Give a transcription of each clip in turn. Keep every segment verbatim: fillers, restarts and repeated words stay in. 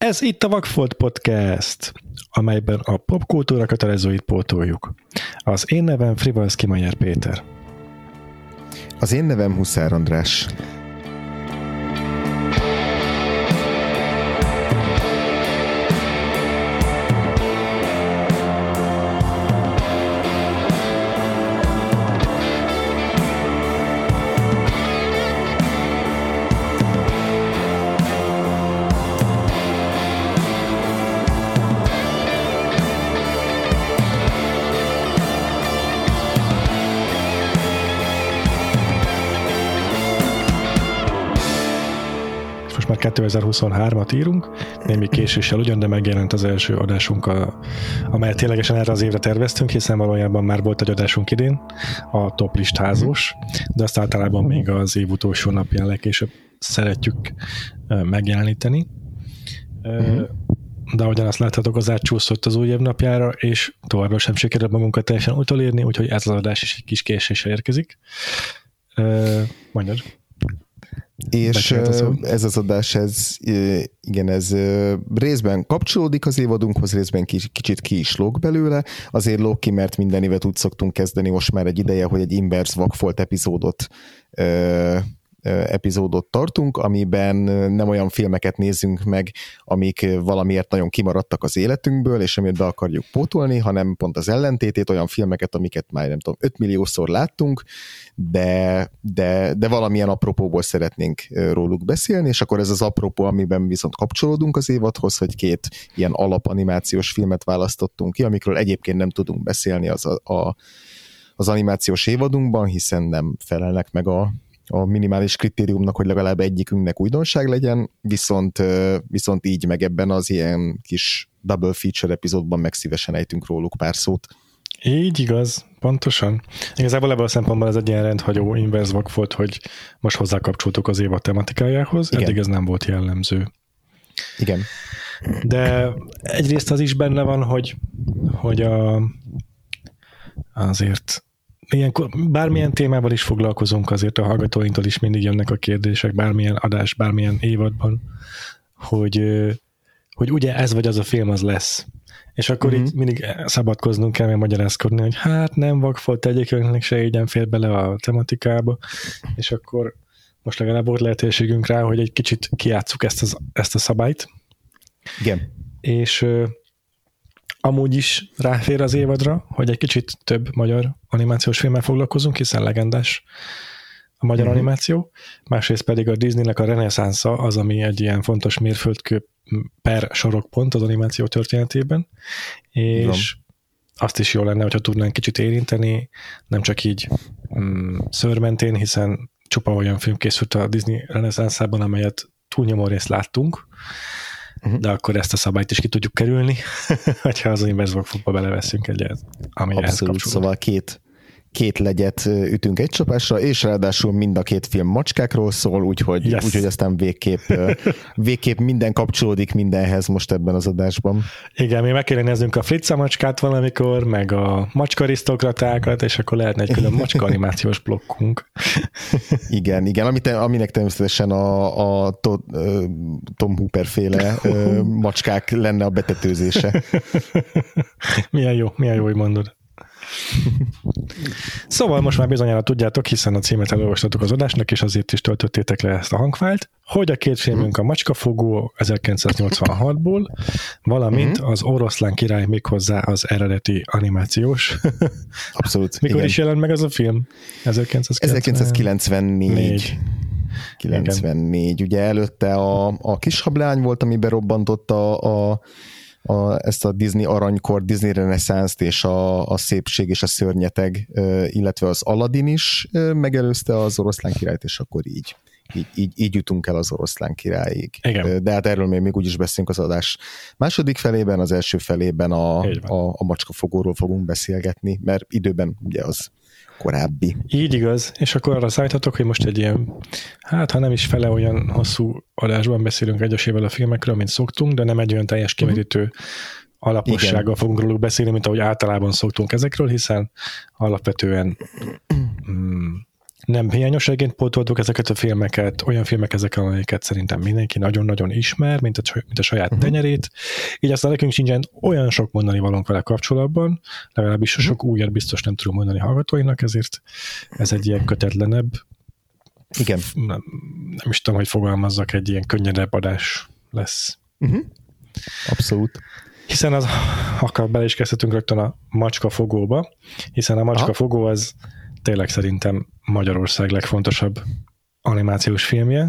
Ez itt a Vagfolt Podcast, amelyben a popkultúra kötelezőit pótoljuk. Az én nevem Frivalszki Mayer Péter. Az én nevem Huszár András. kétezer-huszonhármat írunk, némi késéssel ugyan, de megjelent az első adásunk, a, amelyet ténylegesen erre az évre terveztünk, hiszen valójában már volt egy adásunk idén, a top listázós, de azt általában még az év utolsó napján legkésőbb szeretjük megjeleníteni. De ahogyan azt láthatok, az átcsúszott az új év napjára, és továbbra sem sikerült magunkat teljesen utolérni, úgyhogy ez az adás is egy kis késéssel érkezik. Mondjad. És ez az adás, ez, igen, ez részben kapcsolódik az évadunkhoz, részben kicsit ki is lóg belőle. Azért lóg ki, mert minden évet úgy szoktunk kezdeni most már egy ideje, hogy egy Inverse Vagfolt epizódot epizódot tartunk, amiben nem olyan filmeket nézzünk meg, amik valamiért nagyon kimaradtak az életünkből, és amit be akarjuk pótolni, hanem pont az ellentétét, olyan filmeket, amiket már nem tudom, öt milliószor láttunk, de, de, de valamilyen apropóból szeretnénk róluk beszélni, és akkor ez az apropó, amiben viszont kapcsolódunk az évadhoz, hogy két ilyen alapanimációs filmet választottunk ki, amikről egyébként nem tudunk beszélni az, a, a, az animációs évadunkban, hiszen nem felelnek meg a a minimális kritériumnak, hogy legalább egyikünknek újdonság legyen, viszont, viszont így meg ebben az ilyen kis double feature epizódban meg szívesen ejtünk róluk pár szót. Így igaz, pontosan. Igazából ebből a szempontból ez egy ilyen rendhagyó Inverse Vagfolt, hogy most hozzákapcsoltuk az évad tematikájához, igen. Eddig ez nem volt jellemző. Igen. De egyrészt az is benne van, hogy, hogy a, azért ilyenkor bármilyen témával is foglalkozunk, azért a hallgatóinktól is mindig jönnek a kérdések, bármilyen adás, bármilyen évadban, hogy, hogy ugye ez vagy az a film az lesz. És akkor uh-huh. így mindig szabadkoznunk kell, meg magyarázkodni, hogy hát nem Vagfolt egyikünknek se így nem fér bele a tematikába, és akkor most legalább volt lehetőségünk rá, hogy egy kicsit kijátsszuk ezt, az, ezt a szabályt. Igen. És amúgy is ráfér az évadra, hogy egy kicsit több magyar animációs filmmel foglalkozunk, hiszen legendás a magyar mm-hmm. animáció. Másrészt pedig a Disneynek a reneszánsza az, ami egy ilyen fontos mérföldkő per sorokpont az animáció történetében, és Igen. azt is jó lenne, hogyha tudnánk kicsit érinteni, nem csak így mm, szőrmentén, hiszen csupa olyan film készült a Disney reneszánszában, amelyet túlnyomó részt láttunk, de akkor ezt a szabályt is ki tudjuk kerülni, hogyha az Inverse Vagfoltba beleveszünk egyet, ami ehhez kapcsolódik. Szóval két, két legyet ütünk egy csapásra, és ráadásul mind a két film macskákról szól, úgyhogy, yes. úgyhogy aztán végképp, végképp minden kapcsolódik mindenhez most ebben az adásban. Igen, mi meg kéne néznünk a Fritza macskát valamikor, meg a macskarisztokratákat, és akkor lehetne egy külön macska animációs blokkunk. Igen, igen, amit, aminek természetesen a, a to, Tom Hooper féle macskák lenne a betetőzése. Milyen jó, milyen jó, hogy mondod. Szóval most már bizonyára tudjátok, hiszen a címet elolvastatok az adásnak, és azért is töltöttétek le ezt a hangfájlt, hogy a két filmünk a Macskafogó ezerkilencszáznyolcvanhatból, valamint az Oroszlán király, méghozzá az eredeti animációs. Abszolút. Mikor igen. is jelent meg az a film? ezerkilencszázkilencvennégy. kilencvennégy. Ugye előtte a, a Kishablány volt, ami berobbantotta a, a A, ezt a Disney aranykor, Disney reneszánszt és a, a szépség és a szörnyeteg, illetve az Aladdin is megelőzte az Oroszlán királyt, és akkor így, így, így, így jutunk el az Oroszlán királyig. Igen. De hát erről még, még úgyis beszélünk az adás második felében, az első felében a, a, a Macskafogóról fogunk beszélgetni, mert időben ugye az korábbi. Így igaz, és akkor arra számíthatok, hogy most egy ilyen, hát ha nem is fele olyan hosszú adásban beszélünk egyesével a filmekről, mint szoktunk, de nem egy olyan teljes kimerítő uh-huh. alapossággal Igen. fogunk róluk beszélni, mint ahogy általában szoktunk ezekről, hiszen alapvetően mm, nem hiányosságként pótoltuk ezeket a filmeket, olyan filmek ezek, amelyeket szerintem mindenki nagyon-nagyon ismer, mint a, mint a saját uh-huh. tenyerét. Így aztán nekünk sincsen olyan sok mondani valónk vele kapcsolatban, legalábbis uh-huh. sok újat biztos nem tudunk mondani hallgatóinak, ezért ez egy ilyen kötetlenebb. Igen. Nem, nem is tudom, hogy fogalmazzak, egy ilyen könnyedebb adás lesz. Uh-huh. Abszolút. Hiszen az, akkor bele is kezdhetünk rögtön a Macskafogóba, hiszen a Macskafogó az tényleg szerintem Magyarország legfontosabb animációs filmje.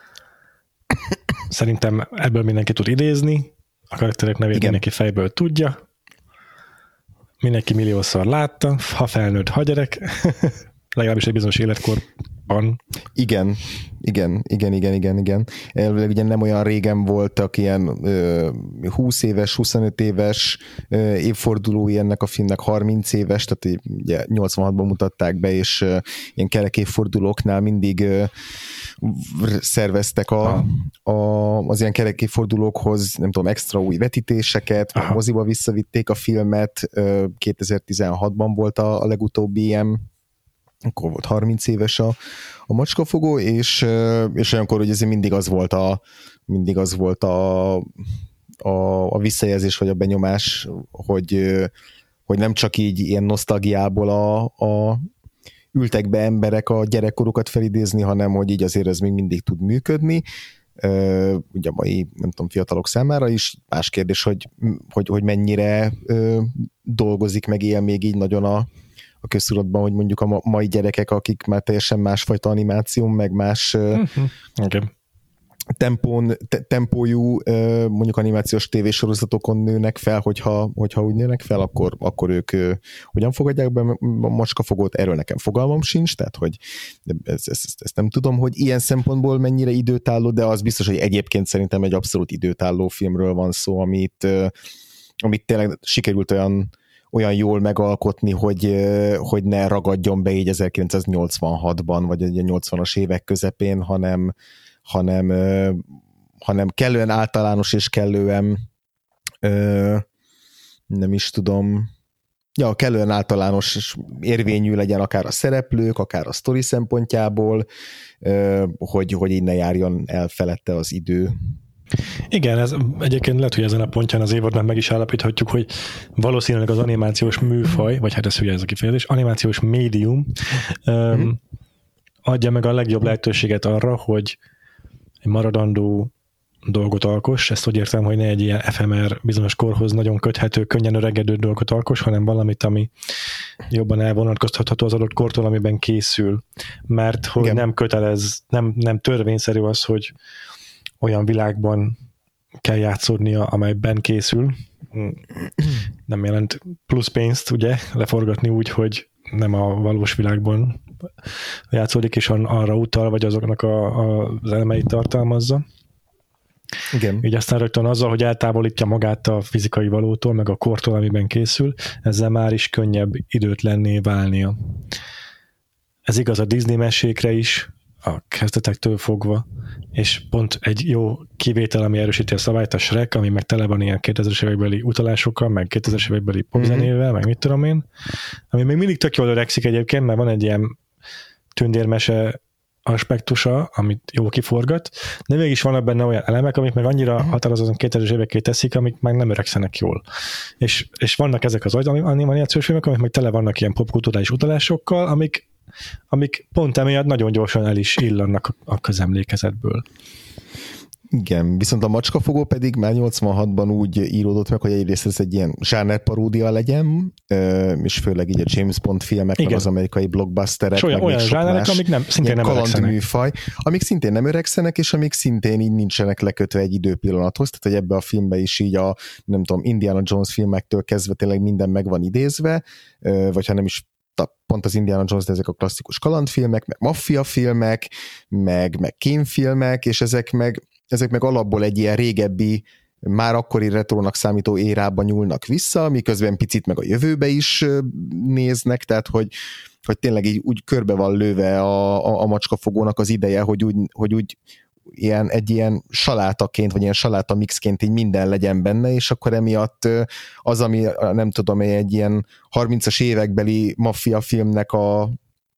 Szerintem ebből mindenki tud idézni, a karakterek nevét Igen. mindenki fejből tudja, mindenki milliószor látta, ha felnőtt, ha gyerek, legalábbis egy bizonyos életkorban. Igen, igen, igen, igen, igen, igen. Elvileg ugye nem olyan régen voltak ilyen ö, húsz éves, huszonöt éves ö, évfordulói ennek a filmnek, harminc éves, tehát ugye nyolcvanhatban mutatták be, és ö, ilyen kerek évfordulóknál mindig ö, szerveztek a, a, az ilyen kerek évfordulókhoz, nem tudom, extra új vetítéseket, a moziba visszavitték a filmet, ö, kétezer-tizenhatban volt a, a legutóbbi ilyen, akkor volt harminc éves a, a Macskafogó, és, és olyankor hogy ez mindig az volt a mindig az volt a, a, a visszajelzés, vagy a benyomás, hogy, hogy nem csak így ilyen nosztalgiából a, a ültek be emberek a gyerekkorukat felidézni, hanem hogy így azért ez még mindig tud működni. Ugye a mai, nem tudom, fiatalok számára is. Más kérdés, hogy, hogy, hogy mennyire dolgozik, meg él még így nagyon a a köztudatban, hogy mondjuk a mai gyerekek, akik már teljesen másfajta animáció, meg más uh-huh. okay. tempón, te, tempójú mondjuk animációs tévésorozatokon nőnek fel, hogyha, hogyha úgy nőnek fel, akkor, akkor ők hogyan fogadják be a Macskafogót, erről nekem fogalmam sincs, tehát hogy ezt, ezt, ezt nem tudom, hogy ilyen szempontból mennyire időtálló, de az biztos, hogy egyébként szerintem egy abszolút időtálló filmről van szó, amit, amit tényleg sikerült olyan olyan jól megalkotni, hogy, hogy ne ragadjon be így ezerkilencszáznyolcvanhatban, vagy a nyolcvanas évek közepén, hanem, hanem, hanem kellően általános és kellően nem is tudom, ja, kellően általános és érvényű legyen akár a szereplők, akár a sztori szempontjából, hogy, hogy így ne járjon el felette az idő. Igen, ez egyébként lehet, hogy ezen a pontján az évadban meg is állapíthatjuk, hogy valószínűleg az animációs műfaj, vagy hát ez hülye ez a kifejezés, animációs médium mm-hmm. um, adja meg a legjobb lehetőséget arra, hogy egy maradandó dolgot alkoss, ezt úgy értem, hogy ne egy ilyen ef em er bizonyos korhoz nagyon köthető, könnyen öregedő dolgot alkoss, hanem valamit, ami jobban elvonatkoztatható az adott kortól, amiben készül. Mert hogy Igen. nem kötelez, nem, nem törvényszerű az, hogy olyan világban kell játszódnia, amelyben készül. Nem jelent plusz pénzt, ugye, leforgatni úgy, hogy nem a valós világban játszódik, és arra utal, vagy azoknak a, a, az elemeit tartalmazza. Igen. Így aztán rögtön azzal, hogy eltávolítja magát a fizikai valótól, meg a kortól, amiben készül, ezzel már is könnyebb időtlenné válnia. Ez igaz a Disney mesékre is, a kezdetektől fogva, és pont egy jó kivétel, ami erősíti a szabályt, a Shrek, ami meg tele van ilyen kétezres évekbeli utalásokkal, meg kétezres évekbeli popzenével, mm-hmm. meg mit tudom én, ami még mindig tök jól öregszik egyébként, mert van egy ilyen tündérmese aspektusa, amit jó kiforgat, de mégis vannak benne olyan elemek, amik meg annyira uh-huh. határozottan kétezres éveké teszik, amik meg nem öregszenek jól. És, és vannak ezek az animációs filmek, amik meg tele vannak ilyen popkulturális utalásokkal, amik amik pont emiatt nagyon gyorsan el is illannak a közemlékezetből. Igen, viszont a Macskafogó pedig már nyolcvanhatban úgy íródott meg, hogy egyrészt ez egy ilyen zsánerparódia legyen, és főleg így a James Bond filmek, meg az amerikai blockbusterek, olyan, meg olyan zsánerek, amik nem, szintén nem öregszenek. Műfaj, amik szintén nem öregszenek, és amik szintén így nincsenek lekötve egy időpillanathoz, tehát hogy ebbe a filmbe is így a, nem tudom, Indiana Jones filmektől kezdve tényleg minden meg van idézve, vagy ha nem is pont az Indiana Jones, de ezek a klasszikus kalandfilmek, meg maffiafilmek, meg, meg kémfilmek, és ezek meg, ezek meg alapból egy ilyen régebbi, már akkori retrónak számító érában nyúlnak vissza, miközben picit meg a jövőbe is néznek, tehát hogy, hogy tényleg így úgy körbe van lőve a, a, a Macskafogónak az ideje, hogy úgy, hogy úgy ilyen, egy ilyen salátaként, vagy ilyen saláta mixként így minden legyen benne, és akkor emiatt az, ami nem tudom, egy ilyen harmincas évekbeli maffia filmnek a,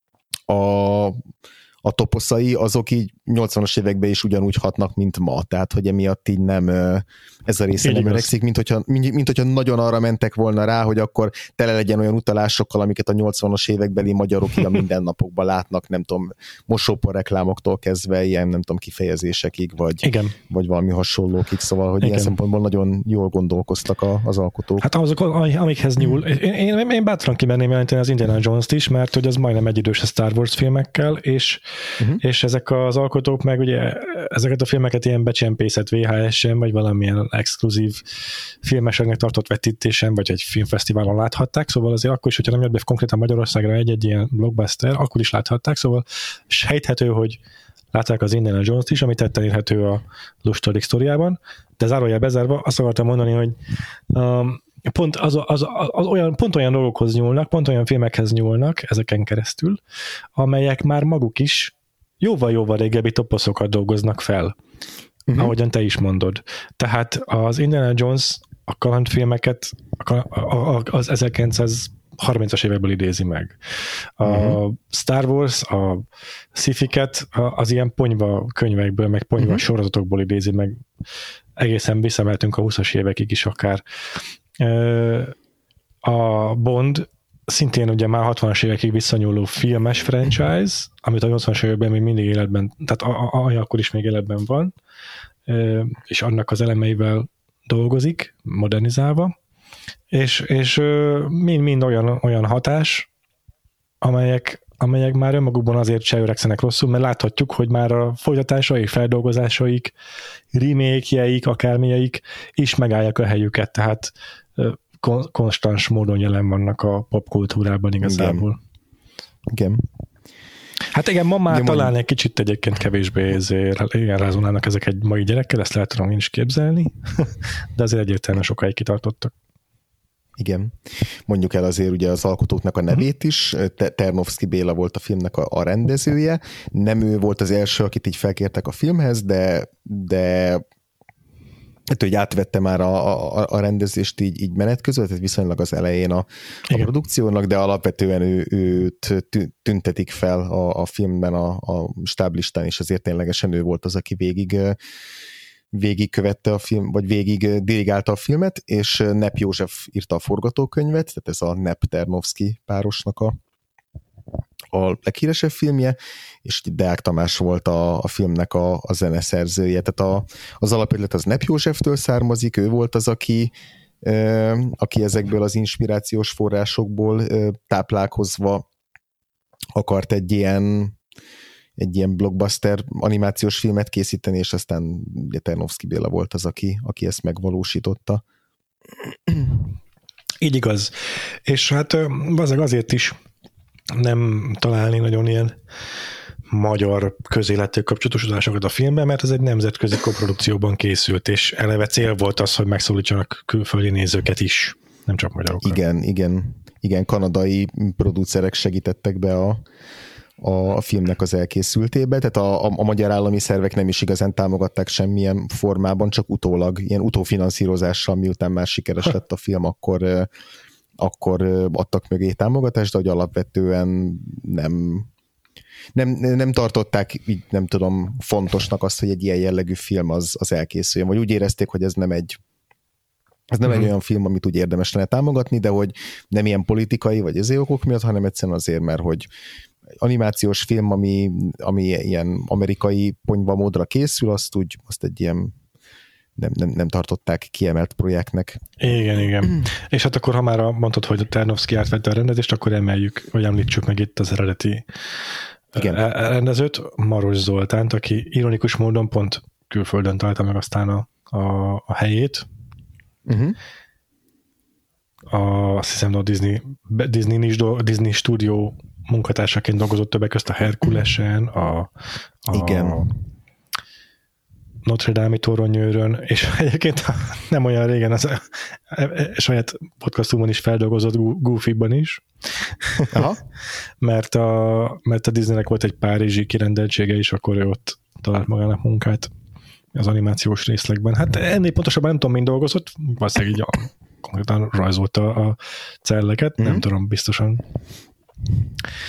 a a toposzai, azok így nyolcvanas években is ugyanúgy hatnak, mint ma. Tehát, hogy emiatt így nem ez a része így nem öregszik, mint hogyha, mint, mint hogyha nagyon arra mentek volna rá, hogy akkor tele legyen olyan utalásokkal, amiket a nyolcvanas évekbeli magyarok így a mindennapokban látnak, nem tudom, mosópor reklámoktól kezdve ilyen, nem tudom, kifejezésekig, vagy, Igen. vagy valami hasonlókig, szóval, hogy Igen. ilyen szempontból nagyon jól gondolkoztak a, az alkotók. Hát azok, amikhez nyúl. Én, én, én bátran kimerném jelenteni az Indiana Jones-t is, mert hogy az majdnem egyidős a Star Wars filmekkel, és Uh-huh. és ezek az alkotók meg ugye ezeket a filmeket ilyen becsempészett vé há es-en, vagy valamilyen exkluzív filmeseknek tartott vetítésen, vagy egy filmfesztiválon láthatták, szóval azért akkor is, hogyha nem jött be konkrétan Magyarországra egy-egy ilyen blockbuster, akkor is láthatták, szóval sejthető, hogy látták az Indiana Jones-t is, ami tetten érhető a lustadik sztoriában, de zárójel bezárva azt akartam mondani, hogy um, Pont, az, az, az olyan, pont olyan dolgokhoz nyúlnak, pont olyan filmekhez nyúlnak ezeken keresztül, amelyek már maguk is jóval-jóval régebbi toposzokat dolgoznak fel, uh-huh. ahogyan te is mondod. Tehát az Indiana Jones a kalandfilmeket az ezerkilencszázharmincas évekből idézi meg. A uh-huh. Star Wars, a sci-fiket az ilyen ponyva könyvekből, meg ponyva uh-huh. sorozatokból idézi meg. Egészen visszameltünk a huszas évekig is akár. A Bond szintén ugye már hatvanas évekig visszanyúló filmes franchise, amit a nyolcvanas években még mindig életben, tehát a, a, akkor is még életben van, és annak az elemeivel dolgozik, modernizálva, és, és mind-mind olyan, olyan hatás, amelyek, amelyek már önmagukban azért se öregszenek rosszul, mert láthatjuk, hogy már a folytatásaik, feldolgozásaik, remake-jeik, akármilyeik is megállják a helyüket, tehát konstans módon jelen vannak a popkultúrában igazából. Igen. Igen. Hát igen, ma már igen, talán mondjuk. Egy kicsit egyébként kevésbé igen, rázonálnak ezek egy mai gyerekkel, ezt lehet tudom én is képzelni, de azért egyértelműen sokáig kitartottak. Igen. Mondjuk el azért ugye az alkotóknak a nevét is, Ternovszky Béla volt a filmnek a, a rendezője, nem ő volt az első, akit így felkértek a filmhez, de, de hát, hogy átvette már a, a, a rendezést így, így menet között, tehát viszonylag az elején a, a produkciónak, de alapvetően ő, őt tüntetik fel a, a filmben a, a stáblistán, és azért ténylegesen ő volt az, aki végig végigkövette a film, vagy végig dirigálta a filmet, és Nepp József írta a forgatókönyvet, tehát ez a Nepp Ternovszky párosnak a, a leghíresebb filmje, és Deák Tamás volt a, a filmnek a, a zeneszerzője, tehát a, az alapötlet az Nepp Józseftől származik, ő volt az, aki, ö, aki ezekből az inspirációs forrásokból ö, táplálkozva akart egy ilyen egy ilyen blockbuster animációs filmet készíteni, és aztán Ternovszky Béla volt az, aki, aki ezt megvalósította. Így igaz. És hát azért is nem találni nagyon ilyen magyar közélettel kapcsolatos adásokat a filmben, mert ez egy nemzetközi koprodukcióban készült, és eleve cél volt az, hogy megszólítsanak külföldi nézőket is, nem csak magyarokat. Igen, igen. Igen, kanadai producerek segítettek be a a filmnek az elkészültébe, tehát a, a, a magyar állami szervek nem is igazán támogatták semmilyen formában, csak utólag, ilyen utófinanszírozással, miután már sikeres lett a film, akkor, akkor adtak mögé támogatást, de hogy alapvetően nem, nem, nem tartották, így nem tudom, fontosnak azt, hogy egy ilyen jellegű film az, az elkészüljön, vagy úgy érezték, hogy ez nem egy Ez nem uh-huh. egy olyan film, amit úgy érdemes lenne támogatni, de hogy nem ilyen politikai vagy ezé okok miatt, hanem egyszerűen azért, mert hogy animációs film, ami, ami ilyen amerikai ponyva módra készül, azt úgy, azt egy ilyen nem, nem, nem tartották kiemelt projektnek. Igen, igen. És hát akkor, ha már mondtad, hogy a Ternovszky átvette a rendezést, akkor emeljük, vagy említsük meg itt az eredeti igen. rendezőt, Maros Zoltánt, aki ironikus módon pont külföldön találta meg aztán a, a, a helyét. Uh-huh. A, azt hiszem, a Disney, Disney, Disney Studio munkatársaként dolgozott többek közt a Herkulesen, a, a Igen. Notre Dame-i toronyőrön, és egyébként nem olyan régen az a, a, a saját podcastunkban is feldolgozott Goofy-ban is. Aha. mert, a, mert a Disneynek volt egy párizsi kirendeltsége is, akkor ő ott talált magának munkát az animációs részlegben. Hát ennél pontosabban nem tudom, mind dolgozott, valószínűleg így a, konkrétan rajzolta a celleket, mm. nem tudom biztosan.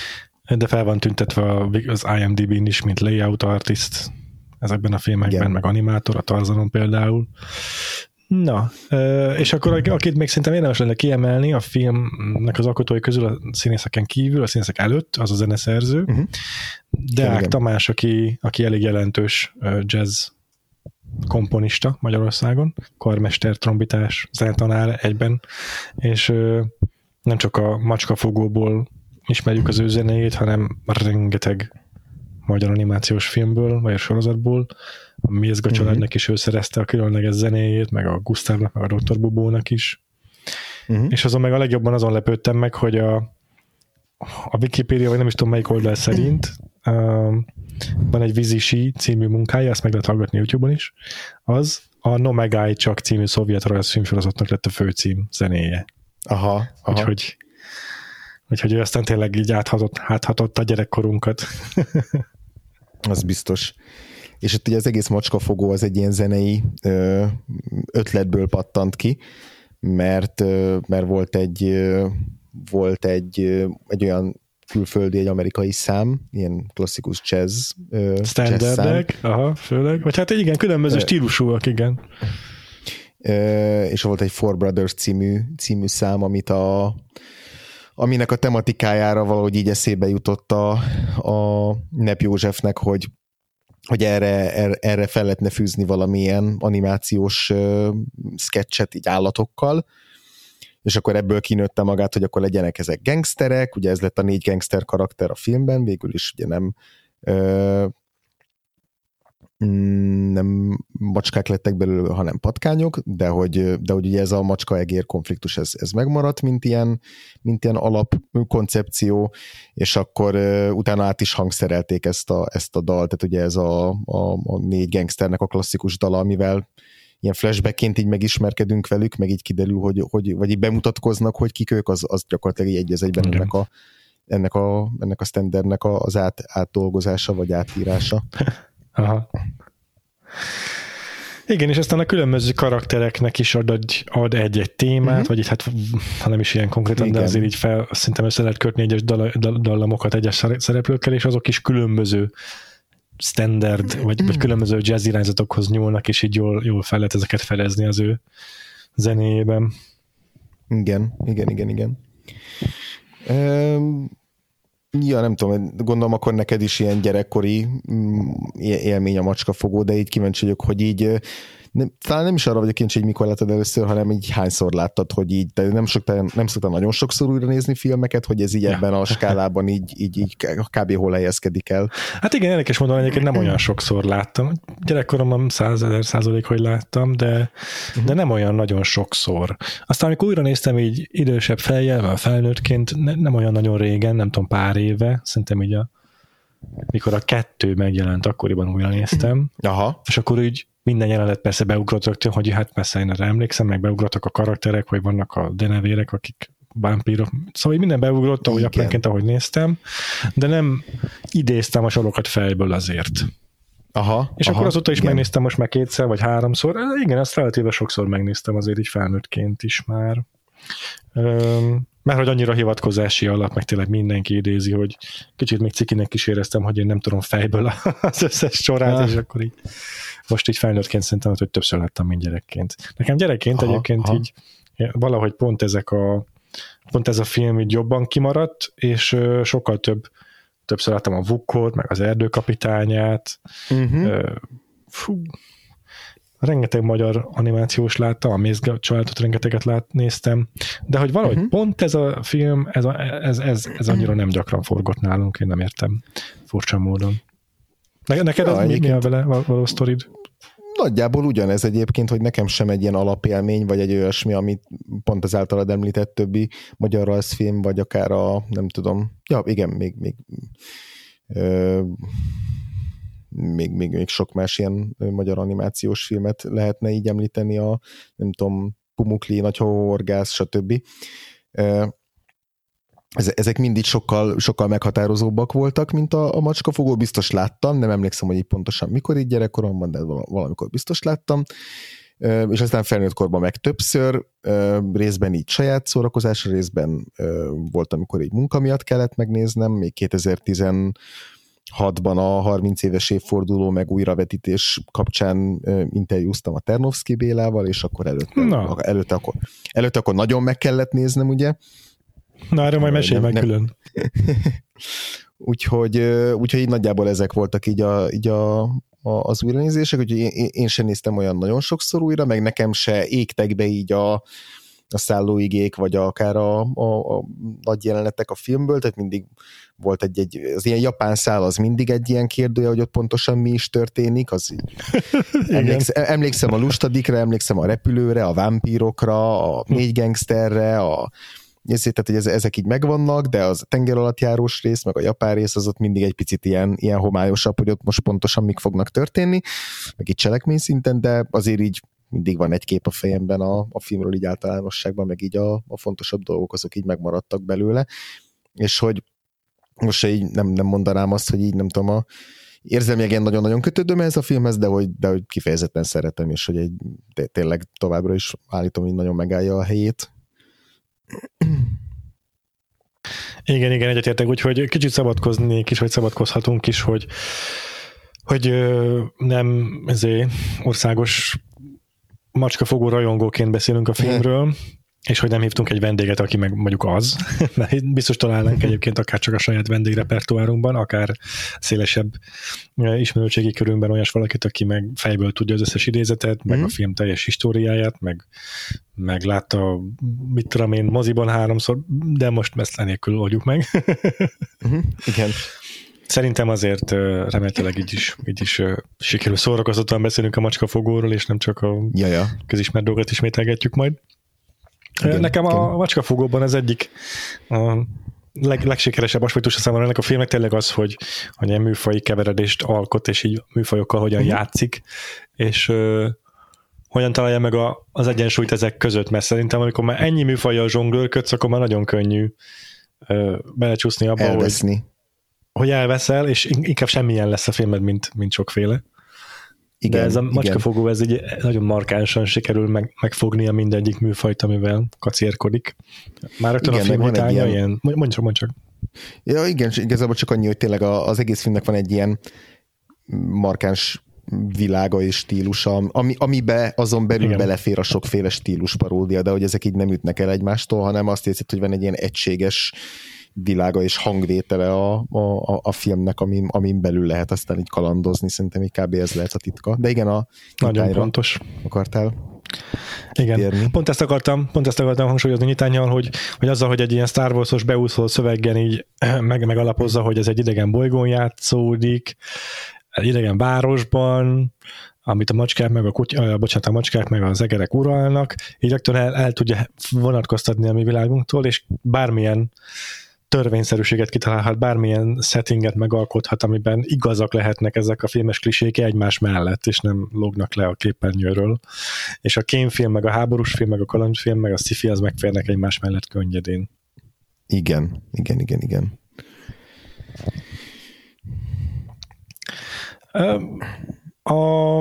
de fel van tüntetve az I M D B-n is, mint layout artist ezekben a filmekben, igen. meg animátor, a Tarzanon például. Na, és akkor akit még szerintem érdemes lenne kiemelni a filmnek az alkotói közül a színészeken kívül, a színészek előtt, az a zeneszerző, uh-huh. Deák igen. Tamás, aki, aki elég jelentős jazz komponista Magyarországon, karmester, trombitás, zenetanár egyben, és nem csak a Macskafogóból ismerjük az ő zenéjét, hanem rengeteg magyar animációs filmből, vagy a sorozatból. A Mézga családnak uh-huh. is ő szerezte a különleges zenéjét, meg a Gusztávnak, meg a doktor Bubónak is. Uh-huh. És azon meg a legjobban azon lepődtem meg, hogy a, a Wikipédia, vagy nem is tudom melyik oldal szerint, um, van egy Vizisi című munkája, ezt meg lehet hallgatni YouTube-on is, az a No Megáj Csak című szovjet rajzfilmsorozatnak lett a főcím zenéje. Aha, aha. Úgyhogy, úgyhogy ő aztán tényleg így áthatott, áthatott a gyerekkorunkat. Az biztos. És itt ugye az egész Macskafogó az egy ilyen zenei ö, ötletből pattant ki, mert, ö, mert volt egy ö, volt egy, ö, egy olyan külföldi, egy amerikai szám, ilyen klasszikus jazz ö, standardek, aha, főleg. Vagy hát igen, különböző stílusúak, igen. Ö, és volt egy Four Brothers című, című szám, amit a aminek a tematikájára valahogy így eszébe jutott a, a Nep Józsefnek, hogy hogy erre, erre, erre fel lehetne fűzni valamilyen animációs uh, sketchet így állatokkal, és akkor ebből kinőtte magát, hogy akkor legyenek ezek gangsterek, ugye ez lett a négy gangster karakter a filmben, végül is ugye nem uh, nem macskák lettek belőle, hanem patkányok, de hogy, de hogy ugye ez a macska-egér konfliktus, ez, ez megmaradt, mint ilyen, mint ilyen alapkoncepció, és akkor uh, utána át is hangszerelték ezt a, ezt a dalt, tehát ugye ez a, a, a négy gangsternek a klasszikus dala, amivel ilyen flashbackként így megismerkedünk velük, meg így kiderül, hogy, hogy vagy így bemutatkoznak, hogy kik ők, az, az gyakorlatilag így egy az egyben ennek a, ennek a, ennek a standardnek az át, átdolgozása, vagy átírása. Aha. Igen, és aztán a különböző karaktereknek is ad, ad egy-egy témát, uh-huh. vagy így hát, ha nem is ilyen konkrétan, igen. de azért így fel, szerintem össze lehet kötni egyes dal, dal, dallamokat egyes szereplőkkel, és azok is különböző standard, vagy, vagy különböző jazz irányzatokhoz nyúlnak, és így jól, jól fel lehet ezeket felezni az ő zenéjében. Igen, igen, igen, igen. Um... Ja, nem tudom, gondolom akkor neked is ilyen gyerekkori élmény a Macskafogó, de így kíváncsi vagyok, hogy így nem, talán nem is arra vagyok kíváncsi, hogy mikor láttad először, hanem így hányszor láttad, hogy így, de nem, sok, nem szoktam nagyon sokszor újra nézni filmeket, hogy ez így ja. ebben a skálában így, így, így kb. Hol helyezkedik el. Hát igen, érdekes mondani, egyébként nem olyan sokszor láttam. Gyerekkoromban százezer százalék, hogy láttam, de, uh-huh. de nem olyan nagyon sokszor. Aztán amikor újra néztem így idősebb fejjel, felnőttként, ne, nem olyan nagyon régen, nem tudom, pár éve, szerintem így a mikor a kettő megjelent, akkoriban újra néztem, Aha. és akkor úgy minden jelenet persze beugrott rögtön, hogy hát messze én erre emlékszem, meg beugrottak a karakterek, vagy vannak a denevérek, akik vámpírok, szóval minden beugrott, ahogy apánként, ahogy néztem, de nem idéztem a sorokat fejből azért. Aha, és aha, akkor azóta is igen. megnéztem most már kétszer, vagy háromszor, igen, azt relatíve sokszor megnéztem azért így felnőttként is már. Üm, mert hogy annyira hivatkozási alap, meg tényleg mindenki idézi, hogy kicsit még cikinek is éreztem, hogy én nem tudom fejből az összes sorát, ah. és akkor így most így felnőttként szerintem, hogy többször láttam, mint gyerekként. Nekem gyerekként aha, egyébként aha. így valahogy pont ezek a pont ez a film így jobban kimaradt, és sokkal több többször láttam a Vukkot, meg az Erdőkapitányát. Uh-huh. Fú, rengeteg magyar animációs láttam, a Mézga családot rengeteget lát, néztem, de hogy valahogy uh-huh. pont ez a film, ez, a, ez, ez, ez annyira nem gyakran forgott nálunk, én nem értem furcsa módon. Neked ja, ez mi, mi a vele való sztorid? Nagyjából ugyanez egyébként, hogy nekem sem egy ilyen alapélmény, vagy egy olyasmi, amit pont az általad említett többi magyar rajzfilm, vagy akár a, nem tudom, ja igen, még még, ö, még, még, még sok más ilyen magyar animációs filmet lehetne így említeni, a nem tudom, Pumukli, Nagy Horgász, stb. Ezek mindig sokkal, sokkal meghatározóbbak voltak, mint a, a Macskafogó, biztos láttam, nem emlékszem, hogy így pontosan mikor így gyerekkoromban, de valamikor biztos láttam. és aztán felnőtt korban meg többször, részben így saját szórakozásra, részben volt, amikor így munka miatt kellett megnéznem, még kétezer-tizenhatban a harminc éves évforduló meg újravetítés kapcsán interjúztam a Ternovszky Bélával, és akkor előtte, no. előtte, akkor, előtte akkor nagyon meg kellett néznem, ugye? Na, erre majd mesélj meg külön. úgyhogy, úgyhogy így nagyjából ezek voltak így, a, így a, a, az újranézések, úgyhogy én, én sem néztem olyan nagyon sokszor újra, meg nekem se égtek be így a, a szállóigék, vagy akár a, a, a nagy jelenetek a filmből, tehát mindig volt egy, egy az ilyen japán szál, az mindig egy ilyen kérdője, hogy ott pontosan mi is történik, az emlékszem, emlékszem a lustadikra, emlékszem a repülőre, a vámpírokra, a négy gangsterre, a ezért, tehát, hogy ezek így megvannak, de az tengeralattjárós rész, meg a japán rész, az ott mindig egy picit ilyen, ilyen homályosabb, hogy ott most pontosan mik fognak történni, meg itt cselekmény szinten, de azért így mindig van egy kép a fejemben a, a filmről így általánosságban, meg így a, a fontosabb dolgok azok így megmaradtak belőle, és hogy most se így nem, nem mondanám azt, hogy így nem tudom, a érzelmileg nagyon-nagyon kötődöm ez a filmhez, de hogy, de hogy kifejezetten szeretem, és hogy egy, tényleg továbbra is állítom, hogy nagyon megállja a helyét. Igen, igen, egyetértek, úgyhogy kicsit szabadkoznék is, vagy szabadkozhatunk is, hogy, hogy nem ezért országos macskafogó rajongóként beszélünk a filmről, és hogy nem hívtunk egy vendéget, aki meg mondjuk az, mert biztos találnánk egyébként akár csak a saját vendégrepertoárunkban, akár szélesebb ismerőségi körünkben olyas valakit, aki meg fejből tudja az összes idézetet, meg mm. a film teljes históriáját, meg, meg látta, mit tudom én, moziban háromszor, de most ezt lenélkül oldjuk meg. Mm-hmm. Igen. Szerintem azért remélhetőleg így is, így is sikerül szórakozottan beszélünk a macskafogóról, és nem csak a Jaja. közismert dolgot ismételgetjük majd. Igen, Nekem igen. a macskafogóban az egyik a leg, legsikeresebb aspektusa számomra ennek a filmnek tényleg az, hogy, hogy ilyen műfaji keveredést alkot, és így műfajokkal hogyan uh-huh. játszik, és uh, hogyan találja meg a, az egyensúlyt ezek között, mert szerintem amikor már ennyi műfajjal zsonglőrködsz, akkor már nagyon könnyű uh, belecsúszni abba, hogy, hogy elveszel, és inkább semmilyen lesz a filmed, mint, mint sokféle. Igen, de ez a macskafogó, ez így nagyon markánsan sikerül meg, megfognia mindegyik műfajt, amivel kacérkodik. Már rögtön a film hitánya ilyen... Mondj csak, mondj csak. Ja, igen, igazából csak annyi, hogy tényleg az egész filmnek van egy ilyen markáns világa és stílusa, ami, amibe azon belül igen. belefér a sokféle stílus paródia, de hogy ezek így nem ütnek el egymástól, hanem azt érzed, hogy van egy ilyen egységes világa és hangvétele a, a, a filmnek, amin, amin belül lehet aztán így kalandozni, szerintem így kb. Ez lehet a titka. De igen, a nagyon pontos. Akartál igen, kitérni. Pont ezt akartam, pont ezt akartam hangsúlyozni nyitánnyal, hogy, hogy azzal, hogy egy ilyen Star Wars-os beúszó szöveggen így meg, megalapozza, hogy ez egy idegen bolygón játszódik, egy idegen városban, amit a macskák meg a kutya, bocsánat, a macskák meg az egerek uralnak, így rögtön el, el tudja vonatkoztatni a mi világunktól, és bármilyen törvényszerűséget kitalálhat, bármilyen settinget megalkothat, amiben igazak lehetnek ezek a filmes klisék egymás mellett, és nem lógnak le a képernyőről. És a kémfilm, meg a háborús film, meg a kalandfilm, meg a sci-fi, az megférnek egymás mellett könnyedén. Igen, igen, igen, igen. A...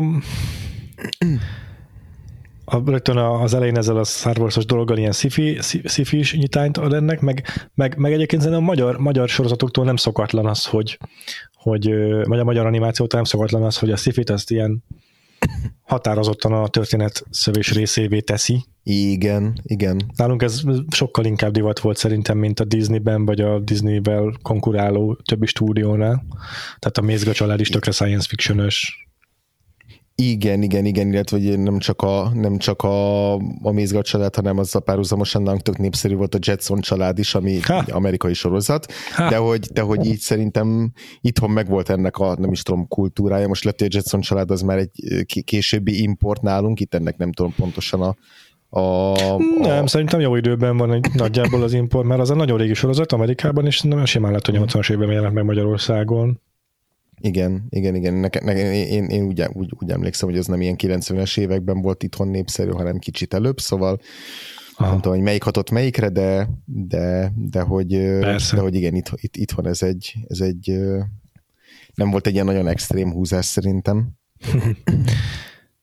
A, rögtön az elején ezzel a Star Wars-os dologgal ilyen sci-fi, sci-fi-s nyitányt ad ennek, meg, meg, meg egyébként szerintem a magyar, magyar sorozatoktól nem szokatlan az, hogy, hogy vagy a magyar animációtól nem szokatlan az, hogy a sci-fit azt ilyen határozottan a történet szövés részévé teszi. Igen, igen. Nálunk ez sokkal inkább divat volt szerintem, mint a Disneyben, vagy a Disneyvel konkuráló többi stúdiónál. Tehát a Mézga család is tökre science fiction-ös. Igen, igen, igen, illetve hogy nem csak a, nem csak a, a Mézga család, hanem az a párhuzamosan nálunk tök népszerű volt a Jetson család is, ami egy amerikai sorozat, de hogy, de hogy így szerintem itthon megvolt ennek a, nem is tudom, kultúrája. Most lett, hogy a Jetson család az már egy későbbi import nálunk, itt ennek nem tudom pontosan a A, nem, a... szerintem jó időben van egy nagyjából az import, mert az a nagyon régi sorozat Amerikában, és nem simán lett, hogy nyolcvanas évben jelent meg Magyarországon. Igen, igen, igen. Neke, neke, én, én úgy, úgy, úgy emlékszem, hogy ez nem ilyen kilencvenes években volt itthon népszerű, hanem kicsit előbb, szóval aha. nem tudom, hogy melyik hatott melyikre, de, de, de, hogy, de hogy igen, itt, itt, itthon ez egy, ez egy nem volt egy ilyen nagyon extrém húzás szerintem.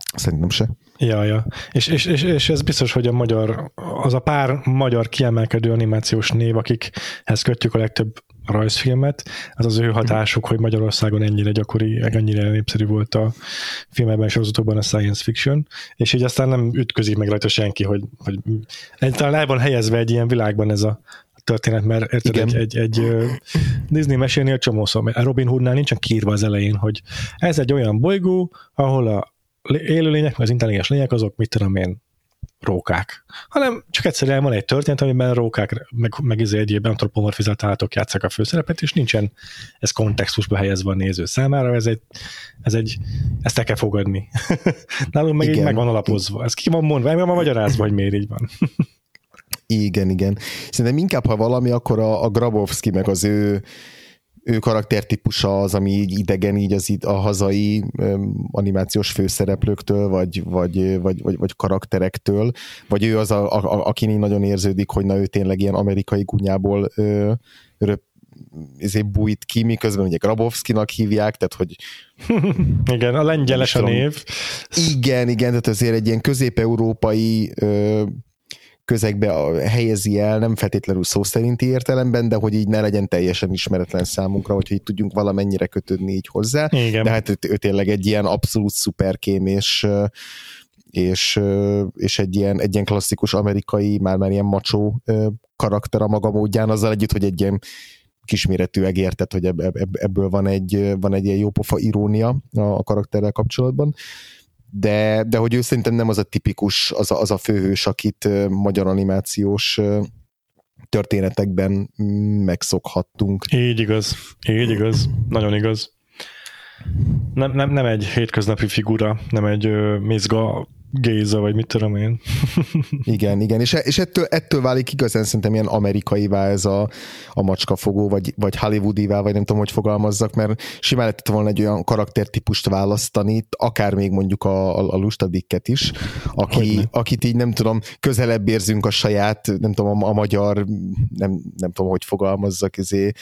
Szerintem se. Ja, ja. És, és, és, és ez biztos, hogy a magyar, az a pár magyar kiemelkedő animációs név, akikhez kötjük a legtöbb rajzfilmet, az az ő hatásuk, hogy Magyarországon ennyire gyakori, ennyire népszerű volt a filmekben és sorozatokban a science fiction, és így aztán nem ütközik meg rajta senki, hogy, hogy talán el van helyezve egy ilyen világban ez a történet, mert érted, egy, egy, egy Disney mesénél csomószor, a Robin Hoodnál nincsen kiírva az elején, hogy ez egy olyan bolygó, ahol a élőlények, az intelligens lények, azok mit tudom én, rókák. Hanem csak egyszerűen van egy történet, amiben rókák, meg, meg izé egyéb antropomorfizált állatok játsszák a főszerepet, és nincsen ez kontextusba helyezve a néző számára, ez egy, ez egy ezt el kell fogadni. Nálunk meg igen, így meg van alapozva. Ez ki van mondva, meg van magyarázva, hogy miért így van. Igen, igen. Szerintem inkább, ha valami, akkor a, a Grabowski meg az ő ő karaktertípusa az, ami így idegen így az a hazai um, animációs főszereplőktől, vagy, vagy, vagy, vagy, vagy karakterektől, vagy ő az, a, a, aki nagyon érződik, hogy na ő tényleg ilyen amerikai gunyából ö, röp, ezért bújt ki, miközben ugye Grabowskinak hívják, tehát hogy... Igen, a lengyeles a név. Igen, igen, tehát azért egy ilyen közép-európai ö, közegbe helyezi el, nem feltétlenül szó szerinti értelemben, de hogy így ne legyen teljesen ismeretlen számunkra, hogy így tudjunk valamennyire kötődni így hozzá. Igen. De hát ő, ő tényleg egy ilyen abszolút szuperkém, és, és, és egy, ilyen, egy ilyen klasszikus amerikai, már-már ilyen macsó karakter a maga módján, azzal együtt, hogy egy ilyen kisméretű egértet, hogy ebből van egy, van egy ilyen jópofa irónia a karakterrel kapcsolatban. De, de hogy ő szerintem nem az a tipikus, az a, az a főhős, akit magyar animációs történetekben megszokhattunk. Így igaz, így igaz, nagyon igaz. Nem, nem, nem egy hétköznapi figura, nem egy uh, Mézga Géza, vagy mit tudom én. Igen, igen, és, és ettől, ettől válik igazán szerintem ilyen amerikaivá ez a, a macskafogó, vagy, vagy hollywoodivá, vagy nem tudom, hogy fogalmazzak, mert simán lehetett volna egy olyan karaktertípust választani, akár még mondjuk a, a, a lustadikket is, aki, akit így nem tudom, közelebb érzünk a saját, nem tudom, a, a magyar, nem, nem tudom, hogy fogalmazzak, ezért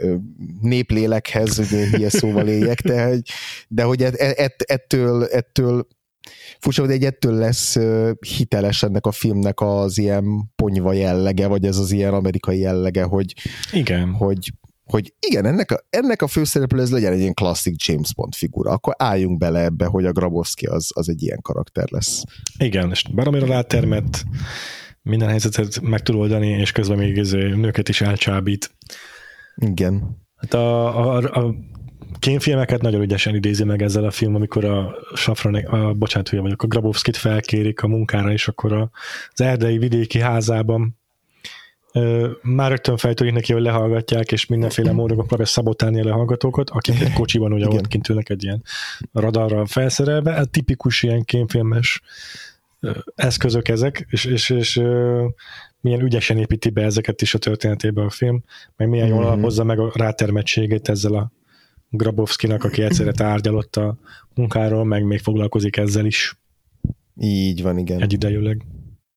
néplélekhez, hogy ilyen szóval éljek, de, de hogy ett, ettől, ettől furcsa, hogy egy ettől lesz hiteles ennek a filmnek az ilyen ponyva jellege, vagy ez az ilyen amerikai jellege, hogy igen, hogy, hogy igen, ennek a, ennek a főszereplő ez legyen egy ilyen klasszik James Bond figura, akkor álljunk bele ebbe, hogy a Grabowski az, az egy ilyen karakter lesz. Igen, és baromira rátermett, minden helyzetet meg tud oldani, és közben még nőket is elcsábít. Igen. Hát a, a, a kémfilmeket nagyon ügyesen idézi meg ezzel a film, amikor a Safran, a, bocsánat, hülye vagyok, a Grabowskit felkérik a munkára, és akkor a, az erdei vidéki házában ö, már rögtön fejtődik neki, hogy lehallgatják, és mindenféle módon próbálja szabotálni a lehallgatókat, akik egy kocsiban ugye ott kint ülnek egy ilyen radarral felszerelve. A tipikus ilyen kémfilmes ö, eszközök ezek, és, és, és ö, milyen ügyesen építi be ezeket is a történetébe a film, meg milyen jól alapozza meg a rátermettségét ezzel a Grabowskinak, aki egyszerre tárgyalott a munkáról, meg még foglalkozik ezzel is. Így van, igen. Egyidejűleg.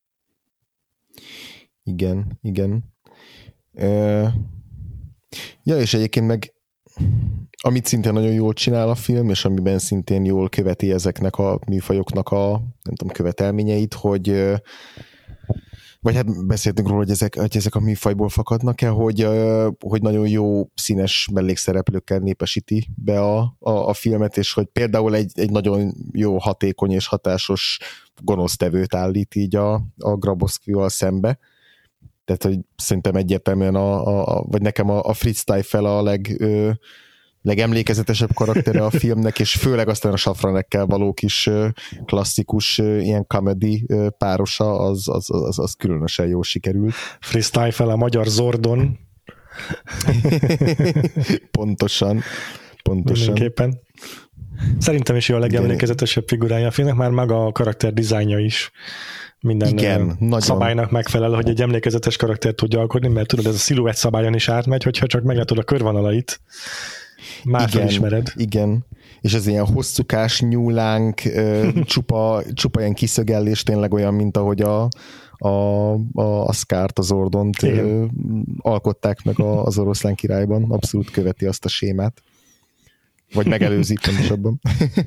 Igen, igen. Uh, ja, és egyébként meg amit szintén nagyon jól csinál a film, és amiben szintén jól követi ezeknek a műfajoknak a, nem tudom, követelményeit, hogy vagy hát beszéltünk róla, hogy ezek, hogy ezek a műfajból fakadnak-e, hogy, hogy nagyon jó színes mellékszereplőkkel népesíti be a, a, a filmet, és hogy például egy, egy nagyon jó, hatékony és hatásos gonosztevőt állít így a, a Grabowskival szembe. Tehát, hogy szerintem egyértelműen, a, a, vagy nekem a, a Fritz Teufel a leg... Ö, legemlékezetesebb karaktere a filmnek, és főleg aztán a Safranekkel való kis klasszikus ilyen comedy párosa, az, az, az, az különösen jól sikerült. Fritz Teufel a magyar Zordon. Pontosan. Pontosan. Mindenképpen. Szerintem is jó a legemlékezetesebb figurája a filmnek, már maga a karakter dizájnja is minden Igen, szabálynak megfelel, hogy egy emlékezetes karakter tudja alkotni, mert tudod, ez a sziluett szabályon is átmegy, hogyha csak meglátod a körvonalait, már igen, felismered. Igen, és ez ilyen hosszúkás, nyúlánk, csupa, csupa ilyen kiszögellés, tényleg olyan, mint ahogy a, a, a, a Scar-t, az Ordont alkották meg az Oroszlán királyban. Abszolút követi azt a sémát. Vagy megelőzi pontosabban.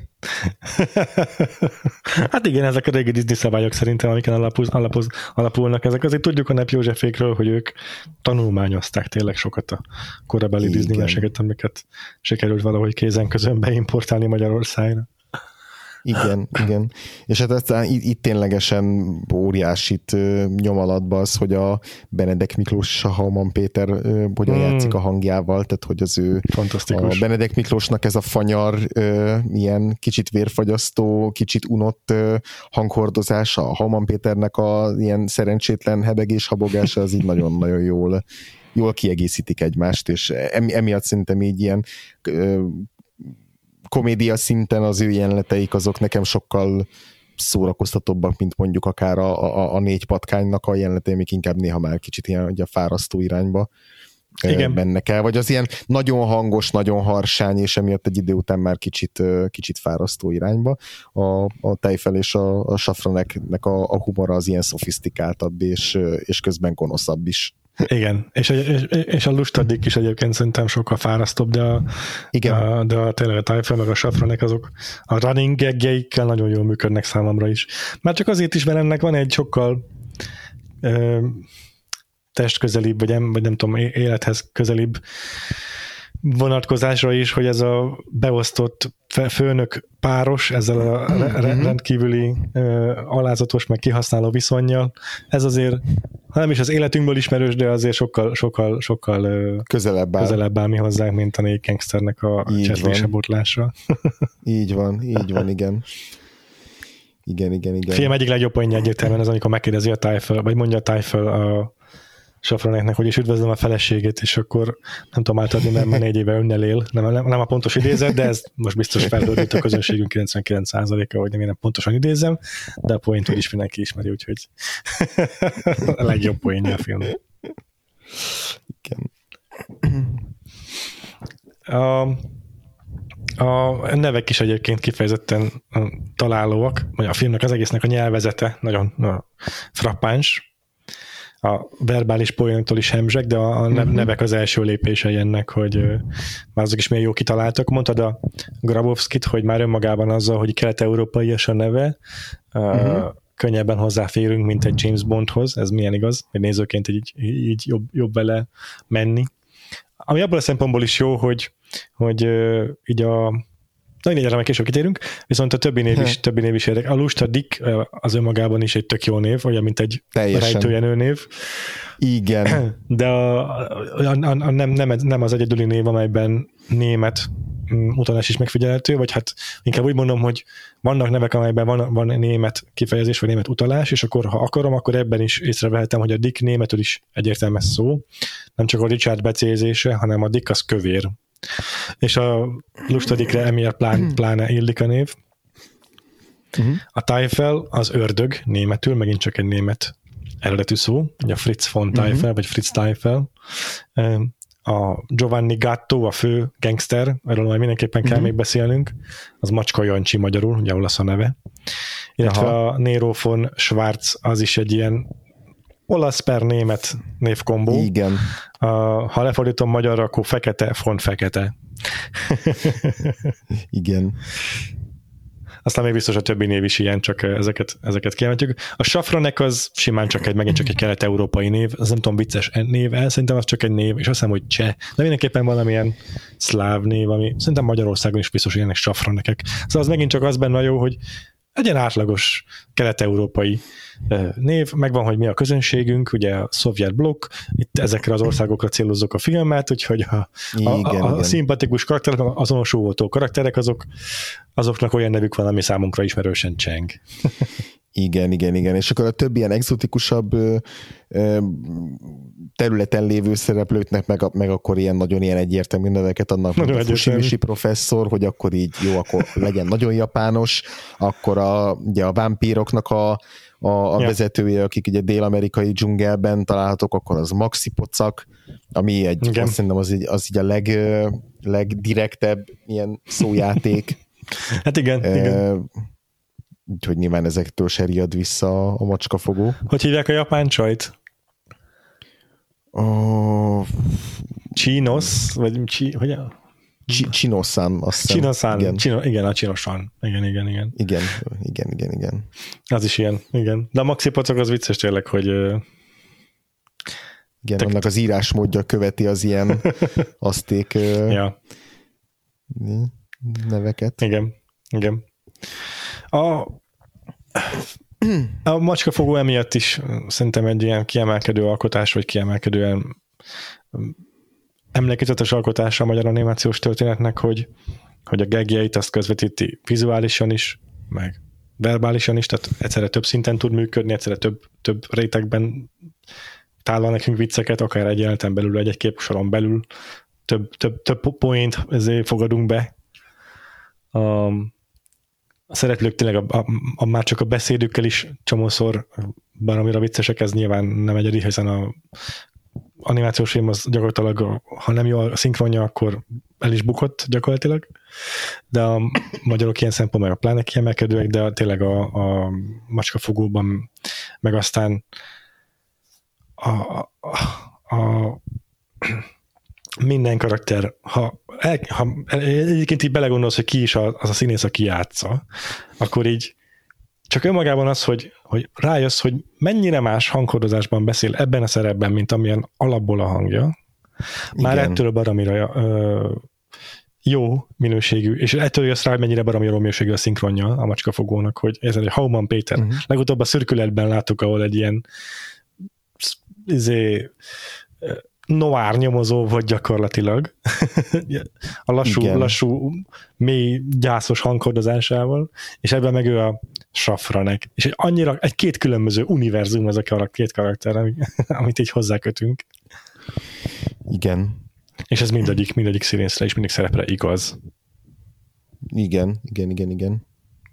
Hát igen, ezek a régi Disney szabályok szerintem, amiken alapul, alapul, alapulnak ezek. Azért tudjuk a Nep Józsefékről, hogy ők tanulmányozták tényleg sokat a korabeli igen. Disney meseket, amiket sikerült valahogy kézen közön beimportálni Magyarországra. Igen, igen. És hát aztán itt, itt ténylegesen óriásit nyom alatba az, hogy a Benedek Miklós és a Hauman Péter hogyan hmm. játszik a hangjával, tehát hogy az ő a Benedek Miklósnak ez a fanyar, ilyen kicsit vérfagyasztó, kicsit unott hanghordozása, a Hauman Péternek a ilyen szerencsétlen hebegés, habogása, az így nagyon-nagyon jól, jól kiegészítik egymást, és emiatt szerintem így ilyen komédia szinten az ő jeleneteik azok nekem sokkal szórakoztatóbbak, mint mondjuk akár a, a, a négy patkánynak a jelenetei, amik inkább néha már kicsit ilyen ugye, fárasztó irányba igen. mennek el, vagy az ilyen nagyon hangos, nagyon harsány, és emiatt egy idő után már kicsit, kicsit fárasztó irányba. A, a Tejfel és a, a Safraneknek a, a humora az ilyen szofisztikáltabb, és, és közben gonoszabb is. Igen, és, és, és a lustadik is egyébként szerintem sokkal fárasztóbb, de a, Igen. a, de a tényleg a Tejfel meg a Safranek azok a running gagjeikkel nagyon jól működnek számomra is. Már csak azért is, mert ennek van egy sokkal ö, testközelibb, vagy nem, vagy nem tudom, élethez közelibb vonatkozásra is, hogy ez a beosztott főnök páros, ezzel a mm-hmm. rendkívüli ö, alázatos, meg kihasználó viszonnyal, ez azért, ha nem is az életünkből ismerős, de azért sokkal, sokkal, sokkal ö, közelebb áll. közelebb áll mi hozzánk, mint a négy gangsternek a csetlése botlásra. Így van, így van, igen. Igen, igen, igen. Film egyik legjobb poénja egyértelműen az, amikor megkérdezi a Tejfel, vagy mondja a Tejfel a Safraneknek, hogy is üdvözlöm a feleségét, és akkor nem tudom átadni, mert már négy éve önnel él. Nem, nem, nem a pontos idézet, de ez most biztos felhődött a közönségünk kilencvenkilenc százaléka, hogy nem én nem pontosan idézem, de a poént úgyis mindenki ismeri, úgyhogy a legjobb poénja a film. Igen. A, a nevek is egyébként kifejezetten találóak, vagy a filmnek az egésznek a nyelvezete nagyon frappáns, a verbális poéntól is hemzsek, de a nevek az első lépései ennek, hogy már azok is milyen jó kitaláltak. Mondtad a Grabowskit, hogy már önmagában azzal, hogy kelet-európaias a neve, uh-huh. könnyebben hozzáférünk, mint egy James Bondhoz, ez milyen igaz, hogy nézőként így, így jobb, jobb vele menni. Ami abból a szempontból is jó, hogy, hogy így a nagyon lényegre meg később kitérünk, viszont a többi név is, többi név is érdek. A Lusta Dick az önmagában is egy tök jó név, olyan, mint egy rejtőjenő név. Igen. De a, a, a, a nem, nem, nem az egyedüli név, amelyben német utalás is megfigyelhető, vagy hát inkább úgy mondom, hogy vannak nevek, amelyben van, van német kifejezés, vagy német utalás, és akkor ha akarom, akkor ebben is észrevehetem, hogy a Dick németül is egyértelmű szó, nem csak a Richard becézése, hanem a Dick az kövér. És a Lustadikre emiatt plán, pláne illik a név. Uh-huh. A Tejfel az ördög németül, megint csak egy német eredetű szó, ugye Fritz von Tejfel, uh-huh. vagy Fritz Tejfel. A Giovanni Gatto, a fő gangster, erről majd mindenképpen kell uh-huh. még beszélnünk, az Macska Jancsi magyarul, ugye olasz a neve. Illetve Aha. a Nero von Schwarz, az is egy ilyen olasz per német névkombó. Igen. Uh, ha lefordítom magyarra, akkor fekete, font fekete. Igen. Aztán még biztos a többi név is ilyen, csak ezeket, ezeket kiemeltjük. A Safranek az simán csak egy, megint csak egy kelet-európai név, az nem tudom, vicces név, el, szerintem az csak egy név, és azt hiszem, hogy cseh, de mindenképpen valamilyen szláv név, ami szerintem Magyarországon is biztos ilyenek Safranekek. Szóval az megint csak az benne jó, hogy egy ilyen átlagos kelet-európai név, megvan, hogy mi a közönségünk, ugye a szovjet blokk, itt ezekre az országokra célozzuk a filmet, úgyhogy a, igen, a, a, a szimpatikus karakterek, azonosulható karakterek, azok, azoknak olyan nevük van, ami számunkra ismerősen cseng. Igen, igen, igen. És akkor a többi ilyen exotikusabb ö, ö, területen lévő szereplőknek meg, meg akkor ilyen nagyon ilyen egyértelmű neveket adnak, mint a Fushimishi professzor, hogy akkor így jó, akkor legyen nagyon japános, akkor a, ugye a vámpíroknak a, a, a ja. vezetője, akik ugye dél-amerikai dzsungelben találhatók, akkor az Maxi Pocak, ami egy, igen. azt szerintem az így, az így a leg, legdirektebb ilyen szójáték. Hát igen, e, igen. Úgyhogy nyilván ezektől se riad vissza a macskafogó. Hogy hívják a japán csajt? Oh. Chinos? Vagy chi, hogy Chino-san, azt hiszem. Chino-san, igen. Chino, igen, a Chino-san. Igen, igen, igen. Igen, igen, igen, igen. Az is ilyen, igen. De a Maxi Pacok az vicces tényleg, hogy igen, te... annak az írásmódja követi az ilyen azték ja. neveket. Igen, igen. A, a macskafogó emiatt is szerintem egy ilyen kiemelkedő alkotás, vagy kiemelkedően emlékezetes alkotása a magyar animációs történetnek, hogy, hogy a gagjeit azt közvetíti vizuálisan is, meg verbálisan is, tehát egyszerre több szinten tud működni, egyszerre több, több rétegben tállal nekünk vicceket, akár egy jeleneten belül, egy, egy képsoron belül, több, több, több point ezért fogadunk be. A, a szereplők tényleg a, a, a, már csak a beszédükkel is csomószor baromira viccesek, ez nyilván nem egyedi, hiszen a animációs film az gyakorlatilag, ha nem jó a szinkronja, akkor el is bukott gyakorlatilag, de a magyarok ilyen szempontból meg a pláne kiemelkedőek, de tényleg a, a macskafogóban, meg aztán a, a, a minden karakter, ha, el, ha egyébként így belegondolsz, hogy ki is az a színész, aki játsza, akkor így csak önmagában az, hogy, hogy rájössz, hogy mennyire más hangkordozásban beszél ebben a szerepben, mint amilyen alapból a hangja. Már igen. Ettől baromira ö, jó minőségű, és ettől jössz rá, hogy mennyire baromira jó minőségű a szinkronja a macskafogónak, hogy ez egy Hauman Péter. Uh-huh. Legutóbb a Szürkületben láttuk, ahol egy ilyen izé, noir nyomozó vagy gyakorlatilag a lassú, lassú, mély, gyászos hangkordozásával, és ebben meg ő a Safranek. És egy annyira, egy két különböző univerzum ez a karakter, két karakter, amit így hozzákötünk. Igen. És ez mindegyik, mindegyik színészre és mindig szerepre igaz. Igen, igen, igen, igen.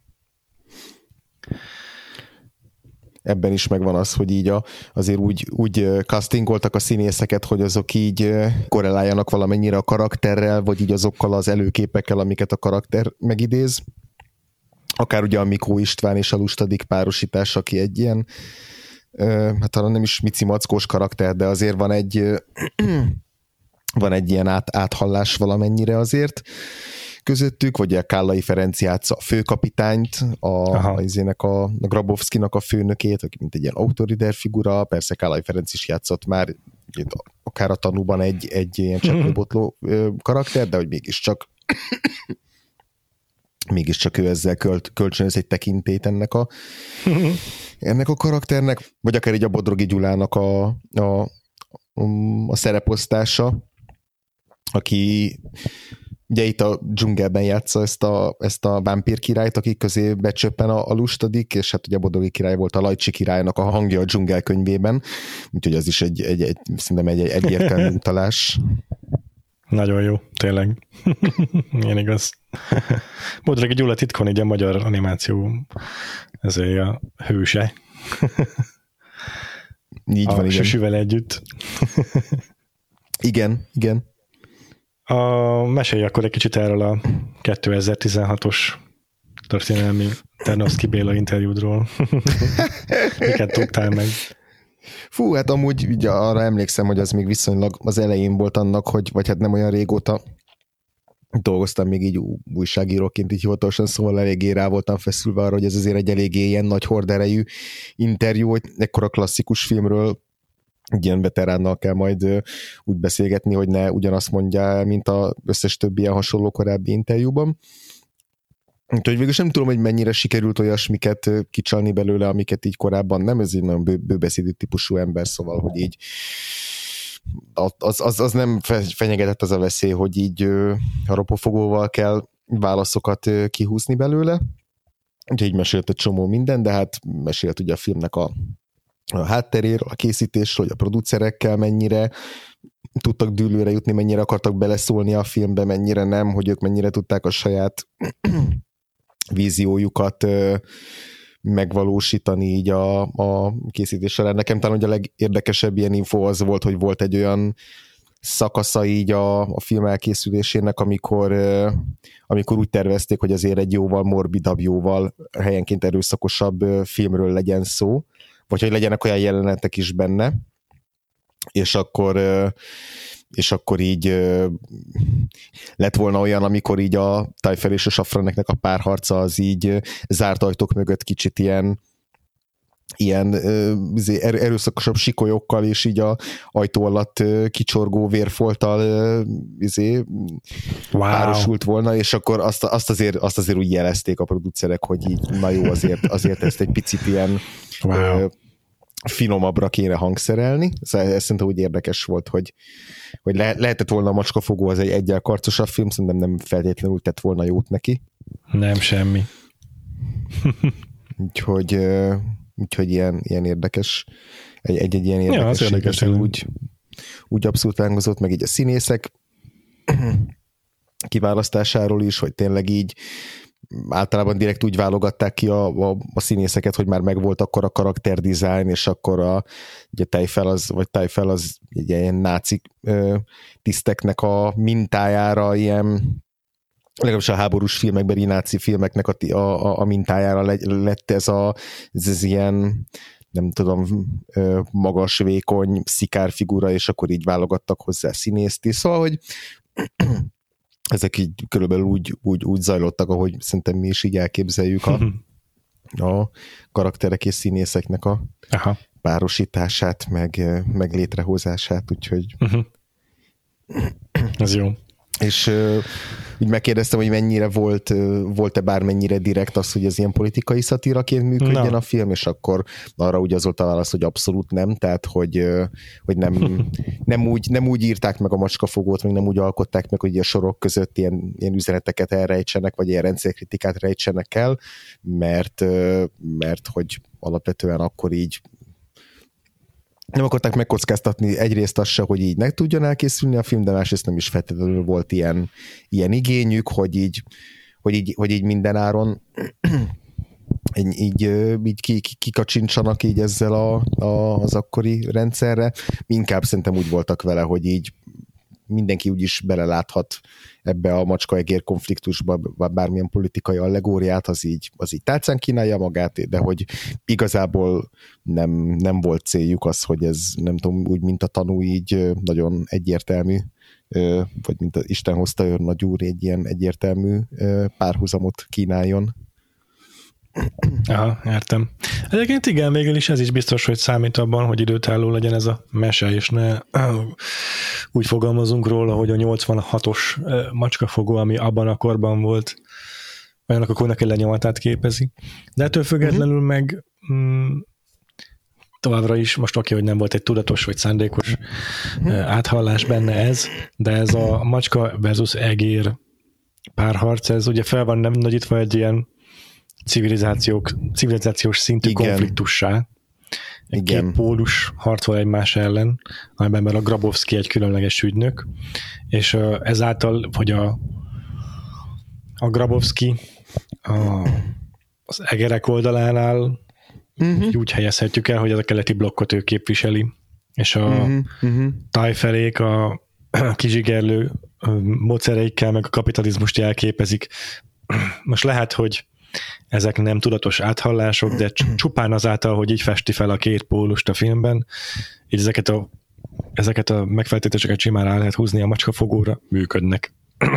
Ebben is megvan az, hogy így a, azért úgy, úgy castingoltak a színészeket, hogy azok így korreláljanak valamennyire a karakterrel, vagy így azokkal az előképekkel, amiket a karakter megidéz. Akár ugye a Mikó István és a Lustadik párosítás, aki egy ilyen, hát talán nem is Mici Mackós karakter, de azért van egy van egy ilyen át, áthallás valamennyire azért közöttük, vagy a Kállai Ferenc játsza a főkapitányt, a, a, a, a Grabowski-nak a főnökét, aki mint egy ilyen autorider figura, persze Kállai Ferenc is játszott már akár a Tanúban egy, egy ilyen cseplőbotló karakter, de hogy mégiscsak mégiscsak ő ezzel költ, kölcsönöz egy tekintét ennek a ennek a karakternek, vagy akár így a Bodrogi Gyulának a, a, a szereposztása, aki ugye itt a dzsungelben játsza ezt a, ezt a vámpír királyt, aki közé becsöppen a, a Lustadik, és hát ugye a Bodrogi király volt a Lajcsi királynak a hangja a dzsungel könyvében, úgyhogy az is egy, egy, egy szerintem egy, egy egyértelmű utalás. Nagyon jó, tényleg. Ilyen igaz. Bodrogi Gyula titkon így a magyar animáció ezért a hőse. Így a van, igen. Süsüvel együtt. Igen, igen. A, mesélj akkor egy kicsit erről a kétezer-tizenhatos történelmi Ternovszky Béla interjúdról. Miket tudtál meg? Fú, hát amúgy ugye arra emlékszem, hogy az még viszonylag az elején volt annak, hogy, vagy hát nem olyan régóta dolgoztam még így újságíróként így hivatalosan, szóval eléggé rá voltam feszülve arra, hogy ez azért egy eléggé ilyen nagy horderejű interjú, hogy ekkora klasszikus filmről egy ilyen veteránnal kell majd úgy beszélgetni, hogy ne ugyanazt mondja, mint az összes többi ilyen hasonló korábbi interjúban. Úgyhogy végül sem tudom, hogy mennyire sikerült olyasmiket kicsalni belőle, amiket így korábban nem, ez egy nagyon bő, bőbeszédű típusú ember, szóval, hogy így az, az, az nem fenyegetett az a veszély, hogy így a ropofogóval kell válaszokat kihúzni belőle. Úgyhogy így mesélt egy csomó minden, de hát mesélt ugye a filmnek a, a hátteréről, a készítésről, hogy a producerekkel mennyire tudtak dűlőre jutni, mennyire akartak beleszólni a filmbe, mennyire nem, hogy ők mennyire tudták a saját víziójukat megvalósítani így a, a készítés során. Nekem talán hogy a legérdekesebb ilyen info az volt, hogy volt egy olyan szakasza így a, a film elkészülésének, amikor, amikor úgy tervezték, hogy azért egy jóval morbidabb, jóval helyenként erőszakosabb filmről legyen szó, vagy hogy legyenek olyan jelenetek is benne, és akkor és akkor így lett volna olyan, amikor így a Typher és a Safraneknek a párharca az így zárt ajtók mögött kicsit ilyen ilyen erőszakosabb sikolyokkal, és így a ajtó alatt kicsorgó vérfolttal izé, wow. párosult volna, és akkor azt, azt, azért, azt azért úgy jelezték a producerek, hogy így, na jó, azért, azért ezt egy picit ilyen wow. finomabbra kéne hangszerelni. Ez szerintem úgy érdekes volt, hogy, hogy le, lehetett volna a Macskafogó az egy egyel karcosabb film, szerintem nem feltétlenül tett volna jót neki. Nem, semmi. Úgyhogy Úgyhogy ilyen, ilyen érdekes, egy-egy ilyen érdekes, ja, érdekes úgy, úgy abszolút lángozott, meg így a színészek kiválasztásáról is, hogy tényleg így általában direkt úgy válogatták ki a, a, a színészeket, hogy már megvolt akkor a karakterdesign, és akkor a ugye Tyfel az, vagy Tyfel az egy ilyen náci ö, tiszteknek a mintájára ilyen legalábbis a háborús filmekben, náci filmeknek a, a, a mintájára lett ez a ez, ez ilyen, nem tudom, magas, vékony szikárfigura, és akkor így válogattak hozzá színészt is. Szóval, hogy ezek így körülbelül úgy, úgy, úgy zajlottak, ahogy szerintem mi is így elképzeljük a, a karakterek és színészeknek a Aha. párosítását, meg, meg létrehozását, úgyhogy uh-huh. ez jó. És uh, úgy megkérdeztem, hogy mennyire volt, uh, volt-e bármennyire direkt az, hogy ez ilyen politikai szatíraként működjön no. a film, és akkor arra úgy az volt a válasz, hogy abszolút nem, tehát hogy, uh, hogy nem, nem, úgy, nem úgy írták meg a Macskafogót, meg nem úgy alkották meg, hogy a sorok között ilyen, ilyen üzeneteket elrejtsenek, vagy ilyen rendszerkritikát rejtsenek el, mert, uh, mert hogy alapvetően akkor így nem akarták megkockáztatni egyrészt azt se, hogy így meg tudjon elkészülni a film, de másrészt nem is feltétlenül volt ilyen, ilyen igényük, hogy így, hogy így, hogy így minden áron így, így, így kikacsincsanak így ezzel a, a, az akkori rendszerre. Inkább szerintem úgy voltak vele, hogy így mindenki úgyis beleláthat ebbe a macska-egér konfliktusba, bármilyen politikai allegóriát, az így, az így tálcán kínálja magát, de hogy igazából nem, nem volt céljuk az, hogy ez nem tudom, úgy, mint a tanú, így nagyon egyértelmű, vagy mint az Isten hozta őrnagy úr, egy ilyen egyértelmű párhuzamot kínáljon. Aha, értem. Egyébként igen, végül is ez is biztos, hogy számít abban, hogy időtálló legyen ez a mese, és ne úgy fogalmazunk róla, hogy a nyolcvanhatos Macskafogó, ami abban a korban volt, olyanok a kornak egy lenyomatát képezi. De ettől függetlenül uh-huh. meg mm, továbbra is, most oké, hogy nem volt egy tudatos vagy szándékos uh-huh. áthallás benne ez, de ez a macska versus egér párharc, ez ugye fel van nem nagyítva egy ilyen civilizációk, civilizációs szintű Igen. konfliktussá. Egy Igen. két pólus harcol egymás ellen, amiben a Grabowski egy különleges ügynök, és ezáltal, hogy a, a Grabowski a, az egerek oldalánál uh-huh. úgy helyezhetjük el, hogy ez a keleti blokkot ő képviseli, és a uh-huh. Uh-huh. tájfelék a kizsigerlő módszereikkel meg a kapitalizmust jelképezik. Most lehet, hogy ezek nem tudatos áthallások, de csupán azáltal, hogy így festi fel a két pólust a filmben, így ezeket a, ezeket a megfeltételéseket simán rá lehet húzni a Macskafogóra, működnek.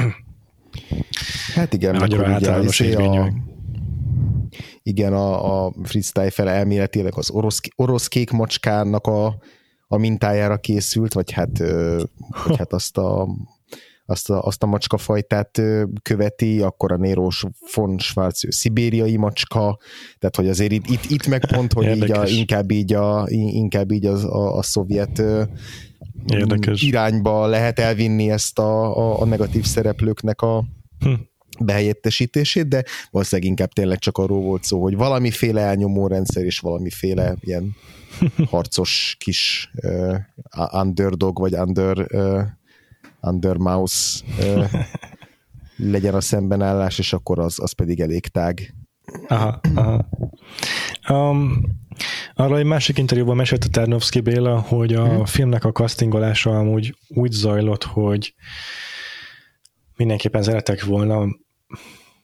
Hát igen, nagyon általános érvényű. A, igen, a, a Fritz Tyfel elméletileg az orosz, orosz kék macskának a, a mintájára készült, vagy hát, vagy hát azt a azt a, azt a macskafajtát követi, akkor a Nero von Schwarz szibériai macska, tehát hogy azért itt, itt, itt meg pont, hogy így a, inkább így a, inkább így a, a, a szovjet Érdekes. irányba lehet elvinni ezt a, a, a negatív szereplőknek a hm. behelyettesítését, de valószínűleg inkább tényleg csak arról volt szó, hogy valamiféle elnyomó rendszer és valamiféle ilyen harcos kis uh, underdog vagy under uh, under mouse uh, legyen a szembenállás, és akkor az, az pedig elég tág. Aha, aha. Um, arra egy másik interjúban mesélte Tarnowski Béla, hogy a hmm. filmnek a castingolása amúgy úgy zajlott, hogy mindenképpen szeretek volna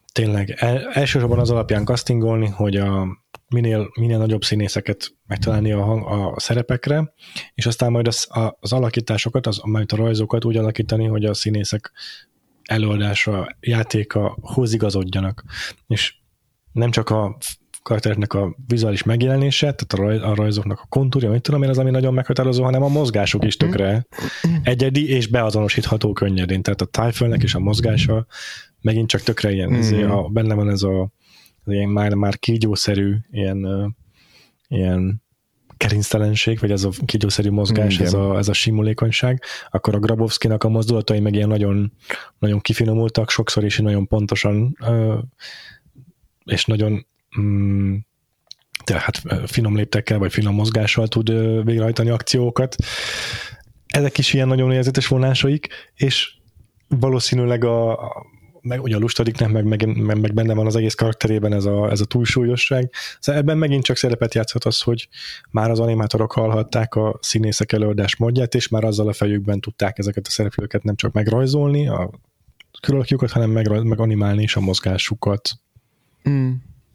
tényleg el, elsősorban az alapján castingolni, hogy a minél, minél nagyobb színészeket megtalálni a, hang, a szerepekre, és aztán majd az, a, az alakításokat, az, majd a rajzokat úgy alakítani, hogy a színészek előadása, játéka hozzigazodjanak. És nem csak a karaktereknek a vizuális megjelenése, tehát a, raj, a rajzoknak a kontúrja, mit tudom én, az, ami nagyon meghatározó, hanem a mozgásuk is tökre egyedi és beazonosítható könnyedén. Tehát a tájfölnek és a mozgása megint csak tökre ilyen, mm. a, benne van ez a az ilyen már, már kígyószerű ilyen, uh, ilyen gerinctelenség, vagy ez a kígyószerű mozgás, ez a, ez a simulékonyság, akkor a Grabowskinak a mozdulatai meg ilyen nagyon, nagyon kifinomultak, sokszor is nagyon pontosan uh, és nagyon um, tehát finom léptekkel, vagy finom mozgással tud uh, végrehajtani akciókat. Ezek is ilyen nagyon érzetes vonásaik, és valószínűleg a, a meg ugye a lustadiknek, meg, meg, meg, meg benne van az egész karakterében ez a, ez a túlsúlyosság. Szóval ebben megint csak szerepet játszhat az, hogy már az animátorok hallhatták a színészek előadás módját, és már azzal a fejükben tudták ezeket a szereplőket nem csak megrajzolni, a körülökjukat, hanem meg, meg animálni is a mozgásukat. Mm.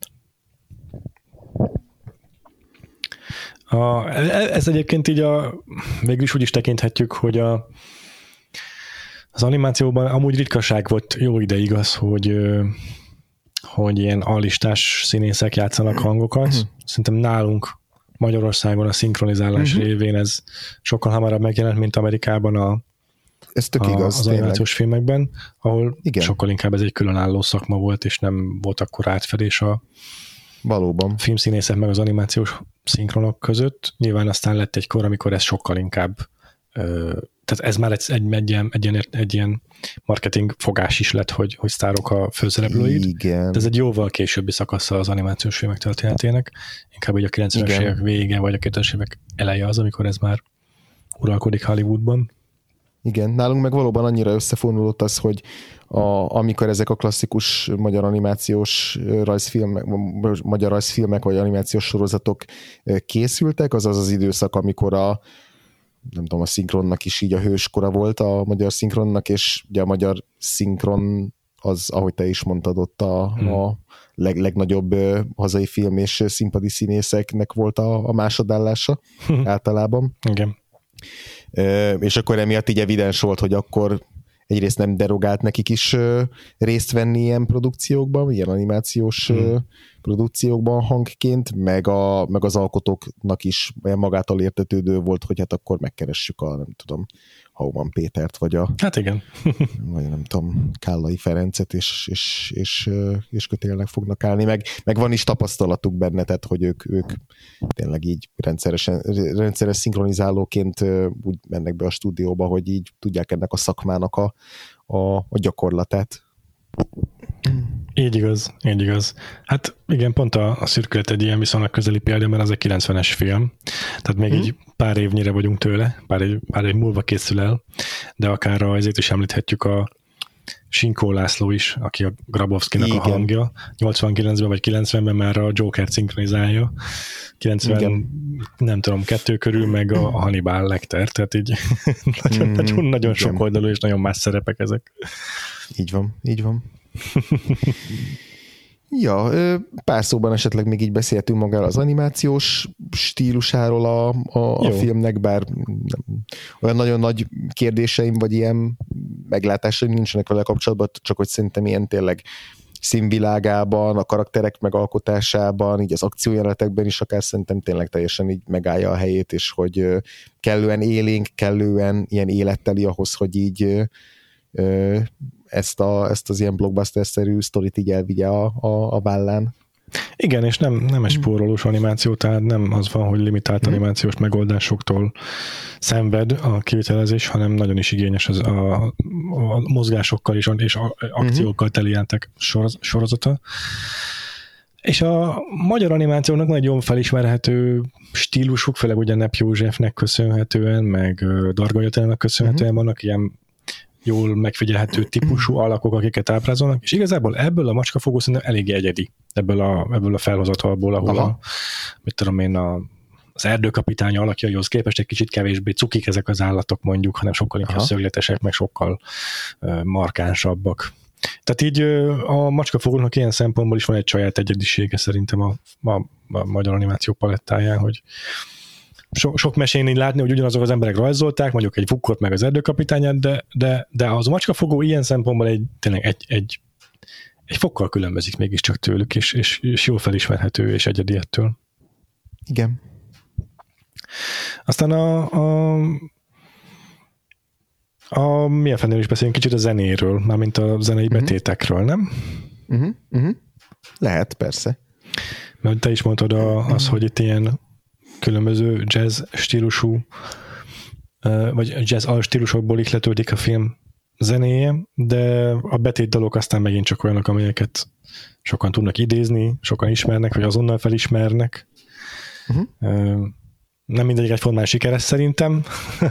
A, ez egyébként így a, végül is úgy is tekinthetjük, hogy a az animációban amúgy ritkaság volt jó ideig az, hogy, hogy ilyen alistás színészek játszanak hangokat. Szerintem nálunk Magyarországon a szinkronizálás uh-huh. révén ez sokkal hamarabb megjelent, mint Amerikában a, ez tök igaz, az animációs filmekben, ahol igen. sokkal inkább ez egy különálló szakma volt, és nem volt akkor átfedés a valóban filmszínészek meg az animációs szinkronok között. Nyilván aztán lett egy kor, amikor ez sokkal inkább tehát ez már egy, egy, egy, ilyen, egy, ilyen, egy ilyen marketing fogás is lett, hogy, hogy sztárok a főszereplőid. Igen. De ez egy jóval későbbi szakasza az animációs filmek történetének. Inkább így a kilencvenes évek vége, vagy a kétezres évek eleje az, amikor ez már uralkodik Hollywoodban. Igen, nálunk meg valóban annyira összefonulott az, hogy a, amikor ezek a klasszikus magyar animációs rajzfilmek, magyar rajzfilmek, vagy animációs sorozatok készültek, az az az időszak, amikor a nem tudom, a szinkronnak is így a hőskora volt a magyar szinkronnak, és ugye a magyar szinkron az, ahogy te is mondtad, ott a, hmm. a leg, legnagyobb hazai film és színpadi színészeknek volt a, a másodállása hmm. általában. Igen. E, és akkor emiatt így evidens volt, hogy akkor egyrészt nem derogált nekik is részt venni ilyen produkciókban, ilyen animációs hmm. produkciókban hangként, meg, a, meg az alkotóknak is olyan magától értetődő volt, hogy hát akkor megkeressük a, nem tudom, Hauman Pétert, vagy a hát igen. vagy nem tudom, Kállai Ferencet, és, és, és, és kötélnek fognak állni, meg, meg van is tapasztalatuk benne, tehát hogy ők, ők tényleg így rendszeresen, rendszeres szinkronizálóként úgy mennek be a stúdióba, hogy így tudják ennek a szakmának a, a, a gyakorlatát. Így igaz, így igaz. Hát igen, pont a, a Szürkület egy ilyen viszonylag közeli példa, mert az egy kilencvenes film, tehát még hmm. így pár évnyire vagyunk tőle, pár év, pár év múlva készül el, de akár ezért is említhetjük a Sinkó László is, aki a Grabowskinak igen. a hangja, nyolcvankilencben vagy kilencvenben már a Jokert szinkronizálja, kilencven igen. nem tudom, kettő körül meg a Hannibal Lecter, tehát így nagyon, mm, nagyon, nagyon sok oldalú és nagyon más szerepek ezek. Így van, így van. Ja, pár szóban esetleg még így beszéltünk magáról az animációs stílusáról a, a, a filmnek, bár nem, olyan nagyon nagy kérdéseim, vagy ilyen meglátásaim nincsenek vele kapcsolatban, csak hogy szerintem ilyen tényleg színvilágában, a karakterek megalkotásában, így az akciójelenetekben is akár szerintem tényleg teljesen így megállja a helyét, és hogy kellően élénk, kellően ilyen életteli ahhoz, hogy így ezt, a, ezt az ilyen blockbuster-szerű sztorit így elvigye a, a, a vállán. Igen, és nem, nem egy spórolós animáció, tehát nem az van, hogy limitált hmm. animációs megoldásoktól szenved a kivitelezés, hanem nagyon is igényes az a, a mozgásokkal és, és a, akciókkal teli jelentek sorozata. És a magyar animációnak nagyon felismerhető stílusuk, főleg ugye Nepp Józsefnek köszönhetően, meg Darga Jötelnek köszönhetően hmm. vannak ilyen jól megfigyelhető típusú alakok, akiket ábrázolnak, és igazából ebből a macskafogó szerintem eléggé egyedi, ebből a, ebből a felhozatalból, ahol Aha. a, mit tudom én, a, az erdőkapitány alakjaihoz képest egy kicsit kevésbé cukik ezek az állatok mondjuk, hanem sokkal inkább Aha. szögletesek, meg sokkal uh, markánsabbak. Tehát így a macskafogónak ilyen szempontból is van egy saját egyedisége szerintem a, a, a magyar animáció palettáján, hogy so, sok mesén így látni, hogy ugyanazok az emberek rajzolták, mondjuk egy Vukkot meg az erdőkapitányát, de, de, de az a macskafogó ilyen szempontból egy, tényleg egy, egy, egy fokkal különbözik mégiscsak tőlük, és, és, és jól felismerhető és egyedi ettől. Igen. Aztán a, a A, mi a fennél is beszélünk kicsit a zenéről, mármint a zenei uh-huh. betétekről, nem? Uh-huh. Uh-huh. Lehet, persze. Mert te is mondtad a, az, hogy itt ilyen különböző jazz stílusú, vagy jazz alstílusokból ihletődik a film zenéje, de a betétdalok aztán megint csak olyanok, amelyeket sokan tudnak idézni, sokan ismernek, vagy azonnal felismernek. Uh-huh. Nem mindegyik egyformán sikeres szerintem,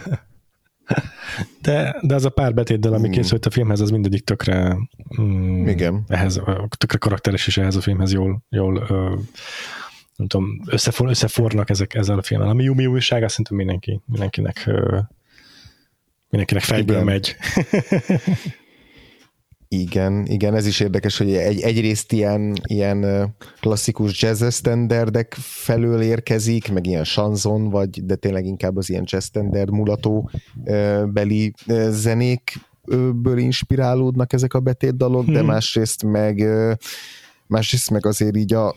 De, de az a pár betétdel, ami mm. készült a filmhez, az mindegyik tökre, mm, Igen. Ehhez, tökre karakteres, és ehhez a filmhez jól, jól ö, nem tudom, összefor, összefornak ezek, ezzel a filmmel. A Miu Miu újság, azt szerintem mindenki, mindenkinek, ö, mindenkinek fejből igen. megy. Igen, igen, ez is érdekes, hogy egy, egyrészt ilyen, ilyen klasszikus jazz standardek felől érkezik, meg ilyen chanson, vagy, de tényleg inkább az ilyen jazz standard mulató beli zenékből inspirálódnak ezek a betétdalok, hmm. de másrészt meg, másrészt meg azért így a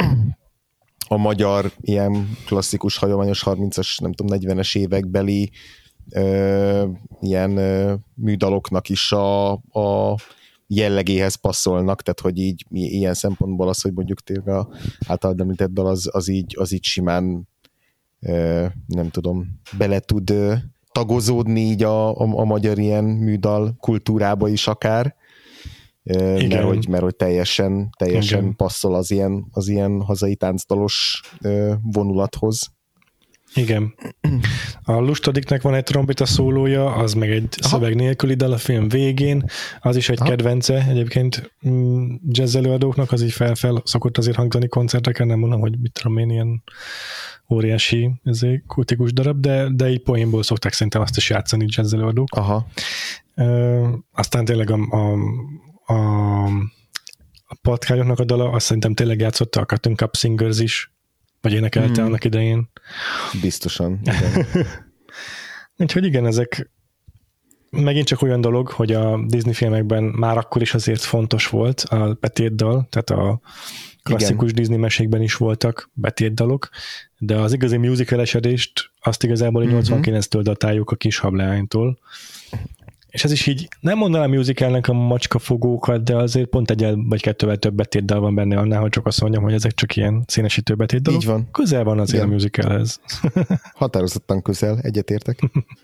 a magyar ilyen klasszikus, hagyományos harmincas, nem tudom, negyvenes évekbeli Ö, ilyen ö, műdaloknak is a, a jellegéhez passzolnak, tehát hogy így ilyen szempontból az, hogy mondjuk tényleg a általad említett dal az, az, így, az így simán ö, nem tudom, bele tud ö, tagozódni így a, a, a magyar ilyen műdal kultúrába is akár, ö, mert, hogy, mert hogy teljesen, teljesen Igen. passzol az ilyen, az ilyen hazai táncdalos ö, vonulathoz. Igen. A Lustadiknek van egy trombita szólója, az meg egy Aha. szöveg nélküli dal a film végén, az is egy Aha. kedvence egyébként jazz előadóknak, az így fel-fel szokott azért hangzani koncerteken, nem mondom, hogy mit tudom én, ilyen óriási ezért kultikus darab, de, de így poénból szokták szerintem azt is játszani jazz előadók. Aha. Uh, aztán tényleg a, a, a, a patkányoknak a dala, azt szerintem tényleg játszotta a Cotton Cup Singers is, vagy énekelte hmm. annak idején. Biztosan. Igen. Úgyhogy igen, ezek megint csak olyan dolog, hogy a Disney filmekben már akkor is azért fontos volt a betétdal, tehát a klasszikus igen. Disney mesékben is voltak betétdalok, de az igazi musical-esedést azt igazából mm-hmm. nyolcvankilenctől datáljuk a Kis hableánytól. És ez is így, nem mondanám musicalnek a macskafogókat, de azért pont egy vagy kettővel több betétdal van benne annál, hogy csak azt mondjam, hogy ezek csak ilyen színesítő betétdalok. Így van. Közel van azért Igen. a musicalhez. Határozottan közel, egyetértek.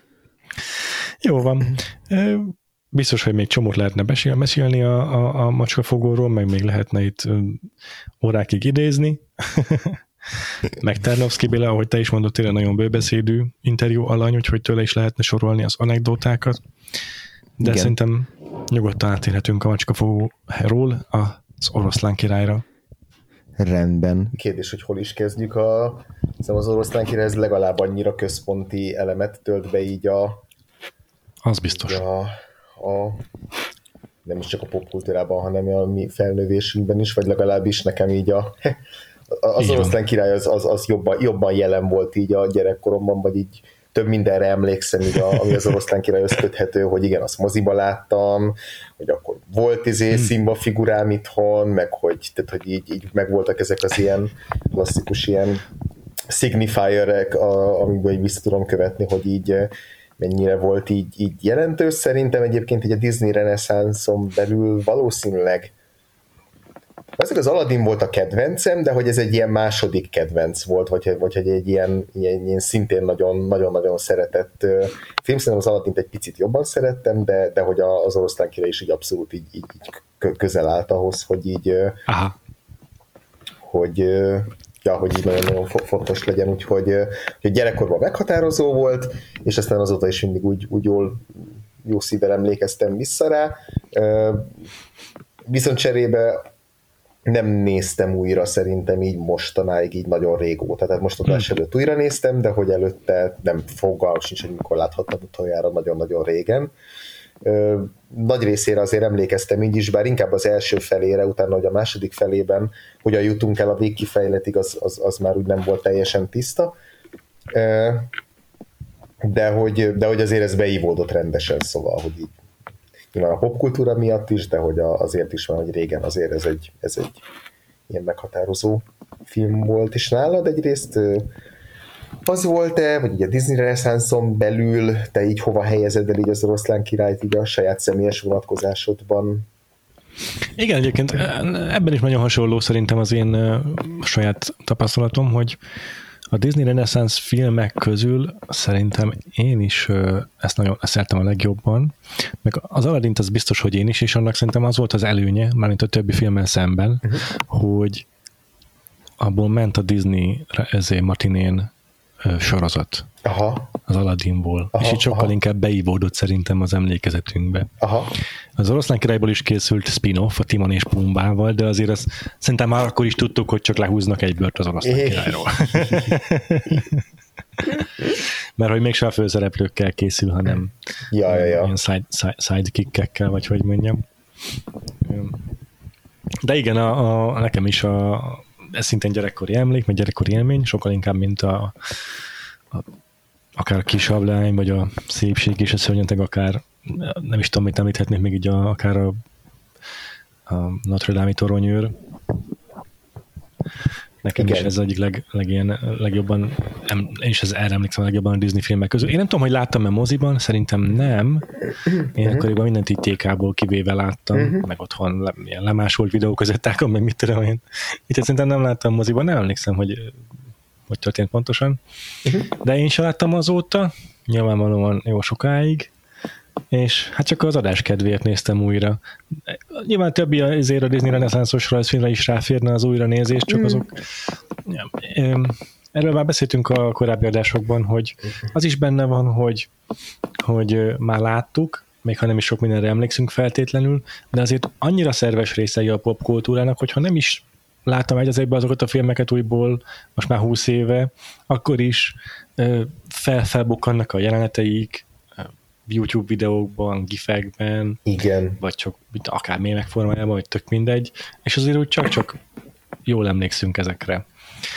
Jó van. Biztos, hogy még csomót lehetne mesélni a, a, a macskafogóról, meg még lehetne itt órákig idézni. Meg Tarnowski Béla, ahogy te is mondod, tényleg nagyon bőbeszédű interjú alany, úgyhogy tőle is lehetne sorolni az anekdótákat. De Igen. szerintem nyugodtan átérhetünk a macskafogóról az Oroszlán királyra. Rendben. Kérdés, hogy hol is kezdjük a... Az Oroszlán király ez legalább annyira központi elemet tölt be így a... Az biztos. A, a, nem is csak a popkultúrában, hanem a mi felnövésünkben is, vagy legalábbis nekem így a... Az Oroszlán király az, az, az jobban, jobban jelen volt így a gyerekkoromban, vagy így több mindenre emlékszem, így a, ami az Oroszlán királyhoz köthető, hogy igen, azt moziba láttam, hogy akkor volt izé hmm. Simba figurám itthon, meg hogy, tehát, hogy így, így megvoltak ezek az ilyen klasszikus ilyen signifierek, a, amikből így vissza tudom követni, hogy így mennyire volt így, így jelentős. Szerintem egyébként így a Disney reneszánszon belül valószínűleg azért az Aladdin volt a kedvencem, de hogy ez egy ilyen második kedvenc volt, vagy, vagy hogy egy ilyen, ilyen, ilyen szintén nagyon-nagyon szeretett film. Szerintem az Aladdint egy picit jobban szerettem, de, de hogy az Oroszlán király is így abszolút így, így, így közel állt ahhoz, hogy így Aha. hogy ja, hogy így nagyon-nagyon fontos legyen, úgyhogy hogy gyerekkorban meghatározó volt, és aztán azóta is mindig úgy, úgy jól, jó szívvel emlékeztem vissza rá. Viszont cserébe nem néztem újra szerintem így mostanáig, így nagyon régóta. Tehát most adás hmm. előtt újra néztem, de hogy előtte nem fogalmam sincs, hogy mikor láthattam utoljára nagyon-nagyon régen. nagy részére azért emlékeztem így is, bár inkább az első felére, utána, hogy a második felében hogyan jutunk el a végkifejletig, az, az, az már úgy nem volt teljesen tiszta. De hogy, de hogy azért ez beívódott rendesen, szóval, hogy így nyilván a popkultúra miatt is, de hogy azért is van, hogy régen azért ez egy, ez egy ilyen meghatározó film volt, és nálad egyrészt az volt-e, vagy ugye a Disney Renaissance-on belül te így hova helyezed el így az Oroszlán királyt így a saját személyes vonatkozásodban? Igen, egyébként ebben is nagyon hasonló szerintem az én saját tapasztalatom, hogy a Disney Renaissance filmek közül szerintem én is ezt nagyon szerettem a legjobban, meg az Aladdint az biztos, hogy én is, és annak szerintem az volt az előnye, mármint a többi filmmel szemben, uh-huh. hogy abból ment a Disney ezért matinén sorozat. Aha. Az Aladdinból. Aha, és így sokkal aha. inkább beívódott szerintem az emlékezetünkbe. Aha. Az Oroszlán királyból is készült spin-off a Timon és Pumbával, de azért azt szerintem már akkor is tudtuk, hogy csak lehúznak egy bört az Oroszlán királyról. Mert hogy mégsem a főszereplőkkel készül, hanem ja, ja, ja. ilyen side, side, sidekickekkel, vagy hogy mondjam. De igen, a, a, nekem is a ez szintén gyerekkori emlék, meg gyerekkori élmény, sokkal inkább, mint a, a akár a Kis hableány, vagy a Szépség és a szörnyeteg, akár nem is tudom, mit említhetnék még így a, akár a, a Notre Dame-i toronyőr. Nekem igen. is ez egyik leg, leg ilyen, legjobban, em, én is ez erre emlékszem a legjobban a Disney filmek közül. Én nem tudom, hogy láttam-e moziban, szerintem nem. Én uh-huh. akkoriban mindent így té ká-ból kivéve láttam, uh-huh. meg otthon le, ilyen lemásolt videókazettákon, meg mit tudom én. Itt szerintem nem láttam moziban, nem emlékszem, hogy hogy történt pontosan. Uh-huh. De én sem láttam azóta, nyilvánvalóan jó sokáig, és hát csak az adás kedvéért néztem újra. Nyilván többi azért a Disney Renaissance-os rajzfilmre is ráférne az újranézés, csak azok... Ja, erről már beszéltünk a korábbi adásokban, hogy az is benne van, hogy, hogy már láttuk, még ha nem is sok mindenre emlékszünk feltétlenül, de azért annyira szerves részei a popkultúrának, hogyha nem is láttam egy az egybe azokat a filmeket újból, most már húsz éve, akkor is fel-felbukkannak a jeleneteik, YouTube videókban, gifekben, igen. vagy csak akár mémek formájában, vagy tök mindegy, és azért úgy csak-csak jól emlékszünk ezekre.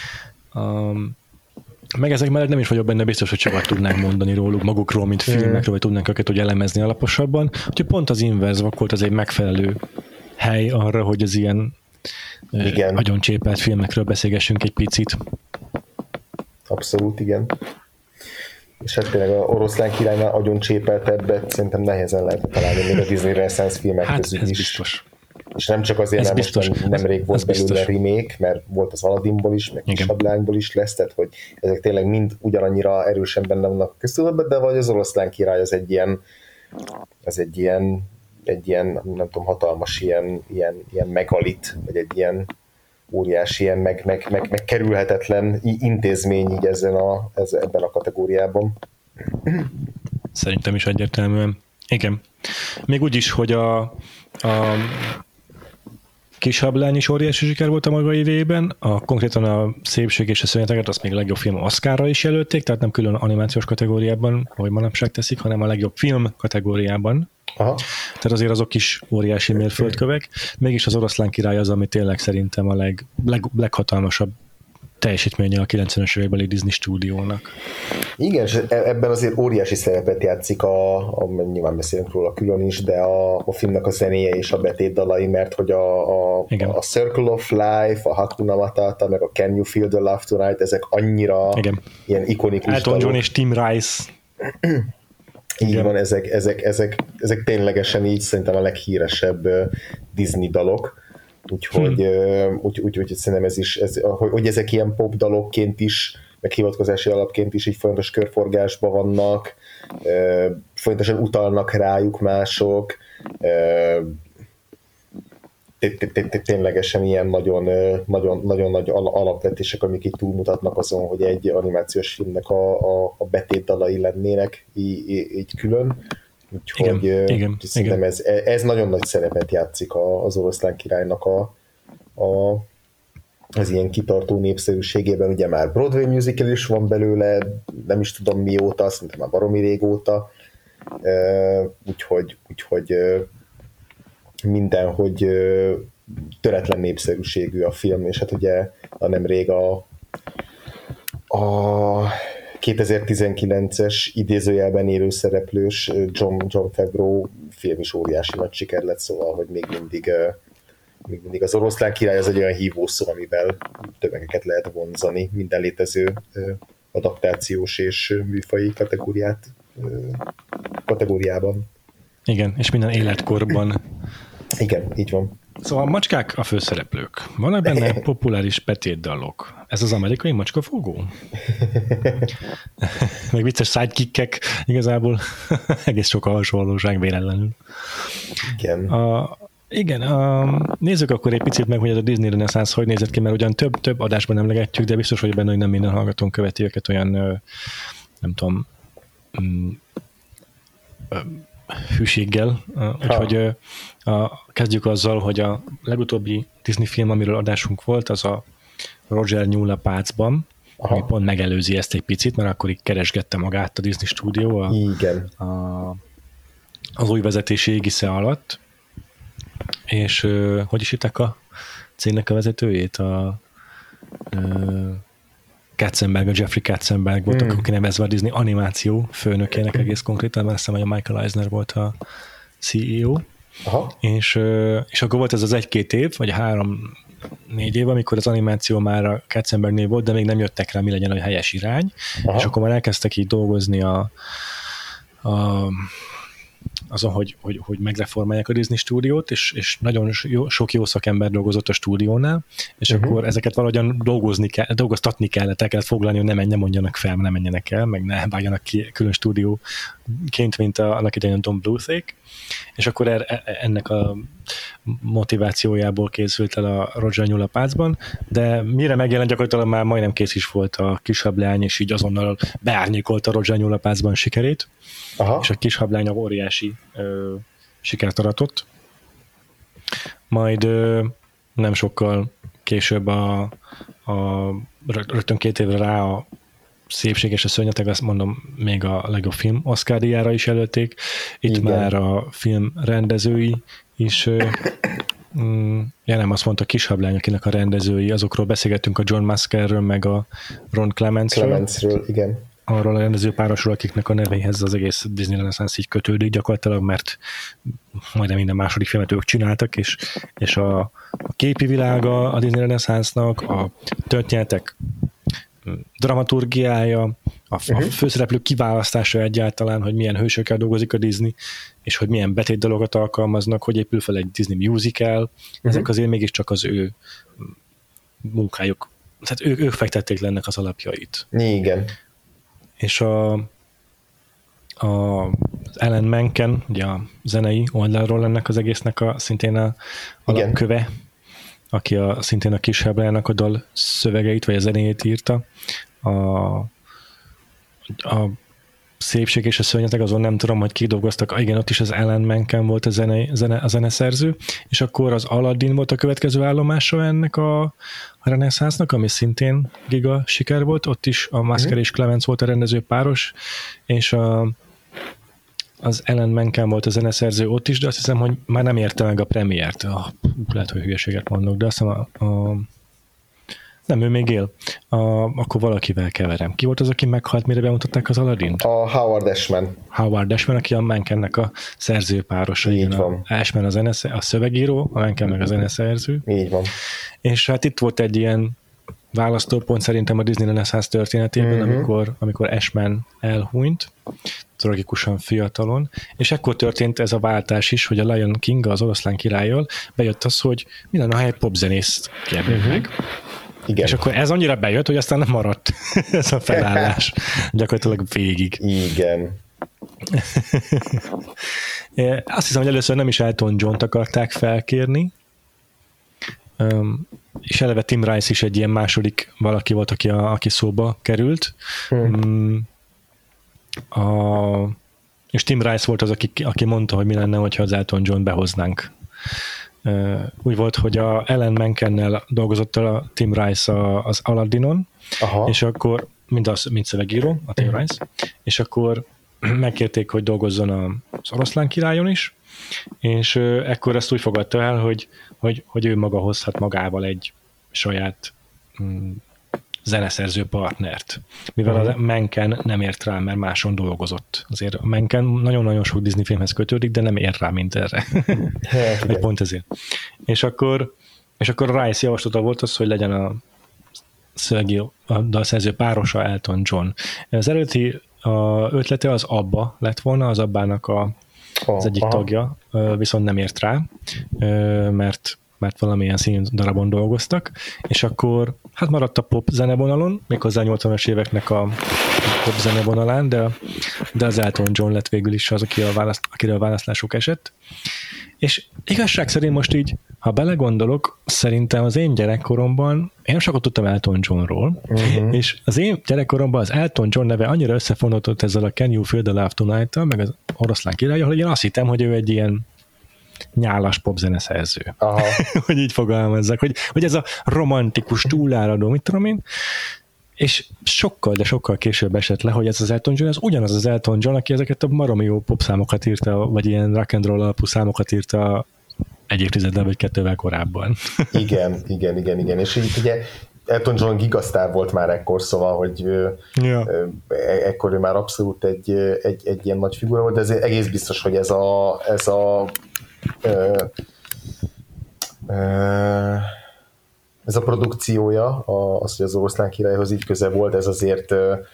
Um, meg ezek mellett nem is vagyok benne biztos, hogy sokat tudnánk mondani róluk, magukról, mint filmekről, vagy tudnánk őket úgy elemezni alaposabban. Úgyhogy pont az inverz volt az egy megfelelő hely arra, hogy az ilyen igen. nagyon csépelt filmekről beszélgessünk egy picit. Abszolút, igen. És hát tényleg a Oroszlán királynál agyon csépeltebbet szerintem nehezen lehet találni még a Disney Renaissance filmek hát közül ez is. Biztos. És nem csak azért, mert most nemrég volt belőle remake, mert volt az Aladdinból is, meg Kis Hablányból is lesz, tehát hogy ezek tényleg mind ugyanannyira erősen benne vannak a köztudatban, de vagy az Oroszlán király az egy ilyen, az egy ilyen, egy ilyen nem tudom, hatalmas ilyen, ilyen, ilyen megalit, vagy egy ilyen óriási, ilyen meg, meg, meg, meg kerülhetetlen intézmény így ezen a, ez, ebben a kategóriában. Szerintem is egyértelműen. Igen. Még úgy is, hogy a, a Kis Hablány is óriási siker volt a maga idejében, a, konkrétan a Szépség és a szörnyeteget azt még a legjobb film Oscarra is jelölték, tehát nem külön animációs kategóriában, ahogy manapság teszik, hanem a legjobb film kategóriában. Aha. Tehát azért azok is óriási mérföldkövek. Mégis az Oroszlán király az, ami tényleg szerintem a leg, leg, leghatalmasabb teljesítménye a kilencvenes évekbeli Disney stúdiónak. Igen, és ebben azért óriási szerepet játszik, a, a, nyilván beszélünk róla külön is, de a, a filmnek a zenéje és a betétdalai, mert hogy a, a, a Circle of Life, a Hakuna Matata, meg a Can You Feel the Love Tonight, ezek annyira igen. ilyen ikonikus Elton dalok. John és Tim Rice. Így igen. van, ezek, ezek, ezek, ezek ténylegesen így szerintem a leghíresebb Disney dalok. Úgyhogy, hmm. úgy, úgy, úgy, szerintem ez is, ez, hogy, hogy ezek ilyen popdalokként is, meg hivatkozási alapként is így fontos körforgásban vannak, fontosan utalnak rájuk mások, ténylegesen ilyen nagyon, nagyon, nagyon nagy alapvetések, amik így túlmutatnak azon, hogy egy animációs filmnek a, a, a betétdalai lennének így, így külön. Úgyhogy igen, igen, szerintem igen. Ez, ez nagyon nagy szerepet játszik az Oroszlán királynak a, a, az ilyen kitartó népszerűségében. Ugye már Broadway musical is van belőle, nem is tudom mióta, szerintem már baromi régóta. úgyhogy, úgyhogy mindenhogy töretlen népszerűségű a film, és hát ugye a nemrég a, a kétezer-tizenkilences idézőjelben élő szereplős John, John Favreau film is óriási nagy siker lett, szóval, hogy még mindig, még mindig az Oroszlán király az egy olyan hívószó, amivel tömegeket lehet vonzani minden létező adaptációs és műfaji kategóriát, kategóriában. Igen, és minden életkorban. Igen, így van. Szóval a macskák a főszereplők. Vannak benne populáris betétdalok. Ez az amerikai macskafogó? Meg vicces sidekickek, igazából egész sok a hasonlóság véletlenül. Igen. A, igen, a, nézzük akkor egy picit meg, hogy ez a Disney Renaissance hogy nézett ki, mert ugyan több, több adásban emlegetjük, de biztos, hogy benne, hogy nem minden hallgatónk követi őket olyan, nem tudom, hűséggel. Úgyhogy a, kezdjük azzal, hogy a legutóbbi Disney film, amiről adásunk volt, az a Roger nyúl a pácban, aha, ami pont megelőzi ezt egy picit, mert akkor így keresgette magát a Disney stúdió a, igen. A, az új vezetési égisze alatt. És uh, hogy is hittek a cégnek a vezetőjét? A uh, Katzenberg, a Jeffrey Katzenberg volt, hmm. akkor kinevezve a Disney animáció főnökének egész konkrétan, mert azt hiszem, hogy a Michael Eisner volt a cé e o. Aha. És, uh, és akkor volt ez az egy-két év, vagy három négy év, amikor az animáció már a Katzenbergnél volt, de még nem jöttek rá, mi legyen a helyes irány, aha, és akkor már elkezdtek így dolgozni a, a azon, hogy, hogy, hogy megreformálják a Disney stúdiót, és, és nagyon jó, sok jó szakember dolgozott a stúdiónál, és uh-huh. akkor ezeket valahogyan dolgozni kell, dolgoztatni kellett, el kellett foglalni, hogy ne, menj, ne mondjanak fel, ne menjenek el, meg ne vágjanak ki külön stúdióként, mint a, annak idején Don Bluthék, és akkor er, ennek a motivációjából készült el a Roger nyúl a pácban, de mire megjelent, gyakorlatilag már majdnem kész is volt a kis hableány, és így azonnal beárnyékolta a Roger nyúl a pácban sikerét, aha, és a kis hableány óriási ö, sikert aratott. Majd ö, nem sokkal később a, a rögtön két évre rá a Szépség és a szörnyeteg, azt mondom, még a legjobb film Oscar-díjára is jelölték. Itt igen, már a film rendezői is mm, ja nem, azt mondta Kis hableány, akinek a rendezői, azokról beszélgettünk, a John Maskerről, meg a Ron Clementsről. Clementsről, igen. Arról a rendező párosról, akiknek a nevéhez az egész Disney Renaissance így kötődik gyakorlatilag, mert majdnem minden második filmet ők csináltak, és, és a, a képi világa a Disney Renaissance-nak, a történetek dramaturgiája, a, uh-huh. a főszereplők kiválasztása egyáltalán, hogy milyen hősökkel dolgozik a Disney, és hogy milyen betétdalokat alkalmaznak, hogy épül fel egy Disney musical, uh-huh. ezek azért mégiscsak az ő munkájuk. Tehát ők, ők fektették le ennek az alapjait. Igen. És a, a az Alan Menken, ugye a zenei oldalról ennek az egésznek a szintén a alapköve, aki a, szintén a Kis hableánynak a dal szövegeit, vagy a zenéjét írta. A, a Szépség és a szörnyeteg, azon nem tudom, hogy kik dolgoztak. Ah, igen, ott is az Alan Menken volt a, zene, zene, a zeneszerző, és akkor az Aladdin volt a következő állomása ennek a, a Renaissance-nak, ami szintén giga siker volt. Ott is a Masker mm. és Clements volt a rendező páros, és a az Alan Menken volt a zeneszerző ott is, de azt hiszem, hogy már nem érte meg a premiért. Oh, lehet, hogy hülyeséget mondok, de azt hiszem a, a nem, ő még él. A, akkor valakivel keverem. Ki volt az, aki meghalt, mire bemutatták az Aladdint? A Howard Ashman. Howard Ashman, aki a Menkennek a szerzőpárosa. Így van. A Ashman a, zenesze, a szövegíró, a Menken meg a zeneszerző. Így van. És hát itt volt egy ilyen választópont szerintem a Disney Renaissance történetében, mm-hmm. amikor, amikor Ashman elhunyt, tragikusan fiatalon, és ekkor történt ez a váltás is, hogy a Lion King, az Oroszlán királlyal bejött az, hogy minden a hely popzenészt kérnék mm-hmm. meg. Igen. És akkor ez annyira bejött, hogy aztán nem maradt ez a felállás gyakorlatilag végig. Igen. Azt hiszem, hogy először nem is Elton John-t akarták felkérni, Um, és eleve Tim Rice is egy ilyen második valaki volt, aki, a, aki szóba került. Hmm. Um, a, és Tim Rice volt az, aki, aki mondta, hogy mi lenne, hogyha az Elton John behoznánk. Uh, úgy volt, hogy a Alan Menkennel dolgozott a Tim Rice a, az Aladinon, aha. és akkor, mind, az, mind szövegíró, a Tim Rice, és akkor megkérték, hogy dolgozzon az Oroszlán királyon is, és ekkor ezt úgy fogadta el, hogy, hogy, hogy ő maga hozhat magával egy saját mm, zeneszerző partnert, mivel uh-huh. a Menken nem ért rá, mert máson dolgozott. Azért a Menken nagyon-nagyon sok Disney filmhez kötődik, de nem ért rá, mint erre. Egy pont ezért. És akkor, és akkor a Rice javaslata volt az, hogy legyen a szövegi a dalszerző párosa Elton John. Az eredeti a ötlete az Abba lett volna, az Abbának a, az egyik oh, tagja, viszont nem ért rá, mert mert valamilyen színdarabon dolgoztak, és akkor hát maradt a pop zenevonalon, méghozzá a nyolcvanas éveknek a pop zenevonalán, de, de az Elton John lett végül is az, aki a választ, akire a választások esett. És igazság szerint most így, ha belegondolok, szerintem az én gyerekkoromban, én sokat tudtam Elton Johnról, uh-huh. és az én gyerekkoromban az Elton John neve annyira összefonódott ezzel a Can You Feel the Love Tonight-tal, meg az Oroszlán királya, hogy én azt hittem, hogy ő egy ilyen nyálas popzeneszerző. Aha. Hogy így fogalmazzak, hogy, hogy ez a romantikus, túláradó, mit tudom én, és sokkal, de sokkal később esett le, hogy ez az Elton John, ez ugyanaz az Elton John, aki ezeket a baromi jó popszámokat írta, vagy ilyen rock and roll alapú számokat írta egy évtizeddel vagy kettővel korábban. Igen, igen, igen, igen, és így ugye Elton John gigasztár volt már ekkor, szóval, hogy ja. ekkor ő már abszolút egy, egy, egy ilyen nagy figura volt, de ez egész biztos, hogy ez a, ez a ez a produkciója, az, hogy az Oroszlán királyhoz így köze volt, ez azért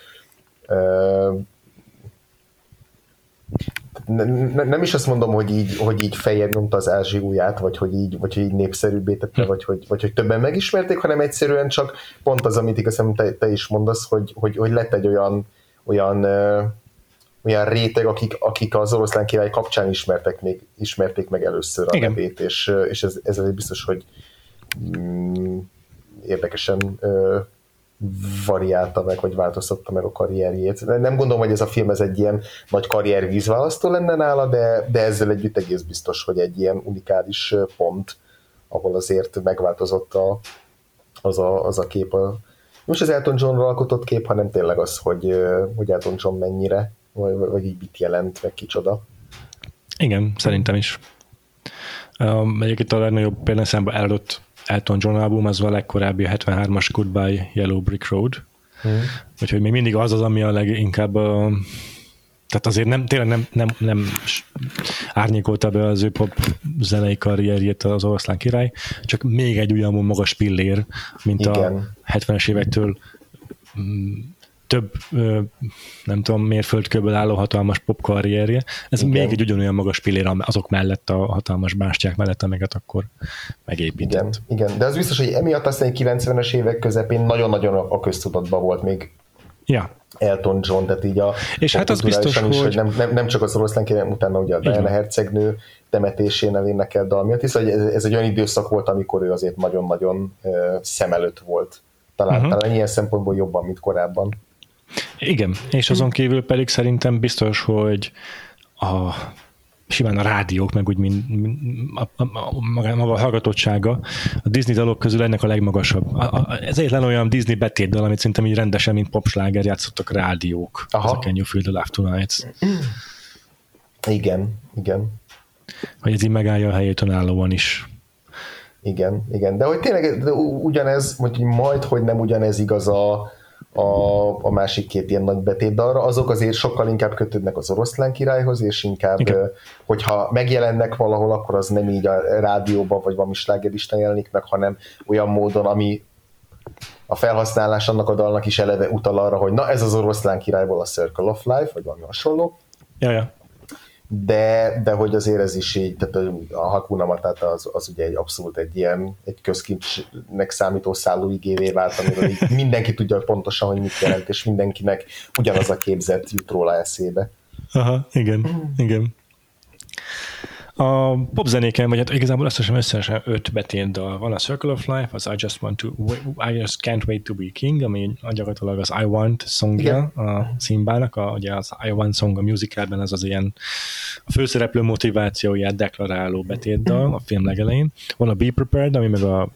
nem is azt mondom, hogy így, hogy így feljebb nyomta az ázsiúját, vagy hogy így, vagy hogy így népszerűbbé tette, vagy hogy, vagy hogy többen megismerték, hanem egyszerűen csak pont az, amit igazán te, te is mondasz, hogy, hogy, hogy lett egy olyan, olyan olyan réteg, akik, akik az Oroszlán király kapcsán ismertek, még, ismerték meg először a nevét, és, és ez, ez biztos, hogy mm, érdekesen ö, variálta meg, vagy változtatta meg a karrierjét. Nem gondolom, hogy ez a film ez egy ilyen nagy karrier vízválasztó lenne nála, de, de ezzel együtt egész biztos, hogy egy ilyen unikális pont, ahol azért megváltozott a, az, a, az a kép. A, most az Elton Johnról alkotott kép, hanem tényleg az, hogy, hogy Elton John mennyire Vagy, vagy így mit jelent, meg kicsoda. Igen, szerintem is. Um, egyébként a legnagyobb például szemben eladott Elton John album, az a legkorábbi a hetvenhármas Goodbye Yellow Brick Road. Hmm. Úgyhogy még mindig az az, ami a leginkább uh, tehát azért nem, tényleg nem, nem, nem árnyékolta be az ő pop zenei karrierjét az Oroszlán király, csak még egy olyan magas pillér, mint igen. a hetvenes évektől um, több, nem tudom, mérföldkőből álló hatalmas pop karrierje. Ez igen. még egy ugyanolyan magas pillér azok mellett, a hatalmas bástyák mellett, amiket akkor megépített. Igen, igen. De az biztos, hogy emiatt aztán egy kilencvenes évek közepén nagyon-nagyon a köztudatban volt még ja. Elton John, tehát így a és hát az biztos, is, hogy... hogy nem, nem, nem csak az Oroszlán király, utána ugye a Diana hercegnő temetésénél énekelt dal miatt, hisz, hogy ez, ez egy olyan időszak volt, amikor ő azért nagyon-nagyon uh, szem előtt volt. Talán, uh-huh. talán ilyen szempontból jobban, mint korábban. Igen, és azon kívül pedig szerintem biztos, hogy a, simán a rádiók, meg úgy mind, a, a, a, maga, maga a hallgatottsága a Disney dalok közül ennek a legmagasabb. A, a, ez egyetlen olyan Disney betétdal, amit szerintem így rendesen, mint popsláger játszottak rádiók. Aha. Ez a Can You Feel the Love Tonight. Igen, igen. Hogy ez így megállja a helyét önállóan is. Igen, igen. De hogy tényleg de ugyanez, hogy majd, hogy nem ugyanez igaz a A, a másik két ilyen nagy betétdalra, azok azért sokkal inkább kötődnek az Oroszlán királyhoz, és inkább, igen. hogyha megjelennek valahol, akkor az nem így a rádióban, vagy valami slágerlistán jelenik meg, hanem olyan módon, ami a felhasználás annak a dalnak is eleve utal arra, hogy na ez az Oroszlán királyból a Circle of Life, vagy valami hasonló. Ja, ja. De, de hogy azért ez is így, tehát a Hakuna Matata az, az ugye egy abszolút egy ilyen, egy közkincsnek számító szállóigévé vált, amiről így mindenki tudja pontosan, hogy mit jelent, és mindenkinek ugyanaz a képzet jut róla eszébe. Aha, igen, igen. A popzenéken, vagy hát igazából azt hiszem összesen öt betétdal van. A Circle of Life, az I Just Want to, I Just Can't Wait to Be King, ami gyakorlatilag az I Want songja igen. a Simbának, a, ugye az I Want song a musicalben az az ilyen a főszereplő motivációját deklaráló betétdal a film legelején. Van a Be Prepared, ami meg a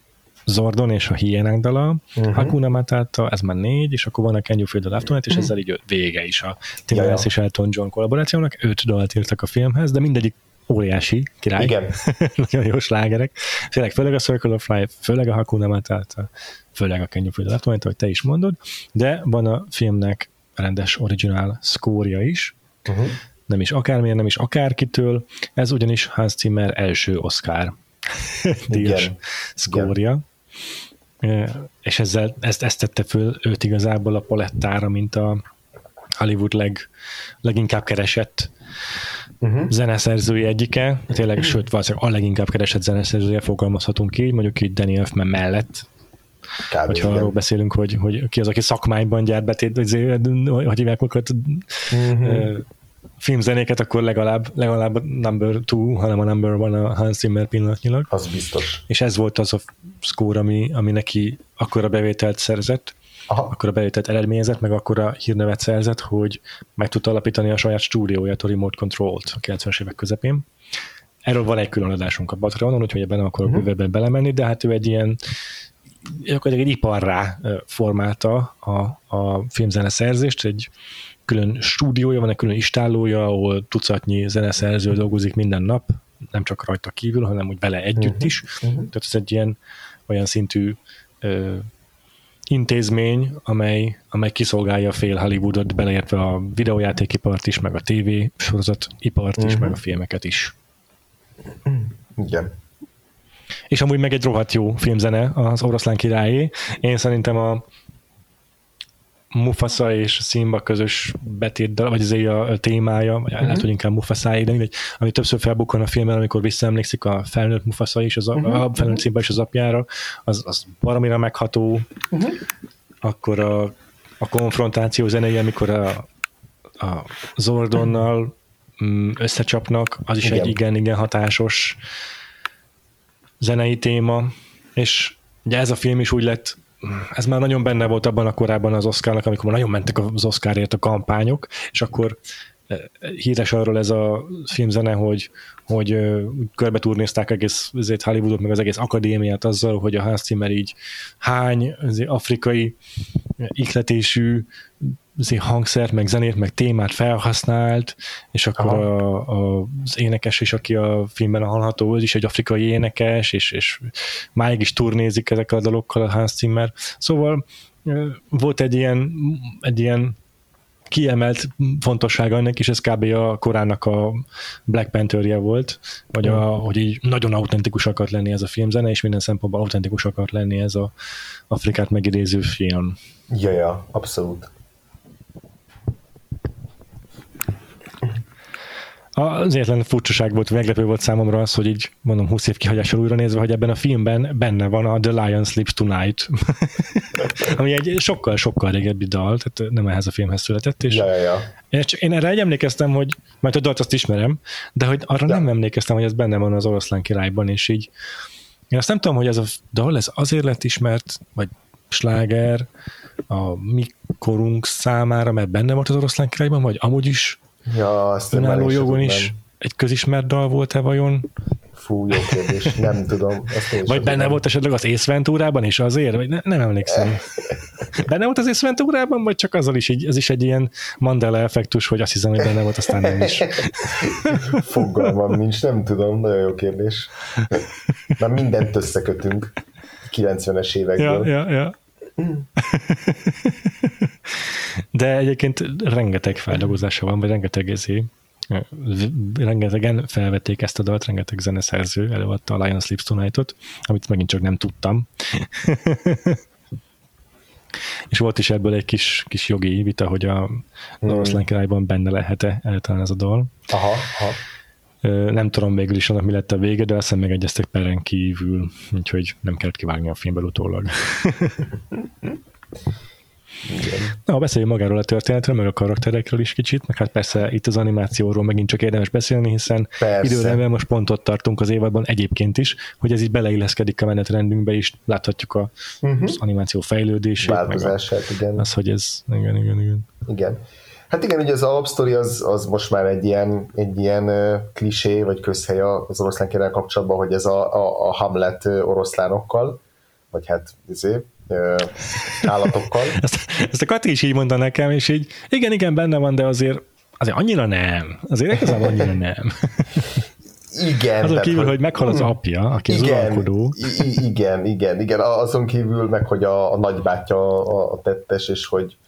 Zordon és a Hiénák dala, uh-huh. Hakuna Matata, ez már négy, és akkor van a Can You Feel the Love Tonight, és uh-huh. ezzel így vége is a Tim Rice és Elton John kollaborációnak. Öt dalt írtak a filmhez, de mindegyik óriási király. Igen. Nagyon jó slágerek. Főleg, főleg a Circle of Life, főleg a Hakuna Matata, főleg a Can You Feel the Love Tonight, ahogy te is mondod, de van a filmnek rendes original szkórja is, uh-huh. nem is akármilyen, nem is akárkitől, ez ugyanis Hans Zimmer első Oscar díjas szkórja. És ezzel, ezt, ezt tette föl őt igazából a palettára, mint a Hollywood leg, leginkább keresett uh-huh. zeneszerzői egyike, tényleg, uh-huh. sőt, valószínűleg a leginkább keresett zeneszerzője, fogalmazhatunk így, mondjuk így Danny Elfman mellett. Kb. Hogyha arról beszélünk, hogy, hogy ki az, aki szakmányban gyárt betét, hogy hívják magukat uh-huh. filmzenéket, akkor legalább, legalább a number two, hanem a number one a Hans Zimmer pillanatnyilag. Az biztos. És ez volt az a score, ami, ami neki akkora bevételt szerzett, Aha. akkora bevételt eredményezett, meg akkora hírnevet szerzett, hogy meg tudta alapítani a saját stúdióját, a Remote Control-t a kilencvenes évek közepén. Erről van egy külön adásunk a Patreonon, úgyhogy ebben nem akarok uh-huh. bővebben belemenni, de hát ő egy ilyen egy iparrá formálta a, a filmzene szerzést, egy külön stúdiója van, egy külön istálója, ahol tucatnyi zeneszerző dolgozik minden nap, nem csak rajta kívül, hanem úgy vele együtt uh-huh. is. Uh-huh. Tehát ez egy ilyen olyan szintű ö, intézmény, amely, amely kiszolgálja fél Hollywoodot, beleértve a videójátékipart is, meg a tévé sorozatipart uh-huh. is, meg a filmeket is. Igen. És amúgy meg egy rohadt jó filmzene az Oroszlán királyé. Én szerintem a Mufasa és Simba közös betétdal, vagy azért a témája, vagy uh-huh. lehet, hogy inkább Mufasáé, de mindegy, ami többször felbukkan a filmben, amikor visszaemlékszik a felnőtt Mufasa is, az, uh-huh. a felnőtt Simba is az apjára, az, az baromira megható. Uh-huh. Akkor a, a konfrontáció zenei, amikor a, a Zordonnal összecsapnak, az is igen. egy igen-igen hatásos zenei téma, és ugye ez a film is úgy lett, ez már nagyon benne volt abban a korában az Oscarnak, amikor már nagyon mentek az Oscarért a kampányok, és akkor híres arról ez a filmzene, hogy, hogy körbe turnézták egész Hollywoodot, meg az egész akadémiát azzal, hogy a Hans Zimmer így hány afrikai ihletésű hangszert, meg zenét, meg témát felhasznált, és akkor a, a, az énekes is, aki a filmben hallható, az is egy afrikai énekes, és, és máig is turnézik ezekkel a dalokkal a Hans Zimmer. Szóval volt egy ilyen, egy ilyen kiemelt fontossága ennek, és ez kb. A korának a Black Panther-je volt, vagy a, hogy így nagyon autentikus akart lenni ez a filmzene, és minden szempontból autentikus akart lenni ez a Afrikát megidéző film. Ja, ja, abszolút. Az egyetlen furcsaság volt, meglepő volt számomra az, hogy így mondom húsz év kihagyással újra nézve, hogy ebben a filmben benne van a The Lion Sleeps Tonight, ami egy sokkal-sokkal régebbi dal, tehát nem ehhez a filmhez született, és ja, ja, ja. én erre egy emlékeztem, hogy, mert a dalt azt ismerem, de hogy arra ja. nem emlékeztem, hogy ez benne van az Oroszlán királyban, és így én azt nem tudom, hogy ez a dal ez azért lett ismert, vagy sláger a mi korunk számára, mert benne volt az Oroszlán királyban, vagy amúgy is ja, azt önálló jogon is egy közismert dal volt-e vajon? Fú, jó kérdés, nem tudom. Vagy benne tudom. Volt esetleg az Ace Venturában is azért? Vagy ne, nem emlékszem. Benne volt az Ace Venturában, vagy csak azzal is, így, ez is egy ilyen Mandela effektus, hogy azt hiszem, hogy benne volt, aztán nem is. Fogalmam nincs, nem tudom, nagyon jó kérdés. Már mindent összekötünk kilencvenes évekből. Ja, ja, ja. De egyébként rengeteg feldolgozása van, vagy rengeteg ezé, rengetegen felvették ezt a dalt, rengeteg zeneszerző előadta a Lion Sleeps Tonight-ot, amit megint csak nem tudtam. És volt is ebből egy kis, kis jogi vita, hogy a hmm. Oroszlán királyban benne lehet-e talán ez a dal. Aha, aha. Nem tudom végül is annak mi lett a vége, de azt hiszem megegyeztek peren kívül, úgyhogy nem kellett kivágni a filmből utólag. Igen. Na, beszéljünk magáról a történetről, meg a karakterekről is kicsit, meg hát persze itt az animációról megint csak érdemes beszélni, hiszen időrendben most pont ott tartunk az évadban egyébként is, hogy ez így beleilleszkedik a menetrendünkbe is, láthatjuk a, uh-huh. az animáció fejlődését. Változását, a, igen. Az, hogy ez, igen, igen, igen. Igen. Hát igen, ugye az alapsztori az, az most már egy ilyen, egy ilyen uh, klisé, vagy közhely az oroszlán királyal kapcsolatban, hogy ez a, a, a Hamlet oroszlánokkal, vagy hát izé, ö, állatokkal. Ezt, ezt a Kati is így mondta nekem, és így igen, igen, benne van, de azért, azért annyira nem. Azért igazából annyira nem. Igen. Azon kívül, hogy, hogy meghal az apja, aki az uralkodó. Igen, igen, igen. Azon kívül meg, hogy a, a nagybátyja a, a tettes, és hogy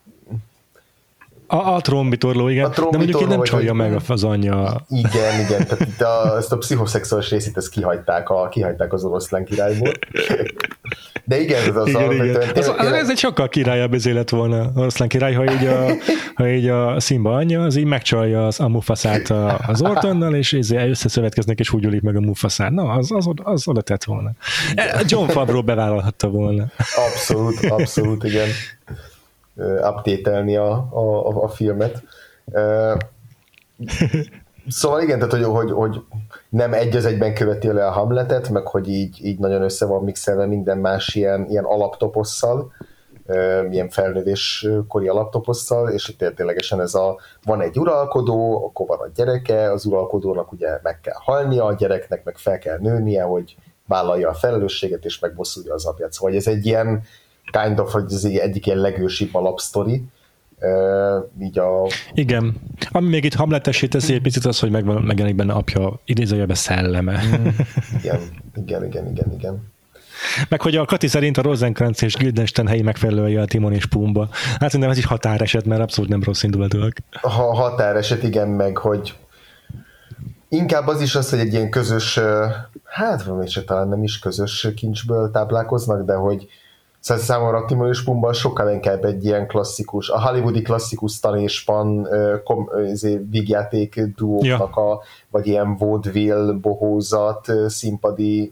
A, a trombitorló, igen, de mondjuk így nem csalja meg az anyja. Igen, igen, tehát itt a, ezt a pszichoszexuális részét ezt kihagyták, a, kihagyták az oroszlán királyból. De igen, ez az igen, igen. Tényleg, az, az, tényleg... ez egy sokkal királyabb ez élet volna, oroszlán király, ha így a, ha így a Simba anyja, az így megcsalja az, a Mufasát az Ortonnal, és összeszövetkeznek, és úgy ölik meg a Mufasát. Na, az, az, az oda tett volna. John Favreau bevállalhatta volna. Abszolút, abszolút, igen. Update-elni a, a, a filmet. Szóval igen, tehát hogy, hogy, hogy nem egy az egyben követi le a Hamletet, meg hogy így, így nagyon össze van mixelve minden más ilyen, ilyen alaptoposszal, ilyen felnővéskori alaptoposszal, és itt ténylegesen ez a, van egy uralkodó, akkor van a gyereke, az uralkodónak ugye meg kell halnia, a gyereknek meg fel kell nőnie, hogy vállalja a felelősséget, és megbosszulja az apját. Szóval ez egy ilyen kind of, hogy ez egyik ilyen legősibb alapsztori. Uh, így a... Igen. Ami még itt hamletessé teszi egy picit az, hogy meg, megjelenik benne apja idézőjelben szelleme. Mm. igen, igen, igen, igen, igen. Meg hogy a Kati szerint a Rosencrantz és Guildenstern helyi megfelelői a Timon és Pumba. Hát szerintem ez is határeset, mert abszolút nem rossz indulatúak. Ha határeset, igen, meg hogy inkább az is az, hogy egy ilyen közös, hát valami se talán nem is közös kincsből táplálkoznak, de hogy szóval számomra a Timon és Pumba sokkal inkább egy ilyen klasszikus, a hollywoodi klasszikus tanéspan vígjáték duóknak, ja. a, vagy ilyen vaudeville, bohózat, színpadi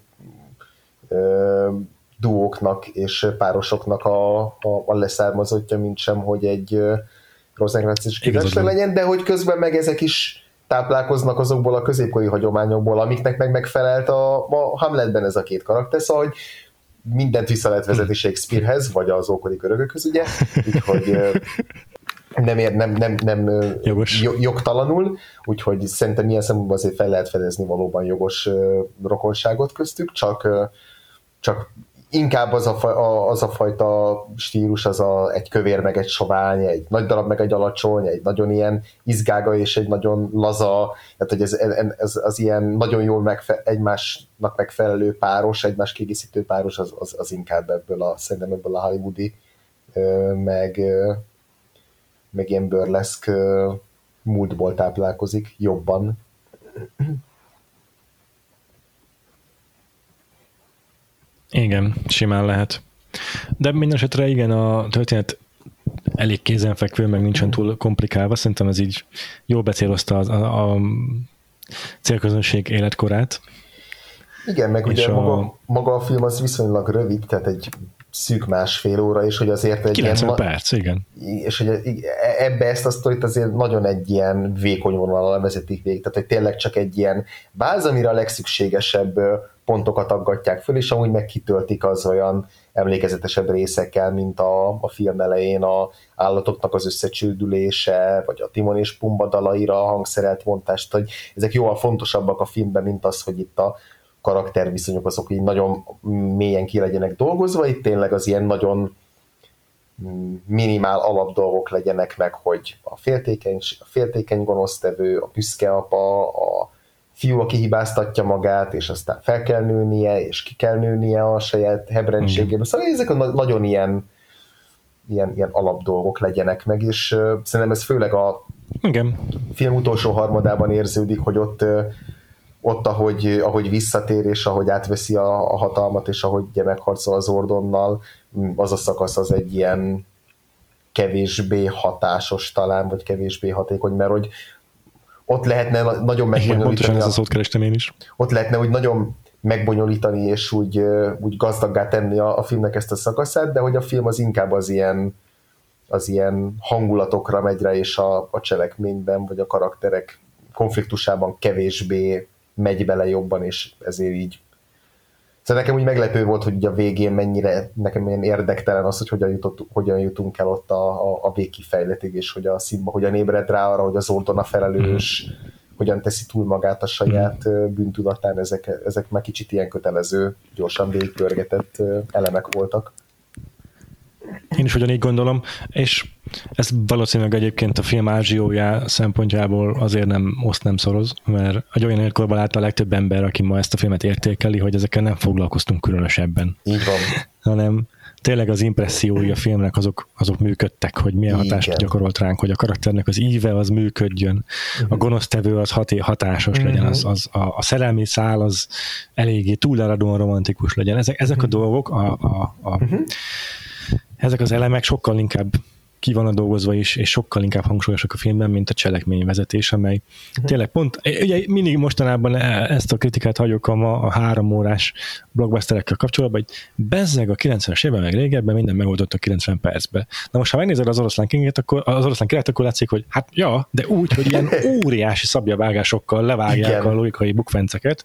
ö, duóknak és párosoknak a, a, a leszármazottja, mint sem, hogy egy Rosencrantz és Guildenstern legyen, de hogy közben meg ezek is táplálkoznak azokból a középkori hagyományokból, amiknek meg megfelelt a, a Hamletben ez a két karakter, szóval, hogy mindent vissza lehet vezetni Shakespearehez, vagy az ókori görögökhöz, ugye, úgyhogy nem, ér, nem, nem, nem jogtalanul, úgyhogy szerintem ilyen szempontból azért fel lehet fedezni valóban jogos rokonságot köztük, csak, csak inkább az a, az a fajta stílus, az a, egy kövér meg egy sovány, egy nagy darab meg egy alacsony, egy nagyon ilyen izgága és egy nagyon laza, tehát hogy ez, ez az ilyen nagyon jól megfe, egymásnak megfelelő páros, egymás kiegészítő páros, az, az, az inkább ebből a, szerintem ebből a hollywoodi, meg, meg ilyen burleszk múltból táplálkozik jobban. Igen, simán lehet. De minden esetre igen, a történet elég kézenfekvő, meg nincsen túl komplikálva. Szerintem ez így jól becélozta a, a, a célközönség életkorát. Igen, meg ugye a... maga, maga a film az viszonylag rövid, tehát egy szűk másfél óra, és hogy azért egy kilencven ilyen... perc, igen. És hogy ebbe ezt a sztorit azért nagyon egy ilyen vékony vonalal vezetik végig, tehát hogy tényleg csak egy ilyen váz, amire a legszükségesebb pontokat aggatják föl, és amúgy meg kitöltik az olyan emlékezetesebb részekkel, mint a, a film elején a állatoknak az összecsődülése, vagy a Timon és Pumba dalaira a hangszerelt vontást, hogy ezek jóval fontosabbak a filmben, mint az, hogy itt a karakterviszonyok azok így nagyon mélyen ki legyenek dolgozva, itt tényleg az ilyen nagyon minimál alapdolgok legyenek meg, hogy a féltékeny, a féltékeny gonosztevő, a büszke apa, a fiú, aki hibáztatja magát, és aztán fel kell nőnie, és ki kell nőnie a saját hebrendségében. Szóval ezek a nagyon ilyen, ilyen, ilyen alapdolgok legyenek meg, és uh, szerintem ez főleg a Igen. film utolsó harmadában érződik, hogy ott, uh, ott ahogy, ahogy visszatér, és ahogy átveszi a, a hatalmat, és ahogy ugye megharcol az Ordonnal, az a szakasz az egy ilyen kevésbé hatásos talán, vagy kevésbé hatékony, mert hogy ott lehetne nagyon megbonyolítani. Igen, a szót kerestem én is. Ott lehetne úgy nagyon megbonyolítani, és úgy, úgy gazdaggá tenni a, a filmnek ezt a szakaszát, de hogy a film az inkább az ilyen, az ilyen hangulatokra megy rá, és a, a cselekményben, vagy a karakterek konfliktusában kevésbé megy bele jobban, és ezért így. Szóval nekem úgy meglepő volt, hogy ugye a végén mennyire, nekem ilyen érdektelen az, hogy hogyan, jutott, hogyan jutunk el ott a, a, a végkifejletig, és hogy a Simba hogyan ébred rá arra, hogy az Ordon a felelős, mm. hogyan teszi túl magát a saját hmm. bűntudatán, ezek, ezek már kicsit ilyen kötelező, gyorsan végigpörgetett elemek voltak. Én is ugyanígy gondolom, és ez valószínűleg egyébként a film ázsiója szempontjából azért nem oszt nem szoroz, mert egy olyan életkorban látta a legtöbb ember, aki ma ezt a filmet értékeli, hogy ezekkel nem foglalkoztunk különösebben. Így van. Hanem tényleg az impressziói a filmnek azok, azok működtek, hogy milyen hatást Igen. gyakorolt ránk, hogy a karakternek az íve az működjön, uh-huh. a gonosztevő az haté, hatásos uh-huh. legyen, az, az, a, a szerelmi szál az eléggé túláradóan romantikus legyen. Ezek, ezek uh-huh. a dolgok, a, a, a, uh-huh. ezek az elemek sokkal inkább ki van a dolgozva is, és sokkal inkább hangsúlyosak a filmben, mint a cselekményvezetés, amely uh-huh. tényleg pont, ugye mindig mostanában ezt a kritikát hagyjuk a ma a három órás blockbusterekkel kapcsolatban, hogy bezzeg a kilencvenes évben meg régebben minden megoldott a kilencven percben. Na most, ha megnézed az Oroszlán Kinget, akkor az Oroszlán Királyt, akkor látszik, hogy hát ja, de úgy, hogy ilyen óriási szabjavágásokkal levágják Igen. a logikai bukfenceket.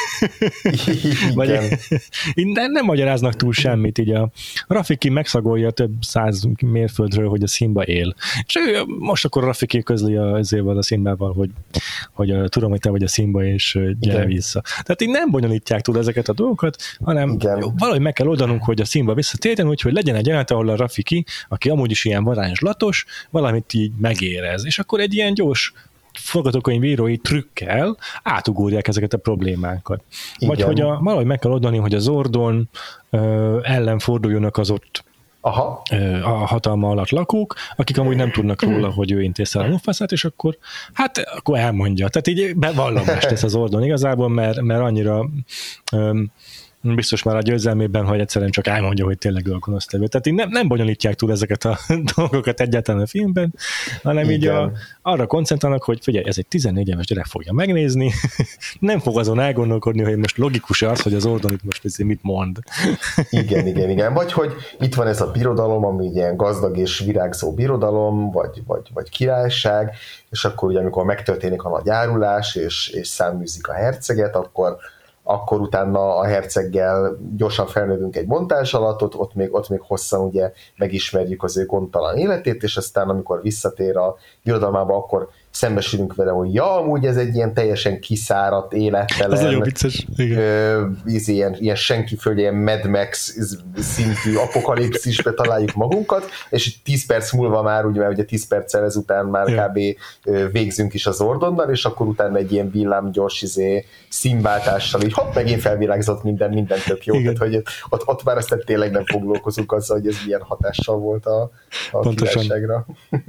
Vagy nem, nem magyaráznak túl semmit, így a Rafiki megszagolja több száz mérföldről, hogy a Simba él. És ő, most akkor Rafiki közli ezzel a Simbával, hogy, hogy tudom, hogy te vagy a Simba, és gyere Igen. vissza. Tehát így nem bonyolítják túl ezeket a dolgokat, hanem Igen. valahogy meg kell oldanunk, hogy a Simba visszatérjen, úgyhogy legyen egy jelenet, ahol a Rafiki, aki amúgy is ilyen varázslatos, valamit így megérez. És akkor egy ilyen gyors forgatókönyvírói trükkel átugorják ezeket a problémákat. Igen. Vagy hogy a, valahogy meg kell oldani, hogy a Zordon ö, ellen forduljonak az ott Aha. a hatalma alatt lakók, akik amúgy nem tudnak róla, hogy ő intézte a Mufasát, és akkor hát akkor elmondja. Tehát így bevallomást tesz az Zordon igazából, mert, mert annyira um, biztos már a győzelmében, hogy egyszerűen csak elmondja, hogy tényleg ő a gonosztevő. Tehát így nem, nem bonyolítják túl ezeket a dolgokat egyáltalán a filmben, hanem Igen. így a, arra koncentrálnak, hogy figyelj, ez egy tizennégy éves gyerek fogja megnézni, nem fog azon elgondolkodni, hogy most logikus-e az, hogy az Zordon itt most mit mond. Igen, igen, igen. Vagy hogy itt van ez a birodalom, ami ilyen gazdag és virágzó birodalom, vagy, vagy, vagy királyság, és akkor ugye, amikor megtörténik a nagy árulás, és, és száműzik a herceget, akkor akkor utána a herceggel gyorsan felnövünk egy montázs alatt, ott, ott, még, ott még hosszan ugye megismerjük az ő gondtalan életét, és aztán amikor visszatér a birodalmába, akkor szembesülünk vele, hogy ja, amúgy ez egy ilyen teljesen kiszáradt, élettelen, az nagyon vicces, igen. Ö, ilyen, ilyen senki földje, ilyen Mad Max szintű apokalipszisbe találjuk magunkat, és tíz perc múlva már, ugye, mert ugye tíz perccel ezután már yeah. kb. Végzünk is az Zordonnal, és akkor utána egy ilyen villámgyors izé, színváltással, így hopp, megint felvilágzott minden, minden tök jó, tehát hogy ott, ott már aztán tényleg nem foglalkozunk azzal, hogy ez milyen hatással volt a, a királyságra.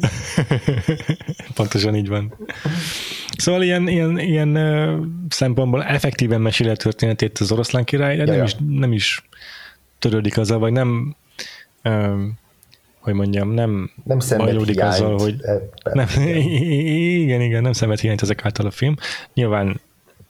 Pontosan így van. Szóval ilyen, ilyen, ilyen uh, szempontból effektíven mesél a történetét az Oroszlán Király, de nem is, nem is törődik azzal, vagy nem um, hogy mondjam, nem, nem bajlódik azzal, hogy ebben, nem, igen, igen, nem szenved hiányt ezek által a film. Nyilván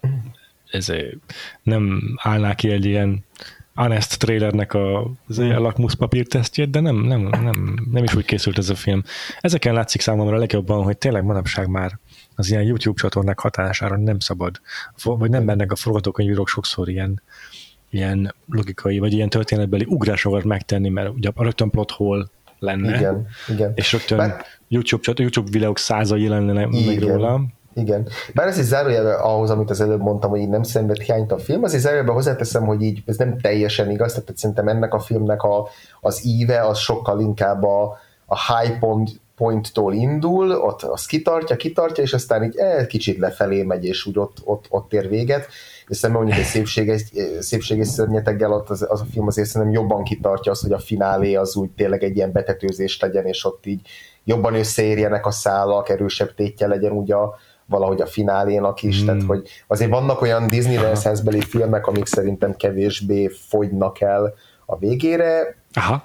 ez nem állná ki egy ilyen honest trailernek a, az a lakmuszpapír tesztjét, de nem, nem, nem, nem is úgy készült ez a film. Ezeken látszik számomra a legjobban, hogy tényleg manapság már az ilyen YouTube csatornák hatására nem szabad, vagy nem mennek a forgatókönyvírók sokszor ilyen, ilyen logikai, vagy ilyen történetbeli ugrásokat megtenni, mert ugye rögtön plot hole lenne, igen, igen. és rögtön Bár... YouTube, YouTube videók százai lennének meg róla. Igen. Bár ez is zárójelben ahhoz, amit az előbb mondtam, hogy így nem szenved hiányt a film, azért zárójelben hozzáteszem, hogy így ez nem teljesen igaz, tehát szerintem ennek a filmnek a, az íve az sokkal inkább a, a high point, point-tól indul, ott az kitartja, kitartja, és aztán így egy kicsit lefelé megy, és úgy ott, ott, ott ér véget. És szerintem mondjuk egy szépséges, szépséges szörnyeteggel ott az, az a film azért szerintem jobban kitartja azt, hogy a finálé az úgy tényleg egy ilyen betetőzés legyen, és ott így jobban összeérjenek a szálak, erősebb tétje legyen úgy a valahogy a finálénak is, mm. tehát hogy azért vannak olyan Disney Renaissance-beli filmek, amik szerintem kevésbé fogynak el a végére. Aha.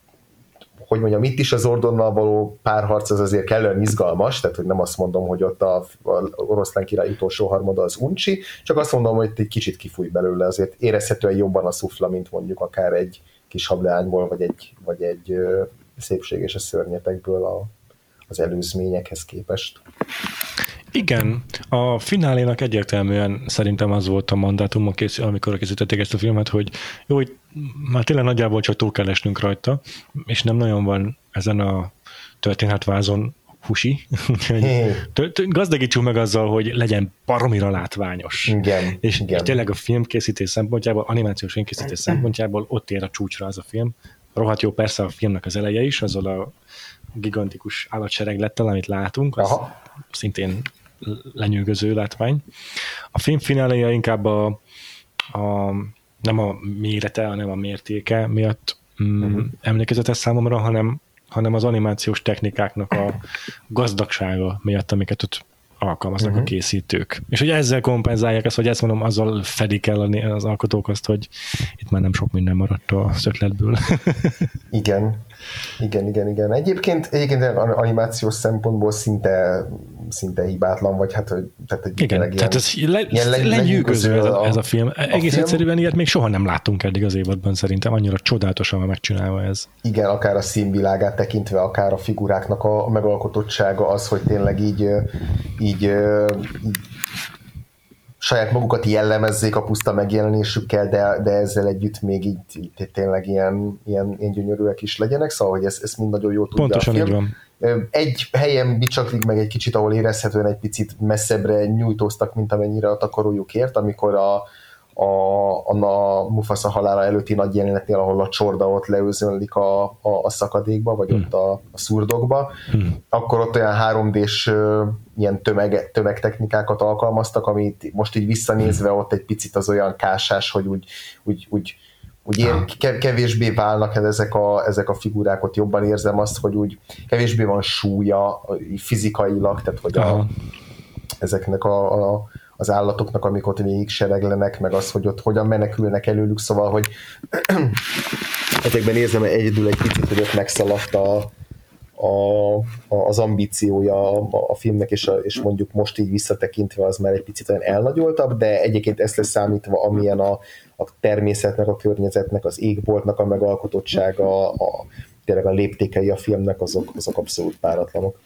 Hogy mondjam, itt is az Zordonnal való párharc az azért kellően izgalmas, tehát hogy nem azt mondom, hogy ott a, a Oroszlán Király utolsó harmada az uncsi, csak azt mondom, hogy egy kicsit kifúj belőle, azért érezhetően jobban a szufla, mint mondjuk akár egy kis hableányból, vagy egy, vagy egy ö, szépséges a szörnyetekből a, az előzményekhez képest. Igen, a finálénak egyértelműen szerintem az volt a mandátum, amikor készítették ezt a filmet, hogy jó, hogy már tényleg nagyjából csak túl kell esnünk rajta, és nem nagyon van ezen a történetvázon husi, gazdagítsuk meg azzal, hogy legyen baromira látványos. Igen, és, igen. és tényleg a filmkészítés szempontjából, animációs filmkészítés szempontjából ott ér a csúcsra az a film. Rohadt jó persze a filmnek az eleje is, azzal a gigantikus állatsereglettel, amit látunk, az Aha. szintén lenyűgöző látvány. A film fináléja inkább a, a nem a mérete, hanem a mértéke miatt mm, uh-huh. emlékezetes számomra, hanem, hanem az animációs technikáknak a gazdagsága miatt, amiket ott alkalmaznak uh-huh. a készítők. És hogy ezzel kompenzálják ezt, vagy ezt mondom, azzal fedik el az alkotók azt, hogy itt már nem sok minden maradt a szökletből. Igen. Igen, igen, igen. Egyébként, egyébként animációs szempontból szinte, szinte hibátlan, vagy hát, tehát egy igen, ilyen, tehát ez le, lenyűgöző ez a, ez a film. Egész film. Egyszerűen ilyet még soha nem láttunk eddig az évadban szerintem, annyira csodálatosan van megcsinálva ez. Igen, akár a színvilágát tekintve, akár a figuráknak a megalkotottsága az, hogy tényleg így, így, így saját magukat jellemezzék a puszta megjelenésükkel, de, de ezzel együtt még így, így tényleg ilyen, ilyen, ilyen gyönyörűek is legyenek, szóval hogy ezt, ezt mind nagyon jól tudja Pontosan a film. Így van. Egy helyen bicsaklik meg egy kicsit, ahol érezhetően egy picit messzebbre nyújtóztak, mint amennyire a takarójuk ért, amikor a, a, a Mufasa halála előtti nagy jelenetnél, ahol a csorda ott leőzönlik a, a, a szakadékba, vagy hmm. ott a, a szurdokba, hmm. akkor ott olyan három dés ilyen tömeg, tömegtechnikákat alkalmaztak, amit most így visszanézve ott egy picit az olyan kásás, hogy úgy, úgy, úgy, úgy ér, kevésbé válnak el ezek a, ezek a figurák, ott jobban érzem azt, hogy úgy kevésbé van súlya fizikailag, tehát hogy a, ezeknek a, a az állatoknak, amik ott végig sereglenek, meg az, hogy ott hogyan menekülnek előlük, szóval, hogy ezekben érzem egyedül egy picit, hogy ott megszaladt a, a, az ambíciója a, a filmnek, és, a, és mondjuk most így visszatekintve az már egy picit olyan elnagyoltabb, de egyébként ezt leszámítva, amilyen a, a természetnek, a környezetnek, az égboltnak a megalkotottsága, a, tényleg a léptékei a filmnek, azok, azok abszolút páratlanok.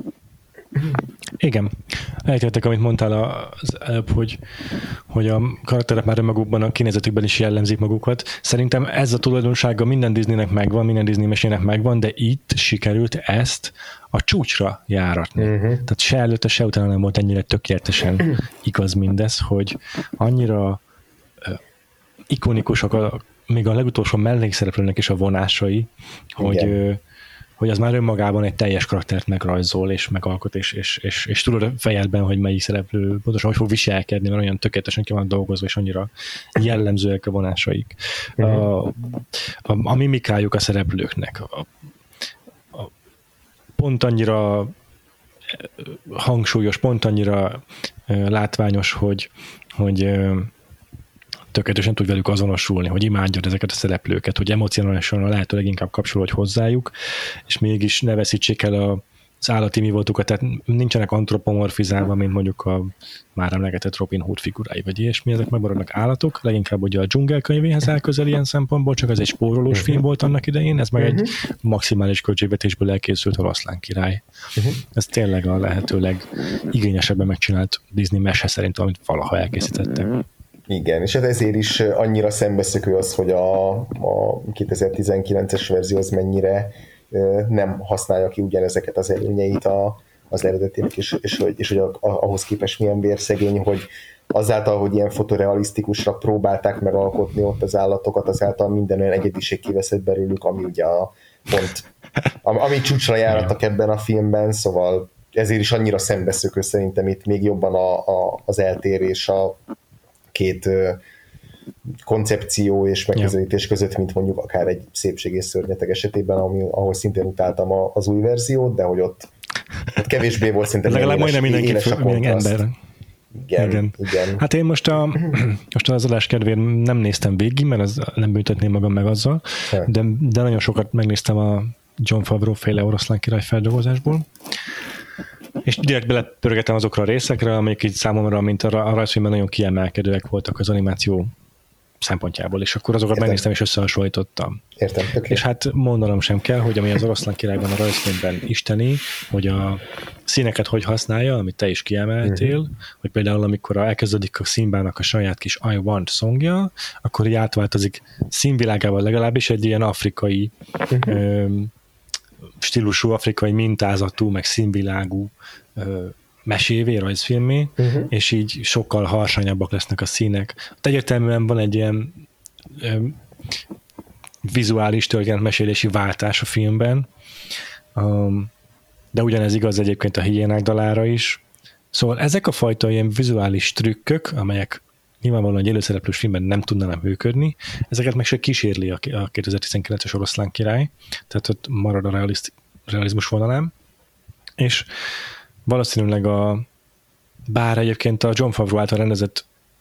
Igen. Eltértek, amit mondtál az előbb, hogy, hogy a karakterek már önmagukban, a kinézetükben is jellemzik magukat. Szerintem ez a tulajdonsága minden Disneynek megvan, minden Disney mesének megvan, de itt sikerült ezt a csúcsra járatni. Uh-huh. Tehát se előtte, se utána nem volt ennyire tökéletesen igaz mindez, hogy annyira uh, ikonikusak a, még a legutolsó mellékszereplőnek is a vonásai, hogy uh, hogy az már önmagában egy teljes karaktert megrajzol, és megalkot, és, és, és, és tudod a fejedben, hogy melyik szereplő pontosan hogy fog viselkedni, mert olyan tökéletesen ki van dolgozva, és annyira jellemzőek a vonásaik. A, a, a mimikájuk a szereplőknek. A, a, pont annyira hangsúlyos, pont annyira látványos, hogy, hogy tökéletesen tud velük azonosulni, hogy imádjad ezeket a szereplőket, hogy emocionálisan a lehető leginkább kapcsolódj hozzájuk, és mégis ne veszítsék el a, az állati mi voltukat, tehát nincsenek antropomorfizálva, mint mondjuk a már emlegetett Robin Hood figurái, vagy ilyesmi, ezek megmaradnak állatok, leginkább ugye a dzsungel könyvéhez elközel ilyen szempontból, csak ez egy spórolós film volt annak idején, ez meg uh-huh. egy maximális költségvetésből elkészült Oroszlán király. Uh-huh. Ez tényleg a lehetőleg igényesebben megcsinált Disney mese szerint, amit valaha elkészítettek. Igen, és ezért is annyira szembeszökő az, hogy a, a kétezer-tizenkilences verzió az mennyire nem használja ki ugyanezeket az előnyeit a, az eredetének, és, és, és, és hogy a, ahhoz képest milyen vérszegény, hogy azáltal, hogy ilyen fotorealisztikusra próbálták megalkotni ott az állatokat, azáltal minden olyan egyediség kiveszett belőlük, ami ugye a pont, ami csúcsra járattak ebben a filmben, szóval ezért is annyira szembeszökő szerintem itt még jobban a, a, az eltérés a két koncepció és megközelítés ja. között, mint mondjuk akár egy szépség és szörnyeteg esetében, ami, ahol szintén utáltam az új verziót, de hogy ott, ott kevésbé volt szinte legalább majdnem mindenki ember. Igen, igen. igen. Hát én most, a, most az adás kedvéért nem néztem végig, mert az nem büntetném magam meg azzal, de, de nagyon sokat megnéztem a Jon Favreau féle Oroszlán király feldolgozásból, és direkt belepörgetem azokra a részekre, amik így számomra, mint a rajzfilmben nagyon kiemelkedőek voltak az animáció szempontjából, és akkor azokat Értem. megnéztem és összehasonlítottam. Értem, okay. És hát mondanom sem kell, hogy ami az Oroszlán királyban a rajzfilmben isteni, hogy a színeket hogy használja, amit te is kiemeltél, uh-huh. hogy például amikor elkezdődik a Szimbának a saját kis I Want songja, akkor így átváltozik színvilágával legalábbis egy ilyen afrikai uh-huh. ö, stílusú, afrikai mintázatú, meg színvilágú mesévé, rajzfilmé, uh-huh. és így sokkal harsanyabbak lesznek a színek. Egyértelműen van egy ilyen ö, vizuális történet mesélési váltás a filmben, um, de ugyanez igaz egyébként a Hiénák dalára is. Szóval ezek a fajta ilyen vizuális trükkök, amelyek nyilvánvalóan egy élőszereplős filmben nem tudnának működni, ezeket meg se kísérli a kétezer-tizenkilences Oroszlán király, tehát ott marad a realiszt, realizmus vonalán, és valószínűleg a bár egyébként a Jon Favreau által rendezett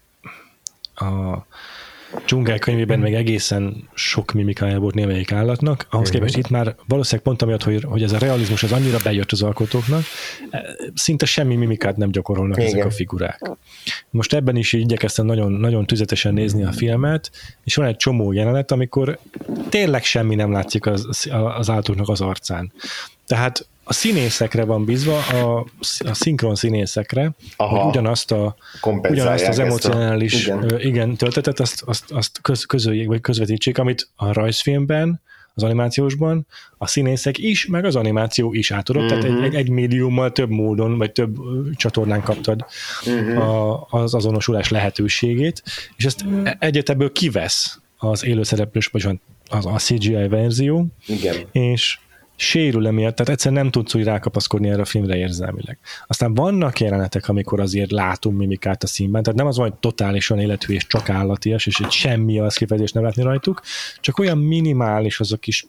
a Dzsungel könyvében meg egészen sok mimikája volt némelyik állatnak, ahhoz képest itt már valószínűleg pont amiatt, hogy, hogy ez a realizmus az annyira bejött az alkotóknak, szinte semmi mimikát nem gyakorolnak Igen. ezek a figurák. Most ebben is így igyekeztem nagyon, nagyon tüzetesen nézni a filmet, és van egy csomó jelenet, amikor tényleg semmi nem látszik az, az állatoknak az arcán. Tehát a színészekre van bízva, a, a szinkron színészekre, Aha, hogy ugyanazt, a, ugyanazt az emocionális igen. igen, töltetet, azt, azt, azt köz, közöljék, vagy közvetítsék, amit a rajzfilmben, az animációsban a színészek is, meg az animáció is átadott, uh-huh. tehát egy, egy, egy médiummal több módon, vagy több csatornán kaptad uh-huh. a, az azonosulás lehetőségét, és ezt egyet ebből kivesz az élőszereplős, vagy az a cé gé í verzió, igen. és sérül emiatt, tehát egyszerűen nem tudsz úgy rákapaszkodni erre a filmre érzelmileg. Aztán vannak jelenetek, amikor azért látunk mimikát a színben, tehát nem az van, hogy totálisan élethű és csak állatias, és egy semmi az kifejezést nem látni rajtuk, csak olyan minimális az a kis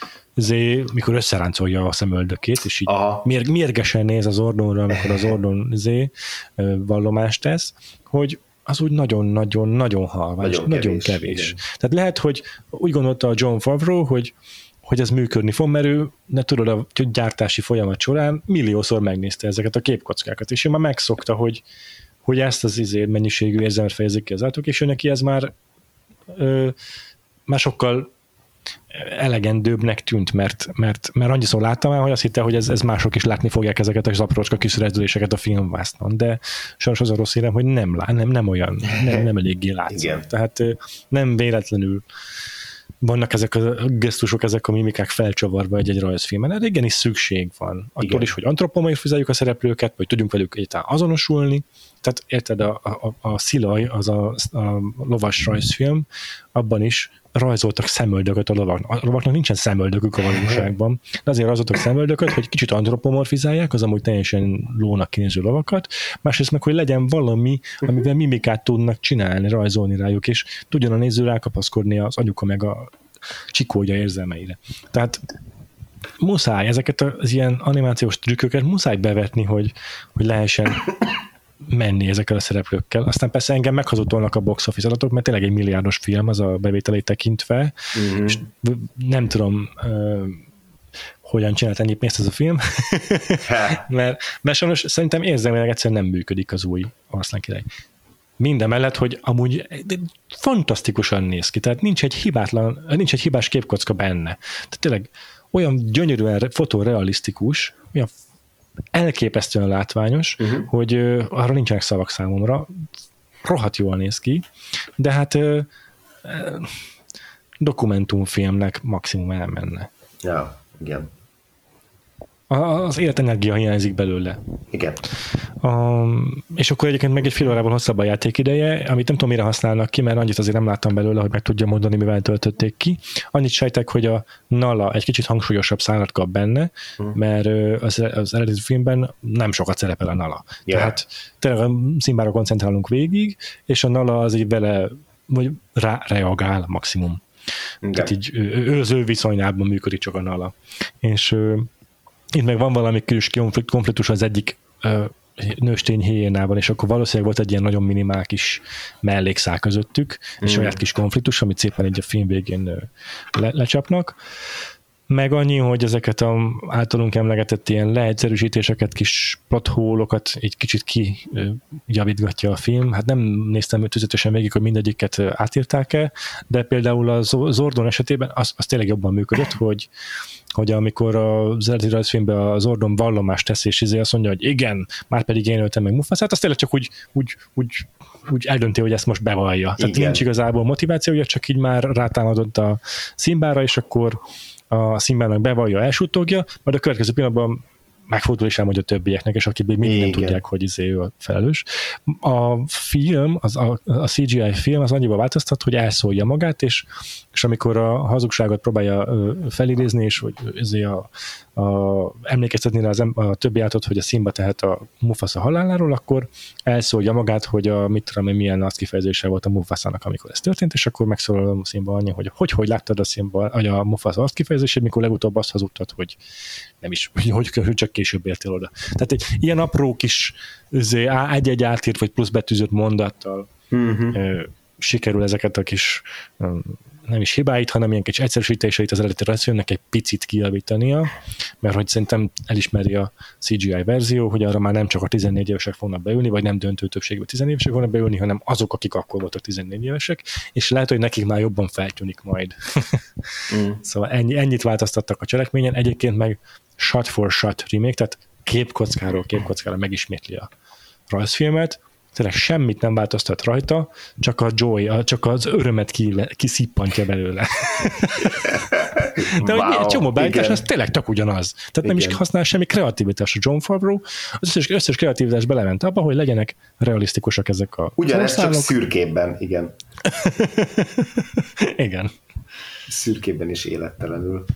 zé, mikor összeráncolja a szemöldökét, és így mér, mérgesen néz az Zordonra, amikor az Zordon zé vallomást tesz, hogy az úgy nagyon-nagyon-nagyon halvány, nagyon, nagyon kevés. kevés. Tehát lehet, hogy úgy gondolta a Jon Favreau, hogy hogy ez működni fog, mert ő, ne tudod, a gyártási folyamat során milliószor megnézte ezeket a képkockákat, és ő már megszokta, hogy, hogy ezt az izé mennyiségű érzelmet fejezik ki az állatok, és ő neki ez már, ö, már sokkal elegendőbbnek tűnt, mert, mert, mert annyiszor láttam el, hogy azt hitte, hogy ez, ez mások is látni fogják ezeket az aprócska kis rezdüléseket a filmvásznon, de sajnos az a rossz érem, hogy nem, nem, nem olyan, nem, nem eléggé látszik. Tehát nem véletlenül vannak ezek a gesztusok, ezek a mimikák felcsavarva egy-egy rajzfilmen. Erre igenis szükség van. Attól Igen. is, hogy antropomorfizáljuk a szereplőket, vagy tudjunk velük egyáltalán azonosulni. Tehát érted, a, a, a Szilaj, az a, a lovas rajzfilm, abban is rajzoltak szemöldököt a lovaknak. A lovaknak nincsen szemöldökük a valóságban, de azért rajzoltak szemöldököt, hogy kicsit antropomorfizálják az amúgy teljesen lónak kinéző lovakat, másrészt meg, hogy legyen valami, amivel mimikát tudnak csinálni, rajzolni rájuk, és tudjon a néző rákapaszkodni az anyuka meg a csikódja érzelmeire. Tehát muszáj ezeket az ilyen animációs trükköket muszáj bevetni, hogy, hogy lehessen menni ezekkel a szereplőkkel. Aztán persze engem meghazudtolnak a box office adatok, mert tényleg egy milliárdos film az a bevételét tekintve, mm-hmm. és nem tudom, uh, hogyan csinált ennyi pénzt ez a film, mert, mert sajnos szerintem érzelmileg egyszerűen nem működik az új Oroszlán király. Mindemellett, hogy amúgy fantasztikusan néz ki, tehát nincs egy hibátlan, nincs egy hibás képkocka benne. Tehát tényleg olyan gyönyörűen fotorealisztikus, olyan elképesztően látványos, uh-huh. hogy uh, arra nincsenek szavak számomra, rohadt jól néz ki, de hát uh, uh, dokumentumfilmnek maximum elmenne. Ja, igen. A, az életenergia hiányzik belőle. Igen. Um, és akkor egyébként meg egy fél órával hosszabb a játékideje, amit nem tudom, mire használnak ki, mert annyit azért nem láttam belőle, hogy meg tudja mondani, mivel töltötték ki. Annyit sejtek, hogy a Nala egy kicsit hangsúlyosabb szállat kap benne, hmm. mert az, az eredeti filmben nem sokat szerepel a Nala. Yeah. Tehát tényleg a Szimbára koncentrálunk végig, és a Nala az így vele, vagy rá reagál maximum. Okay. Tehát így őző viszonyában működik csak a Nala. És itt meg van valami kis konfliktus az egyik ö, nőstény hiénában, és akkor valószínűleg volt egy ilyen nagyon minimál kis mellékszál közöttük, mm. és saját kis konfliktus, amit szépen egy a film végén le, lecsapnak. Meg annyi, hogy ezeket a általunk emlegetett ilyen leegyszerűsítéseket, kis plothólokat egy kicsit kijavítgatja a film. Hát nem néztem tüzetesen végig, hogy mindegyiket átírták-e, de például a Zordon esetében az, az tényleg jobban működött, hogy hogy amikor az eredeti rajzfilmben a Zordon vallomást tesz, és izé azt mondja, hogy igen, már pedig én öltem meg Mufasát, azt tényleg csak úgy, úgy, úgy, úgy eldönti, hogy ezt most bevallja. Igen. Tehát nincs igazából motivációja, csak így már rátámadott a Szimbára, és akkor a Simbának bevallja, elsuttogja, majd a következő pillanatban megfordul és elmondja a többieknek, és akik még mindig nem tudják, hogy izé ő a felelős. A film, az, a, a cé gé i film az annyiba változtat, hogy elszólja magát, és, és amikor a hazugságot próbálja felidézni, és hogy izé a, a, emlékeztetni rá az, a többi állatot, hogy a Simba tehet a Mufasa haláláról, akkor elszólja magát, hogy a, mit tudom én, milyen az kifejezése volt a Mufasának, amikor ez történt, és akkor megszólal a Simba annyi, hogy hogy, hogy láttad a Simba, vagy a Mufasa azt kifejezését, mikor legutóbb azt hazudtad, hogy nem is, hogy, hogy csak később értél oda. Tehát egy ilyen apró kis egy-egy átírt, vagy plusz betűzött mondattal uh-huh. sikerül ezeket a kis nem is hibáit, hanem ilyen kis egyszerűsítéseit az eredeti raciónak egy picit kijavítania, mert hogy szerintem elismeri a cé gé i verzió, hogy arra már nem csak a tizennégy évesek fognak beülni, vagy nem döntő többségben tizennégy évesek fognak beülni, hanem azok, akik akkor voltak tizennégy évesek, és lehet, hogy nekik már jobban feltűnik majd. Mm. Szóval ennyi, ennyit változtattak a cselekményen, egyébként meg shot for shot remake, tehát képkockáról képkockára megismétli a rajzfilmet, tényleg semmit nem változtat rajta, csak a joy, csak az örömet kiszippantja belőle. De wow, hogy egy csomó beállítás, az tényleg tök ugyanaz. Tehát igen. Nem is használ semmi kreativitás a John Favreau, az összes, összes kreativitás belement abba, hogy legyenek realisztikusak ezek a ugyanez csak szürkében, igen. Igen. Szürkében is élettelenül.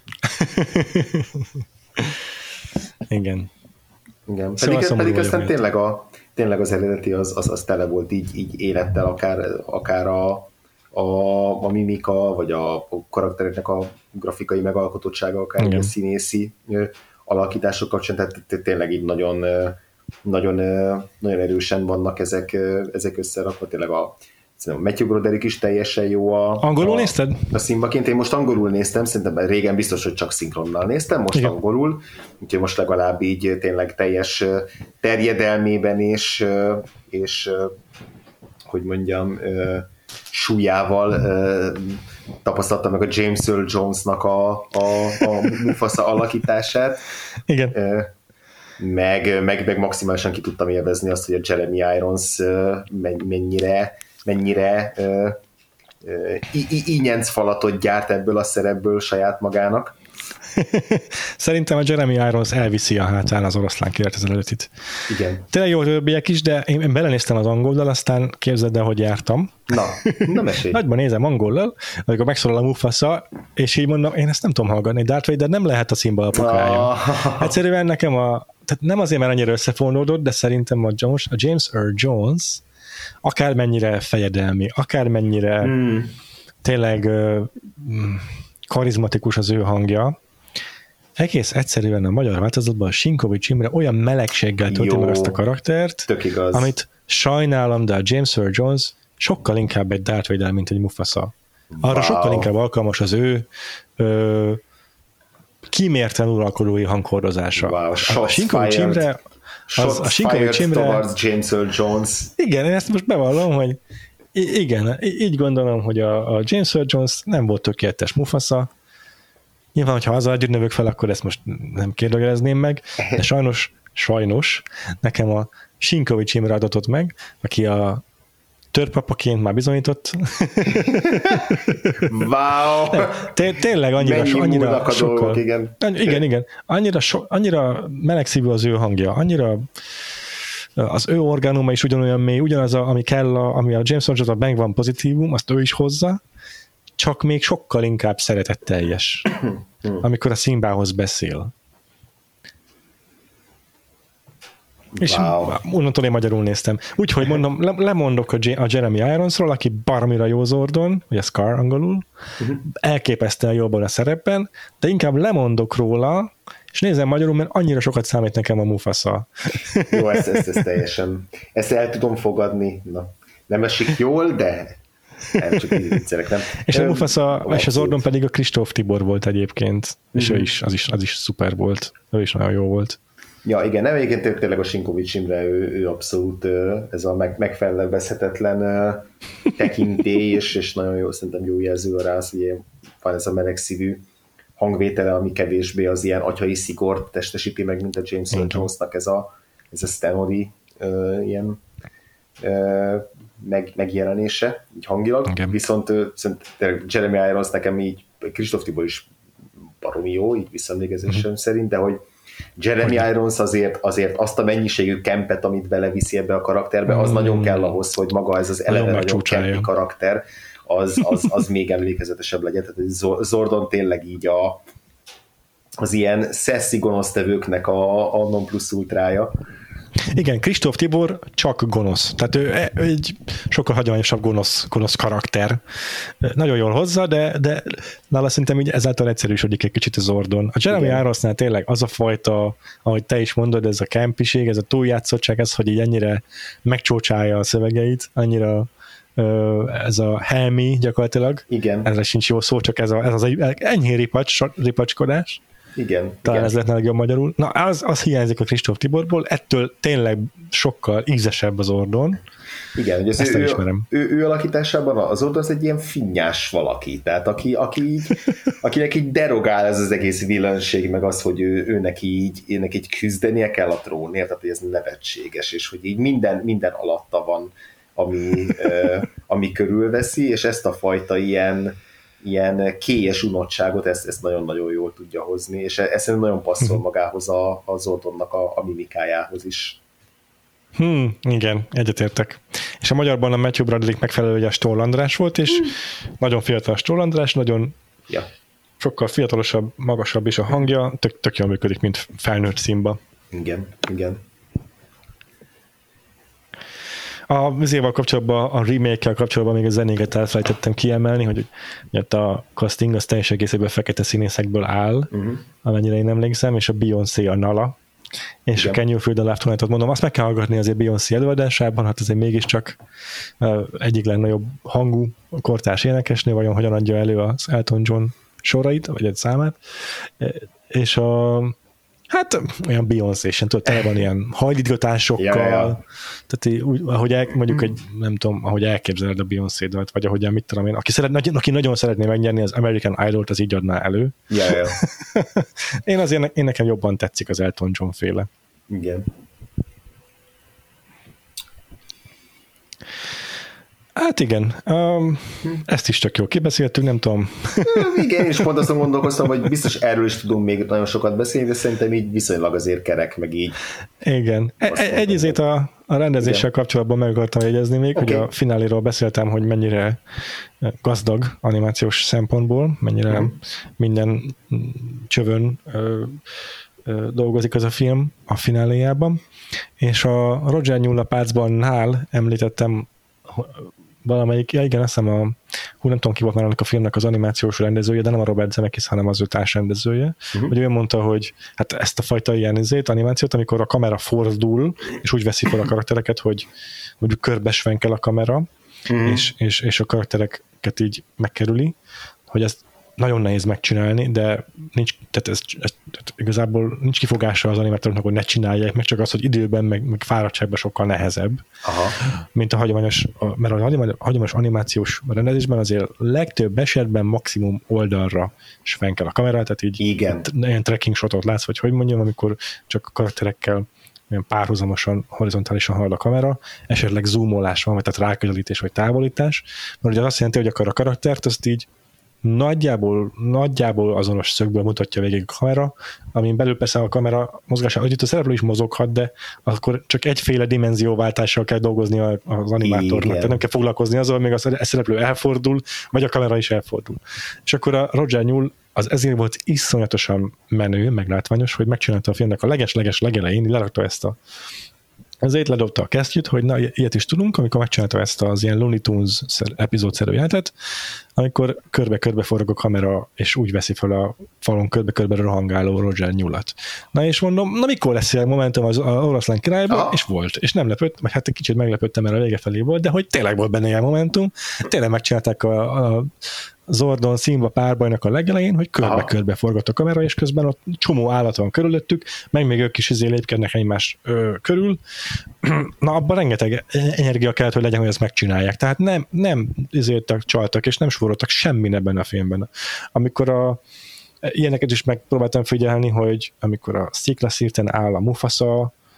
Igen. Igen. Pedig, szóval pedig aztán tényleg, a, tényleg az eredeti az, az, az tele volt így, így élettel, akár, akár a, a, a mimika, vagy a, a karaktereknek a grafikai megalkotottsága, akár igen. A színészi alakítások kapcsán, tehát tényleg így nagyon, nagyon, nagyon erősen vannak ezek, ezek összerakva, tényleg a Matthew Broderick is teljesen jó a... Angolul a, nézted? A Simbaként. Én most angolul néztem, szerintem régen biztos, hogy csak szinkronnal néztem, most igen. Angolul, úgyhogy most legalább így tényleg teljes terjedelmében és, és hogy mondjam, súlyával tapasztaltam meg a James Earl Jonesnak a, a, a Mufasa alakítását. Igen. Meg, meg, meg maximálisan ki tudtam élvezni azt, hogy a Jeremy Irons mennyire mennyire uh, uh, ínyenc falatot gyárt ebből a szerepből saját magának. Szerintem a Jeremy Irons elviszi a hátán az oroszlán királyt az eredetit. Igen. Tényleg jó többiek is, de én belenéztem az angollal, aztán képzeld el, hogy jártam. Na, na mesélj. Nagyban nézem angollal, amikor megszólal a Mufasa, és így mondom, én ezt nem tudom hallgatni, Darth Vader nem lehet a Simba apukája. Ah. Egyszerűen nekem a, tehát nem azért, mert annyira összefonódott, de szerintem a, Jones, a James Earl Jones akármennyire fejedelmi, akármennyire mm. tényleg uh, karizmatikus az ő hangja, egész egyszerűen a magyar változatban a Sinkovics Imre olyan melegséggel tölti meg azt a karaktert, amit sajnálom, de a James Earl Jones sokkal inkább egy Darth Vader, mint egy Mufasa. Arra wow. sokkal inkább alkalmas az ő ö, kimérten uralkodói hanghordozása. Wow. A Sinkovics Imre Az, a Sinkovics Imre... towards James Earl Jones. Igen, én ezt most bevallom, hogy igen, így gondolom, hogy a, a James Earl Jones nem volt tökéletes Mufasa. Nyilván, hogyha azzal együtt növök fel, akkor ezt most nem kérdőjelezném meg, de sajnos, sajnos nekem a Sinkovics Imre adatott meg, aki a törpapaként már bizonyított. Wow! Té- tényleg annyira, so, annyira sokkal... Dolgok, igen. igen, igen. Annyira, so, annyira melegszívű az ő hangja, annyira az ő orgánuma is ugyanolyan mély, ugyanaz, a, ami kell, a, ami a James Earl Jones-ban van pozitívum, azt ő is hozza, csak még sokkal inkább szeretetteljes, amikor a Simbához beszél. És wow. onnantól én magyarul néztem. Úgyhogy mondom, le, lemondok a, J- a Jeremy Ironsról, aki baromira jó Zordon, vagy a Scar angolul, uh-huh. elképesztően jobban a szerepben, de inkább lemondok róla, és nézem magyarul, mert annyira sokat számít nekem a Mufasa. Jó, ezt, ezt, ezt teljesen, ezt el tudom fogadni. Na, nem esik jól, de nem, csak így viccelek, nem. És a Mufasa, és az Zordon pedig a Kristóf Tibor volt egyébként, és uh-huh. ő is, az is, az is szuper volt. Ő is nagyon jó volt. Ja, igen, nem egyébként tényleg a Sinkovics Imre, ő, ő abszolút ez a meg, megfelelbezhetetlen tekintély, és, és nagyon jó, szerintem jó jelző rá az, hogy van ez a melegszívű hangvétele, ami kevésbé az ilyen atyai szigort testesíti meg, mint a James Earl Jonesnak ez a, ez a Stanley uh, ilyen uh, meg, megjelenése, így hangilag. Okay. Viszont uh, Jeremy Irons nekem így, Kristóf Tibor is baromi jó, így visszaemlékezésem szerint, de hogy Jeremy Irons azért, azért azt a mennyiségű kempet, amit beleviszi ebbe a karakterbe, az mm. nagyon kell ahhoz, hogy maga ez az eleve nagyon kempi karakter, az, az, az még emlékezetesebb legyen. Tehát Zordon tényleg így a, az ilyen szesszi gonosztevőknek a, a non plus ultrája. Igen, Kristóf Tibor csak gonosz. Tehát ő, ő egy sokkal hagyományosabb gonosz, gonosz karakter. Nagyon jól hozza, de, de nála szerintem így ezáltal egyszerűsödik egy kicsit a Zordon. A Jeremy Ironsnál tényleg az a fajta, ahogy te is mondod, ez a kempiség, ez a túljátszottság, ez, hogy így ennyire megcsócsálja a szövegeit, annyira ez a helmi gyakorlatilag. Igen. Ezre sincs jó szó, csak ez, a, ez az enyhé ripacs, ripacskodás. Igen. Talán igen. ez lehetne legjobb magyarul. Na, az, az hiányzik a Kristóf Tiborból, ettől tényleg sokkal ízesebb az Zordon. Igen, hogy az ezt ő, ismerem. Ő, ő, ő alakításában az Zordon az egy ilyen finnyás valaki, tehát aki, aki így, akinek így derogál ez az egész villanység, meg az, hogy ő, őnek így, őnek így küzdenie kell a trónért, tehát hogy ez nevetséges, és hogy így minden, minden alatta van, ami, uh, ami körülveszi, és ezt a fajta ilyen ilyen kélyes unottságot, ezt, ezt nagyon-nagyon jól tudja hozni, és ez szerintem nagyon passzol magához a, a Zordonnak a, a mimikájához is. Hmm, igen, egyetértek. És a magyarban a Matthew Broderick megfelelője a Stoll András volt, és hmm. nagyon fiatal Stoll András, nagyon ja. sokkal fiatalosabb, magasabb is a hangja, tök, tök jól működik, mint felnőtt színba. Igen, igen. A vizéval kapcsolatban, a remake-kel kapcsolatban még a zenéket elfelejtettem kiemelni, hogy ugye a casting az teljes egészében fekete színészekből áll, uh-huh. amennyire én emlékszem, és a Beyoncé a Nala, és igen. a Can You Feel the Love Tonight-ot mondom, azt meg kell hallgatni azért Beyoncé előadásában, hát azért mégiscsak egyik legnagyobb hangú kortárs énekesnő, vajon hogyan adja elő az Elton John sorait, vagy egy számát, és a hát olyan Beyoncé-sen, tudod, tele van ilyen hajlítgatásokkal, ja, ja. tehát úgy, ahogy el, mondjuk egy, nem tudom, ahogy elképzeled a Beyoncé-dalt, vagy ahogy mit tudom én, aki, szeret, aki nagyon szeretné megnyerni az American Idol-t, az így adná elő. Ja, ja. én azért, én nekem jobban tetszik az Elton John féle. Igen. Hát igen, um, ezt is csak jól kibeszéltük, nem tudom. Igen, és pont azon gondolkoztam, hogy biztos erről is tudunk még nagyon sokat beszélni, de szerintem így viszonylag azért kerek, meg így. Igen. Egy izét a, a rendezéssel igen. kapcsolatban meg akartam jegyezni még, okay. hogy a fináléról beszéltem, hogy mennyire gazdag animációs szempontból, mennyire mm. minden csövön ö, ö, dolgozik az a film a fináléjában, és a Roger Newell a Pácban nál említettem valamelyik, ja igen, azt hiszem a, hú, nem tudom ki volt már annak a filmnek az animációs rendezője, de nem a Robert Zemeckis, hanem az ő társrendezője, uh-huh. hogy ő mondta, hogy hát ezt a fajta ilyen izét, animációt, amikor a kamera fordul, és úgy veszi fel a karaktereket, hogy mondjuk körbesvenkel a kamera, uh-huh. és, és, és a karaktereket így megkerüli, hogy ezt nagyon nehéz megcsinálni, de nincs, tehát ez, ez tehát igazából nincs kifogása az animátoroknak, hogy ne csinálják, meg csak az, hogy időben, meg, meg fáradtságban sokkal nehezebb, aha. mint a hagyományos, mert a hagyományos animációs rendezésben azért legtöbb esetben maximum oldalra svenkel a kamera, tehát így igen. ilyen tracking shotot látsz, vagy hogy mondjam, amikor csak a karakterekkel olyan párhuzamosan, horizontálisan halad a kamera, esetleg zoomolás van, vagy tehát ráközelítés, vagy távolítás, mert ugye az azt jelenti, hogy akkor a karaktert azt így nagyjából, nagyjából azonos szögből mutatja végig a kamera, amin belül persze a kamera mozgása, hogy itt a szereplő is mozoghat, de akkor csak egyféle dimenzióváltással kell dolgozni az animátornak. Igen. Tehát nem kell foglalkozni azzal, még a szereplő elfordul, vagy a kamera is elfordul. És akkor a Roger Newell az ezért volt iszonyatosan menő, meglátványos, hogy megcsinálta a filmnek a leges-leges legelején, lerakta ezt a ezért ledobta a kesztyűt, hogy na, ilyet is tudunk, amikor megcsinálta ezt az ilyen Looney Tunes epizódszerű jelentet, amikor körbe-körbe forog a kamera, és úgy veszi fel a falon körbe-körbe rohangáló Roger Newell-at. Na és mondom, na mikor lesz ilyen momentum az Oroszlán királyban, ah. és volt. És nem lepött, vagy hát egy kicsit meglepődtem, mert a vége felé volt, de hogy tényleg volt benne ilyen momentum, tényleg megcsinálták a, a Zordon Simba párbajnak a legelején, hogy körbe-körbe forgott a kamera, és közben ott csomó állat van körülöttük, meg még ők is izé lépkednek egymás ö, körül. Na, abban rengeteg energia kellett, hogy legyen, hogy ezt megcsinálják. Tehát nem, nem izéltek, csaltak, és nem spóroltak semmin ebben a filmben. Amikor a ilyeneket is megpróbáltam figyelni, hogy amikor a sziklaszírten áll a Mufasa,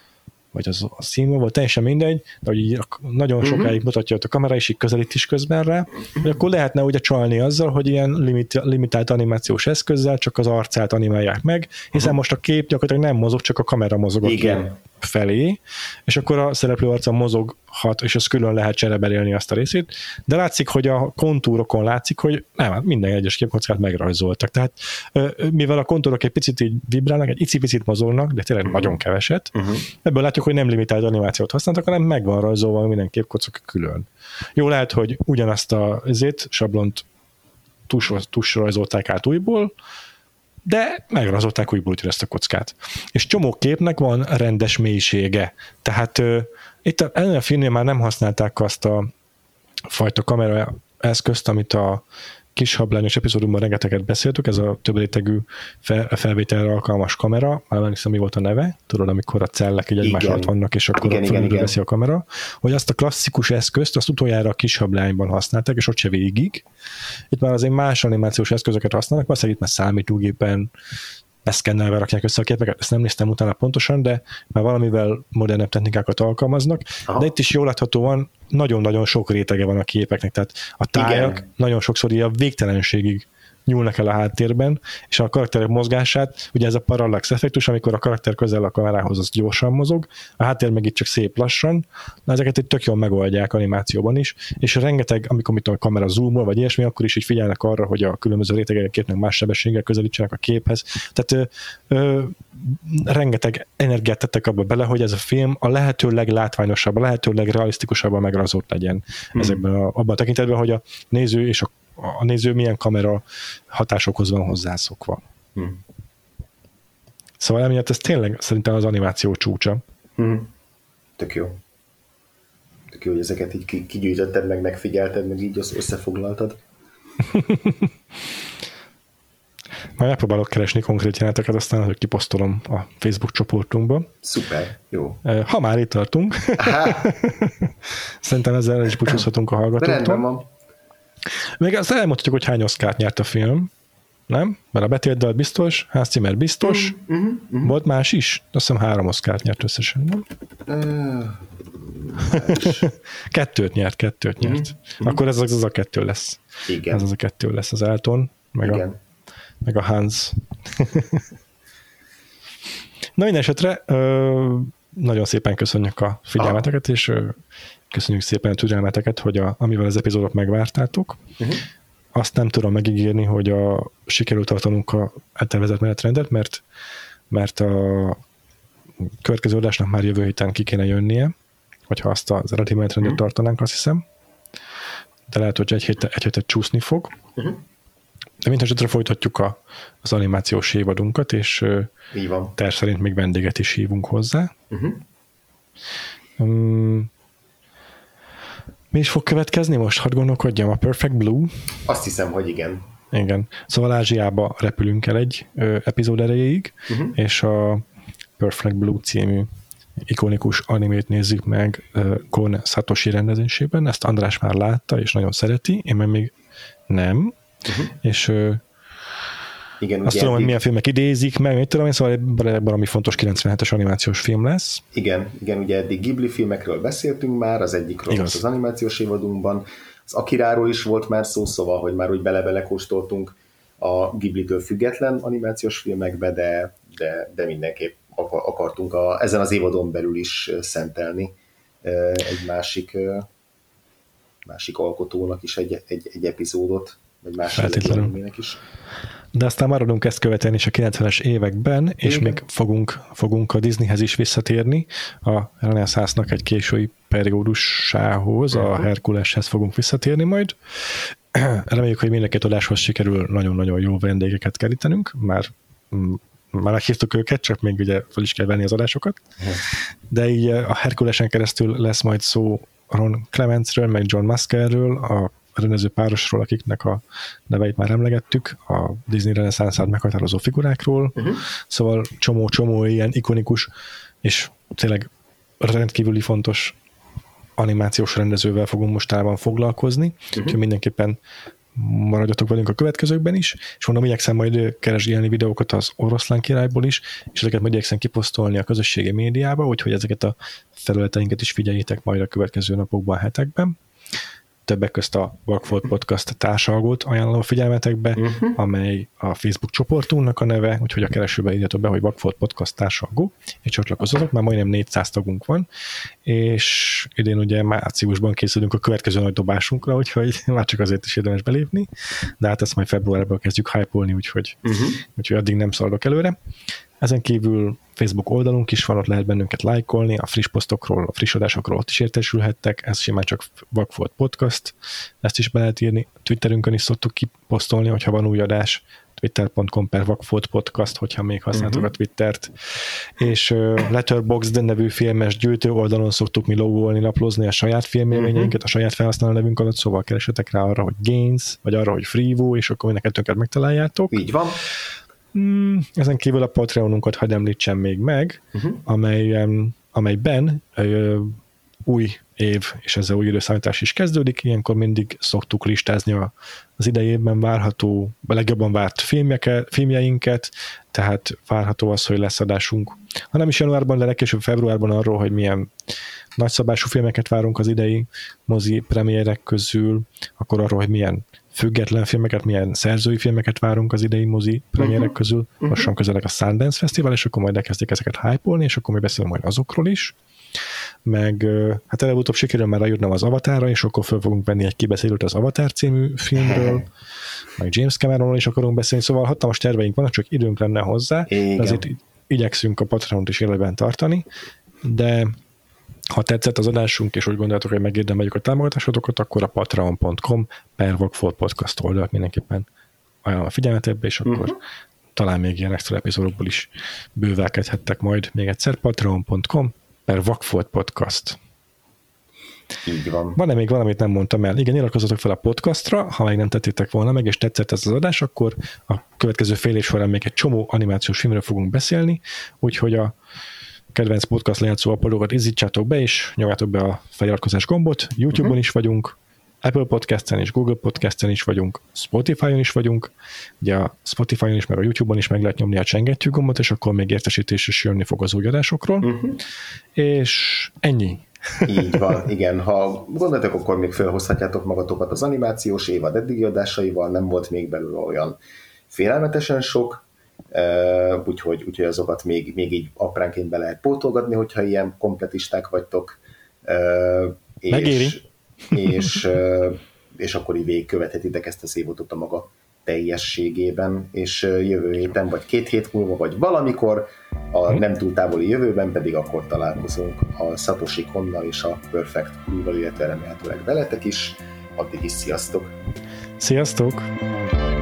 vagy az a színvonal, teljesen mindegy, de hogy így nagyon sokáig uh-huh. mutatja ott a kamera, és így közelít is közben rá, hogy akkor lehetne ugye csalni azzal, hogy ilyen limit, limitált animációs eszközzel csak az arcát animálják meg, hiszen uh-huh. most a kép gyakorlatilag nem mozog, csak a kamera mozog a kép felé, és akkor a szereplő arca mozoghat, és az külön lehet csereberélni azt a részét, de látszik, hogy a kontúrokon látszik, hogy nem, minden egyes képkockát megrajzoltak. Tehát mivel a kontúrok egy picit így vibrálnak, egy icipicit mozognak, de tényleg uh-huh. nagyon keveset, uh-huh. ebből látjuk, hogy nem limitált animációt használtak, hanem meg van rajzolva minden képkocka külön. Jó, lehet, hogy ugyanazt a ezét, sablont tus rajzolták át újból, de megrajzolták újból ezt a kockát. És csomó képnek van rendes mélysége. Tehát uh, itt a, ennél a filmnél már nem használták azt a fajta kamera eszközt, amit a Kis Hablányos epizódunkban rengeteget beszéltük, ez a több rétegű fel, felvételre alkalmas kamera, már nem hiszem, mi volt a neve, tudod, amikor a cellek így egymás alatt vannak, és akkor felülről veszi a kamera, hogy azt a klasszikus eszközt, azt utoljára a Kis Hablányban használták, és ott se végig. Itt már azért más animációs eszközöket használnak, valószínűleg itt már számítógépen beszkennelve rakják össze a képeket, ezt nem néztem utána pontosan, de már valamivel modernebb technikákat alkalmaznak, aha. de itt is jól láthatóan nagyon-nagyon sok rétege van a képeknek, tehát a tájak igen. nagyon sokszor ilyen végtelenségig nyúlnak el a háttérben, és a karakterek mozgását, ugye ez a parallax effektus, amikor a karakter közel a kamerához, az gyorsan mozog, a háttér meg itt csak szép lassan, de ezeket itt tök jól megoldják animációban is, és rengeteg, amikor mit a kamera zoomol, vagy ilyesmi, akkor is így figyelnek arra, hogy a különböző rétegek képnek más sebességgel közelítsenek a képhez. Tehát ö, ö, rengeteg energiát tettek abba bele, hogy ez a film a lehető leglátványosabb, a lehető legrealisztikusabban megrajzolt legyen hmm. ezekben a, abban a tekintetben, hogy a néző és a a néző milyen kamera hatásokhoz van hozzászokva. Hmm. Szóval emiatt ez tényleg szerintem az animáció csúcsa. Hmm. Tök jó. Tök jó, hogy ezeket így kigyűjtötted, meg megfigyelted, meg így összefoglaltad. Majd megpróbálok keresni konkrét jeleneteket, aztán hogy kiposztolom a Facebook csoportunkba. Szuper, jó. Ha már itt tartunk. Szerintem ezzel is búcsúzhatunk a hallgatóktól. Rendben van. Még azt elmondhatjuk, hogy hány Oscart nyert a film, nem? Mert a betélt dal biztos, Hans Zimmer biztos, mm, mm, mm. volt más is? Azt hiszem három Oscart nyert összesen, nem? Uh, kettőt nyert, kettőt nyert. Mm, Akkor ez az, az a kettő lesz. Igen. Ez az a kettő lesz, az Elton, meg, a, meg a Hans. Na minden esetre nagyon szépen köszönjük a figyelmeteket, ah. és köszönjük szépen a türelmeteket, hogy a, amivel az epizódot megvártátok. Uh-huh. Azt nem tudom megígérni, hogy a, sikerült tartanunk a eltervezett menetrendet, mert, mert a következő adásnak már jövő héten ki kéne jönnie, hogyha azt az eredeti menetrendet uh-huh. tartanánk, azt hiszem. De lehet, hogy egy hétet, egy hétet csúszni fog. Uh-huh. De mint esetre folytatjuk a, az animációs évadunkat, és terv szerint még vendéget is hívunk hozzá. Uh-huh. Um, Mi is fog következni most? Hadd gondolkodjam, a Perfect Blue? Azt hiszem, hogy igen. Igen. Szóval Ázsiába repülünk el egy ö, epizód erejéig, uh-huh. és a Perfect Blue című ikonikus animét nézzük meg ö, Kon Satoshi rendezésében. Ezt András már látta, és nagyon szereti. Én meg még nem. Uh-huh. És ö, igen, azt tudom, hogy milyen filmek idézik meg, mit tudom én, szóval valami fontos kilencvenhetes animációs film lesz. Igen, igen, ugye eddig Ghibli filmekről beszéltünk már, az egyikről most az animációs évadunkban, az Akiráról is volt már szó, szóval, hogy már úgy bele-bele kóstoltunk a Ghiblitől független animációs filmekbe, de, de, de mindenképp akartunk a, ezen az évadon belül is szentelni egy másik, másik alkotónak is egy, egy, egy epizódot, vagy másik animének is. De aztán maradunk ezt követően is a kilencvenes években, és igen. még fogunk, fogunk a Disneyhez is visszatérni, a reneszánsznak egy késői periódusához, uh-huh. a Herkuleshez fogunk visszatérni majd. Reméljük, hogy mind a két adáshoz sikerül nagyon-nagyon jó vendégeket kerítenünk, már, már meghívtuk őket, csak még ugye fel is kell venni az adásokat. Uh-huh. De így a Herkulesen keresztül lesz majd szó Ron Clementsről, meg John Maskerről, a rendező párosról, akiknek a neveit már emlegettük, a Disney reneszánszát meghatározó figurákról, uh-huh. szóval csomó-csomó ilyen ikonikus és tényleg rendkívüli fontos animációs rendezővel fogunk mostában foglalkozni, uh-huh. úgyhogy mindenképpen maradjatok velünk a következőkben is, és mondom, igyekszem majd keresgélni videókat az Oroszlán királyból is, és ezeket majd igyekszem kiposztolni a közösségi médiába, úgyhogy ezeket a felületeinket is figyeljétek majd a következő napokban, hetekben. Többek közt a Vagfolt Podcast társalgót ajánlom a figyelmetekbe, uh-huh. amely a Facebook csoportunknak a neve, úgyhogy a keresőbe írjatok be, hogy Vagfolt Podcast társalgó, és csatlakozzatok, már majdnem négyszáz tagunk van, és idén ugye márciusban készülünk a következő nagy dobásunkra, úgyhogy már csak azért is érdemes belépni, de hát ezt majd februárban kezdjük hype-olni, úgyhogy, uh-huh. úgyhogy addig nem szaladok előre. Ezen kívül Facebook oldalunk is van, ott lehet bennünket lájkolni, a friss posztokról, a friss adásokról ott is értesülhettek, ez simán csak Vagfolt Podcast, ezt is be lehet írni, Twitterünkön is szoktuk kiposztolni, hogyha van új adás, twitter pont com per Vagfolt Podcast, hogyha még használtok uh-huh. a Twittert, és uh, Letterboxd nevű filmes gyűjtő oldalon szoktuk mi logolni, naplózni a saját filmélményeinket, uh-huh. a saját felhasználó nevünk alatt, szóval keresetek rá arra, hogy Gains, vagy arra, hogy Freevo, és akkor mindenket megtaláljátok. Így van. Mm, ezen kívül a Patreonunkat hadd említsem még meg, uh-huh. amelyen, amelyben ö, új év és ezzel új időszámítás is kezdődik, ilyenkor mindig szoktuk listázni a, az idei évben várható, a legjobban várt filmjeke, filmjeinket, tehát várható az, hogy lesz adásunk, ha nem is januárban, de legkésőbb februárban arról, hogy milyen nagyszabású filmeket várunk az idei mozi premierek közül, akkor arról, hogy milyen független filmeket, milyen szerzői filmeket várunk az idei mozi premierek uh-huh. közül. Lassan uh-huh. közeleg a Sundance Fesztivál, és akkor majd elkezdik ezeket hype-olni, és akkor mi beszélünk majd azokról is. Meg hát előbb-utóbb sikerül már rájutnom az Avatarra, és akkor föl fogunk venni egy kibeszélőt az Avatar című filmről, meg James Cameronról is akarunk beszélni, szóval hatalmas terveink vannak, csak időnk lenne hozzá, de azért igyekszünk a Patreont is életben tartani, de ha tetszett az adásunk, és úgy gondoljátok, hogy megérdemeljük a támogatásotokat, akkor a patreon pont com per Vagfolt Podcast oldalt mindenképpen ajánlom a figyelmetekbe, és akkor uh-huh. talán még ilyen extra epizódokból is bővelkedhettek majd. Még egyszer patreon pont com per Vagfolt Podcast. Így van. Van-e még valamit nem mondtam el? Igen, iratkozzatok fel a podcastra, ha még nem tettétek volna meg, és tetszett ez az adás, akkor a következő fél év során még egy csomó animációs filmről fogunk beszélni, úgyhogy a kedvenc podcast lejátszó appolókat izzítsátok be, és nyomjátok be a feliratkozás gombot. YouTube-on uh-huh. is vagyunk, Apple Podcasten és Google Podcasten is vagyunk, Spotify-on is vagyunk. Ugye a Spotify-on is, meg a YouTube-on is meg lehet nyomni a csengettyű gombot, és akkor még értesítés is jönni fog az új adásokról. Uh-huh. És ennyi. Így van, igen. Ha gondoltok, akkor még felhozhatjátok magatokat az animációs évad eddigi adásaival, nem volt még belőle olyan félelmetesen sok, Uh, úgyhogy, úgyhogy azokat még, még így apránként be lehet pótolgatni, hogyha ilyen kompletisták vagytok. Uh, és, Megéri. És, uh, és akkor így végigkövethetitek ezt az évadot a maga teljességében, és uh, jövő héten, vagy két hét múlva, vagy valamikor, a nem túl távoli jövőben pedig akkor találkozunk a Satoshi Konnal és a Perfect Blue-val, illetve remélhetőleg veletek is. Addig is sziasztok! Sziasztok!